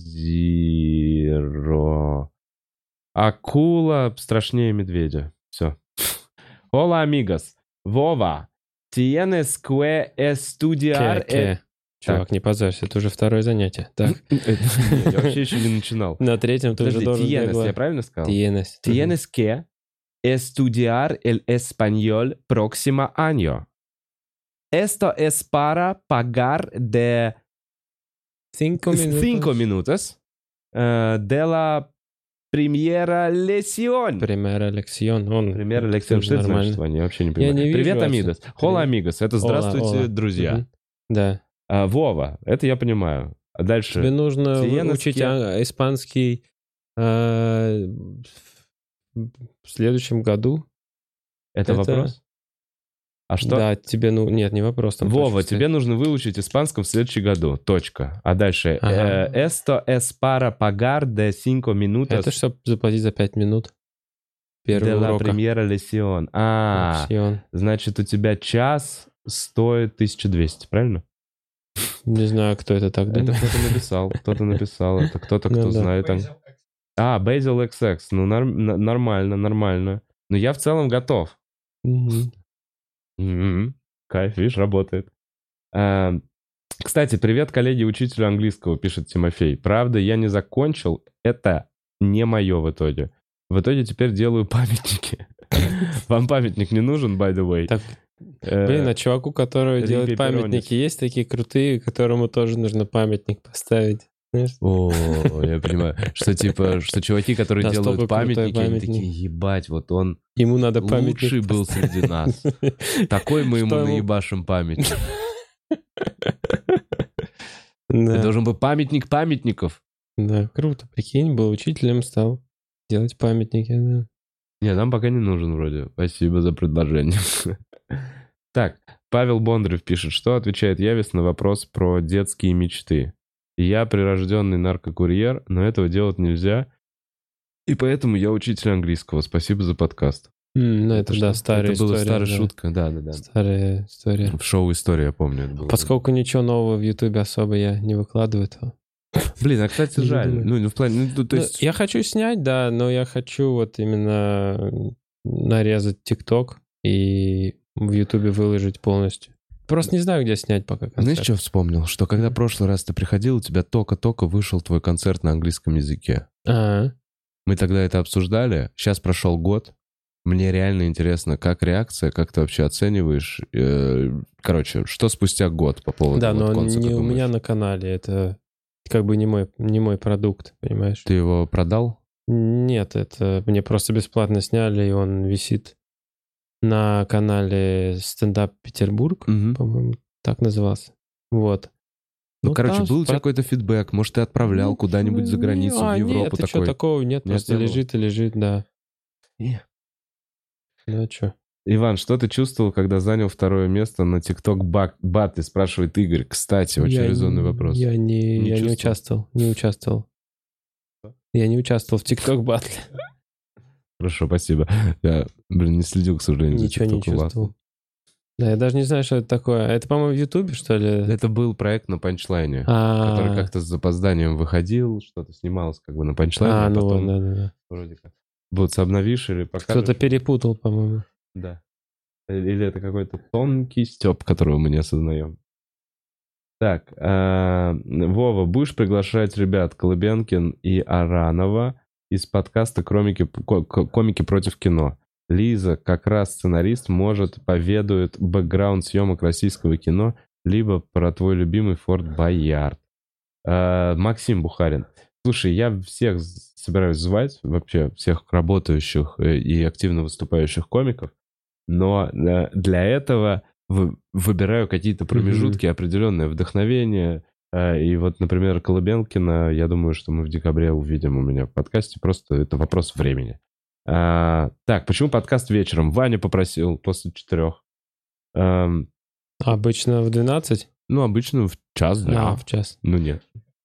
Сабзиро? Акула страшнее медведя. Все. Hola, amigos. Вова, tienes que estudiar... Ке-ке. Чувак, не позорься, это уже второе занятие. Так, Нет, я вообще еще не начинал. на третьем ты уже Подожди, должен tienes, бегло- я правильно сказал? Tienes. Tienes que estudiar el español próximo año. Esto es para pagar de Cinco minutos. cinco minutos eh, de la primera lección. Примера лекцион. Он Пример lección. Что это значит, нормально. Ваня? Я вообще не Я понимаю. не вижу Привет, отца. амигос. Hola, Привет. amigos. Это Hola, здравствуйте, hola. друзья. Мгм. Да. А, Вова, это я понимаю. А дальше... Тебе нужно Сиена учить Ски- а, испанский а, в следующем году. Это, это- вопрос? А что? Да, тебе, ну, нет, не вопрос. Там Вова, точно тебе стоит. нужно выучить испанском в следующем году. Точка. А дальше. Ага. э, Esto es para pagar de cinco minutos Это чтобы заплатить за пять минут первого de la урока. primera lección. А, Lección. значит, у тебя час стоит тысяча двести, правильно? Не знаю, кто это так Это думает. кто-то написал. Кто-то написал. Это кто-то, Ну кто да. знает. там. А, Basil икс икс. Ну, нар- н- нормально, нормально. Но я в целом готов. Мгм. М-м. Кайф, видишь, работает. А, Кстати, привет коллеге учителю английского, пишет Тимофей. Правда, я не закончил. Это не мое в итоге. В итоге теперь делаю памятники. Вам памятник не нужен, by the way? Так, Э, блин, а чуваку, который Рим делает Пепперонис. памятники, есть такие крутые, которому тоже нужно памятник поставить. Знаешь? О, я понимаю. Что типа, что чуваки, которые Да, делают стопы крутой памятники, они памятник. такие, ебать, вот он Ему надо памятник лучший был поставить. среди нас. Такой мы ему Что ему- наебашим памятник. Да. Это должен быть памятник памятников. Да, круто. Прикинь, был учителем, стал делать памятники. Да. Не, нам пока не нужен вроде. Спасибо за предложение. Так, Павел Бондарев пишет, что отвечает Явис на вопрос про детские мечты. Я прирожденный наркокурьер, но этого делать нельзя. И поэтому я учитель английского. Спасибо за подкаст. М, ну, это, что? да, старая Это была история. старая да. шутка, да-да-да. Старая история. В шоу «История», я помню. это было. Поскольку ничего нового в Ютубе особо я не выкладываю, то... Блин, а, кстати, Не жаль. думаю. Ну, ну, в плане, ну, то Ну, есть... я хочу снять, да, но я хочу вот именно нарезать ТикТок и в Ютубе выложить полностью. Просто не знаю, где снять пока концерт. Знаешь, что вспомнил? Что когда в прошлый раз ты приходил, у тебя только-только вышел твой концерт на английском языке. А, Мы тогда это обсуждали. Сейчас прошел год. Мне реально интересно, как реакция, как ты вообще оцениваешь. э, Короче, что спустя год по поводу да, вот но конца, не как у думаешь? меня на канале. Это как бы не мой, не мой продукт, понимаешь? Ты его продал? Нет, это мне просто бесплатно сняли, и он висит на канале «Стендап Петербург», Мгм. по-моему, так назывался. Вот. Ну, короче, там был у тебя про- какой-то фидбэк? Может, ты отправлял Ну, куда-нибудь за границу, а, в Европу нет, ты такой? что, такого нет, Нет, просто не было? лежит и лежит, да. Не. Ну, а что? Иван, что ты чувствовал, когда занял второе место на ТикТок Батле? Спрашивает Игорь. Кстати, очень резонный вопрос. Я не, Не я не чувствовал? участвовал, не участвовал. Я не участвовал в ТикТок батле. Хорошо, спасибо. Я, блин, не следил, к сожалению, Ничего за не TikTok Battle. чувствовал. Да, я даже не знаю, что это такое. Это, по-моему, в Ютубе, что ли? Это был проект на панчлайне, А, который как-то с запозданием выходил, что-то снималось как бы на панчлайне, а, а ну вот, потом да, да, да. вроде как будто обновишь или покажешь. Кто-то перепутал, по-моему. Да. Или это какой-то тонкий стёб, которого мы не осознаем. Так, а, Вова, будешь приглашать ребят Колыбенкин и Аранова из подкаста «Комики, ко- комики против кино»? Лиза, как раз сценарист, может, поведает бэкграунд съемок российского кино, либо про твой любимый Форт Боярд. А, Максим Бухарин. Слушай, я всех собираюсь звать, вообще всех работающих э, и активно выступающих комиков, но э, для этого вы- выбираю какие-то промежутки, определенное вдохновение. Э, И вот, например, Колыбенкина, я думаю, что мы в декабре увидим у меня в подкасте. Просто это вопрос времени. А, так, почему подкаст вечером? Ваня попросил после четырех. Эм, Обычно в двенадцать? ну, обычно в час дня. А, в час. Ну, нет.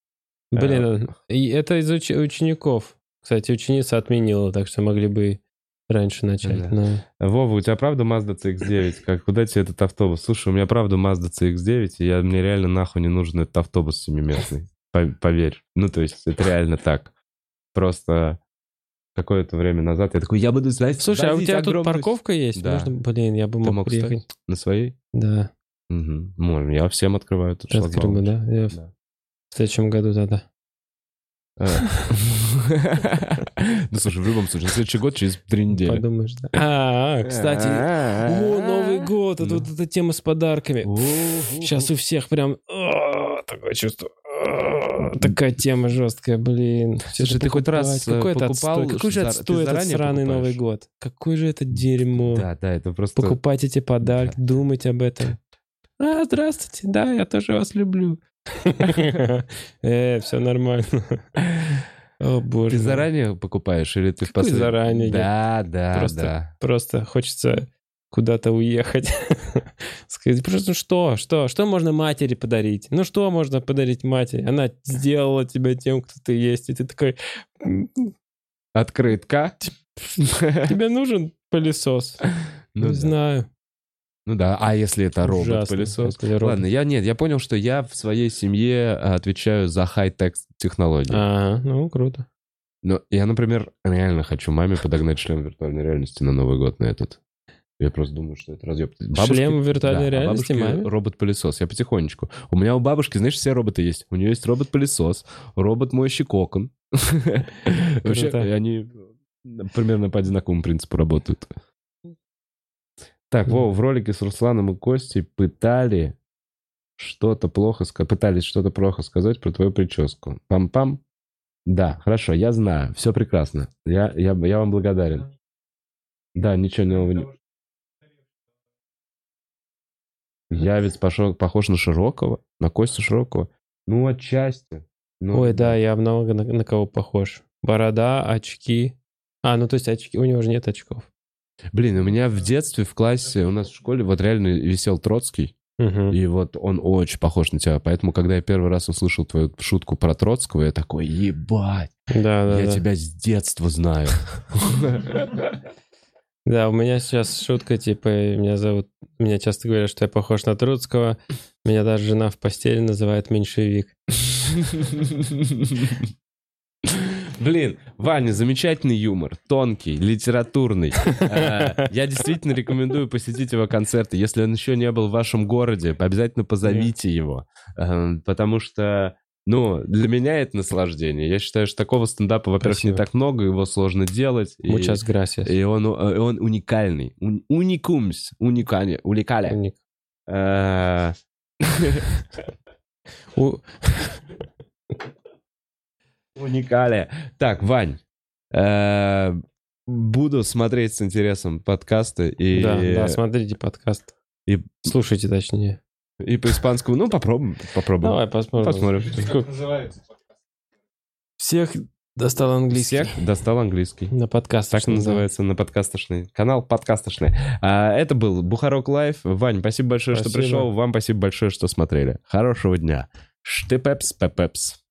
Блин, и это из уч- учеников. Кстати, ученица отменила, так что могли бы раньше начать. Да. но- Вова, у тебя правда Mazda си икс девять? Как, куда тебе этот автобус? Слушай, у меня правда Mazda си икс девять, и я, мне реально нахуй не нужен этот автобус семиместный. По- Поверь. Ну, то есть, это реально так. Просто какое-то время назад я такой, я буду знать... Слушай, а у возить тебя тут огромный- парковка есть? Да. Можно, блин, я бы Ты мог мог приехать. встать на своей? Да, Угу. Можно, я всем открываю тут ты открыл бы, шлагбаум. да? Я в Да. следующем году, да-да. А. Ну, слушай, в любом случае, на следующий год через три недели. Подумаешь, да. А, а, кстати, о, Новый год, это Да. вот эта тема с подарками. О-о-о. Сейчас у всех прям а, такое чувство. а, Такая тема жесткая, блин. Всё Слушай, это ты хоть покупать. раз, э, Какой это покупал, отстой? Какой же за- отстой ты этот заранее сраный покупаешь? Новый год? Какой же это дерьмо. Да, да, это просто... Покупать эти подарки, думать об этом. А, здравствуйте, да, я тоже вас люблю. Э, все нормально. О, боже. Ты заранее покупаешь или ты в Какой послед- заранее? Да, да, Просто, да. просто хочется куда-то уехать. Сказать, просто ну что, что, что можно матери подарить? Ну что можно подарить матери? Она сделала тебя тем, кто ты есть, и ты такой, «М, Открытка. тебе нужен пылесос? Ну Не да. знаю. Ну да, а если это Ужасно, робот-пылесос? если робот. Ладно, я нет, я понял, что я в своей семье а, отвечаю за хай-тек технологии. Ага, ну круто. Но я, например, реально хочу маме подогнать шлем виртуальной реальности на Новый год на этот. Я просто думаю, что это разъеб. Шлем виртуальной да, а реальности бабушке маме? робот-пылесос. Я потихонечку. У меня у бабушки, знаешь, все роботы есть. У нее есть робот-пылесос, робот-моющий кокон. Вообще, Круто. они примерно по одинаковому принципу работают. Так, Вова, в ролике с Русланом и Костей пытали что-то плохо сказать, пытались что-то плохо сказать про твою прическу. Пам-пам. Да, хорошо, я знаю, все прекрасно. Я, я, я вам благодарен. Да, ничего нового не... Я ведь пошел, похож на Широкого, на Костю Широкого. Ну, отчасти. Ну, Ой, да, я много на, на кого похож. Борода, очки. А, ну то есть очки, у него же нет очков. Блин, у меня в детстве в классе, у нас в школе вот реально висел Троцкий. Угу. И вот он очень похож на тебя. Поэтому, когда я первый раз услышал твою шутку про Троцкого, я такой, ебать, Да, да, я да. тебя с детства знаю. Да, у меня сейчас шутка, типа, меня зовут... Меня часто говорят, что я похож на Троцкого. Меня даже жена в постели называет меньшевик. Блин, Ваня, замечательный юмор, тонкий, литературный. Э, Я действительно рекомендую посетить его концерты. Если он еще не был в вашем городе, обязательно позовите его. Э, Потому что, ну, для меня это наслаждение. Я считаю, что такого стендапа, во-первых, Спасибо. не так много, его сложно делать. и- Muchas gracias. И он, э, он уникальный. Ун- Уникумс. Уникальный. Уникаля. Уник. Э, У- Уникаля. Так, Вань, э, буду смотреть с интересом подкасты и, Да, да, смотрите подкаст. и, Слушайте, точнее. и по испанскому. Ну, попробуем. Попробуем. Давай посмотрим. Посмотрим. Сколько- Всех достал английский. Всех достал английский. На подкаст. Так называется на подкастошный. Канал подкастошный. А, это был Бухарок Лайв. Вань, спасибо большое, что Спасибо. пришел. Вам спасибо большое, что смотрели. Хорошего дня. Штепепс, пепепс.